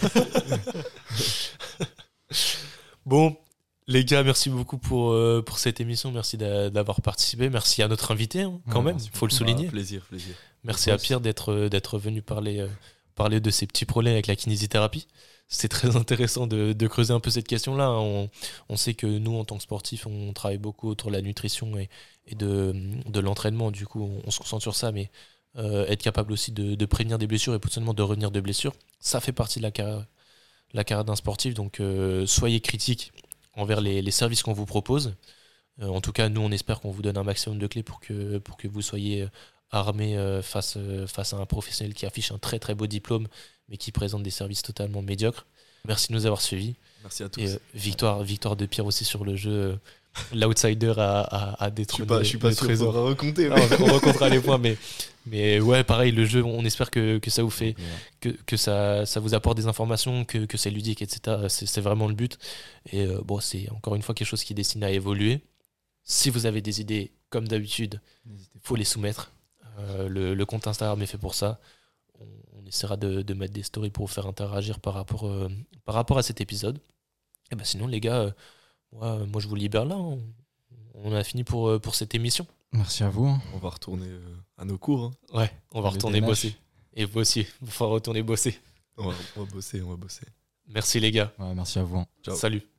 Speaker 1: Bon, les gars, merci beaucoup pour cette émission. Merci d'avoir participé. Merci à notre invité, hein, quand
Speaker 3: Ouais,
Speaker 1: même,
Speaker 3: merci
Speaker 1: faut le
Speaker 3: beaucoup.
Speaker 1: souligner.
Speaker 2: Plaisir.
Speaker 1: Merci à Pierre d'être venu parler parler de ses petits problèmes avec la kinésithérapie. C'est très intéressant de creuser un peu cette question-là. On sait que nous, en tant que sportifs, on travaille beaucoup autour de la nutrition et de l'entraînement. Du coup, on se concentre sur ça, mais être capable aussi de prévenir des blessures et potentiellement de revenir de blessures, ça fait partie de la carrière d'un sportif. Donc, soyez critiques envers les services qu'on vous propose. En tout cas, nous, on espère qu'on vous donne un maximum de clés pour que vous soyez armés face à un professionnel qui affiche un très très beau diplôme, mais qui présente des services totalement médiocres. Merci de nous avoir suivis.
Speaker 2: Merci à tous.
Speaker 1: Et victoire de Pierre aussi sur le jeu. L'outsider a détrôné.
Speaker 2: Je suis pas sûr,
Speaker 1: trésor.
Speaker 2: faudra recompter.
Speaker 1: Non, on recomptera les points, mais ouais, pareil, le jeu, on espère que ça vous fait, que ça vous apporte des informations, que c'est ludique, etc. C'est vraiment le but. Et bon, c'est encore une fois quelque chose qui est destiné à évoluer. Si vous avez des idées, comme d'habitude, il faut les soumettre. Le compte Instagram est fait pour ça. On essaiera de mettre des stories pour vous faire interagir par rapport à cet épisode. Et ben sinon, les gars, moi je vous libère là. On a fini pour cette émission.
Speaker 3: Merci à vous.
Speaker 2: On va retourner à nos cours. Hein.
Speaker 1: Ouais, on va retourner bosser. Et vous aussi, il faut retourner bosser.
Speaker 2: On va bosser.
Speaker 1: Merci les gars.
Speaker 3: Ouais, merci à vous.
Speaker 2: Ciao.
Speaker 1: Salut.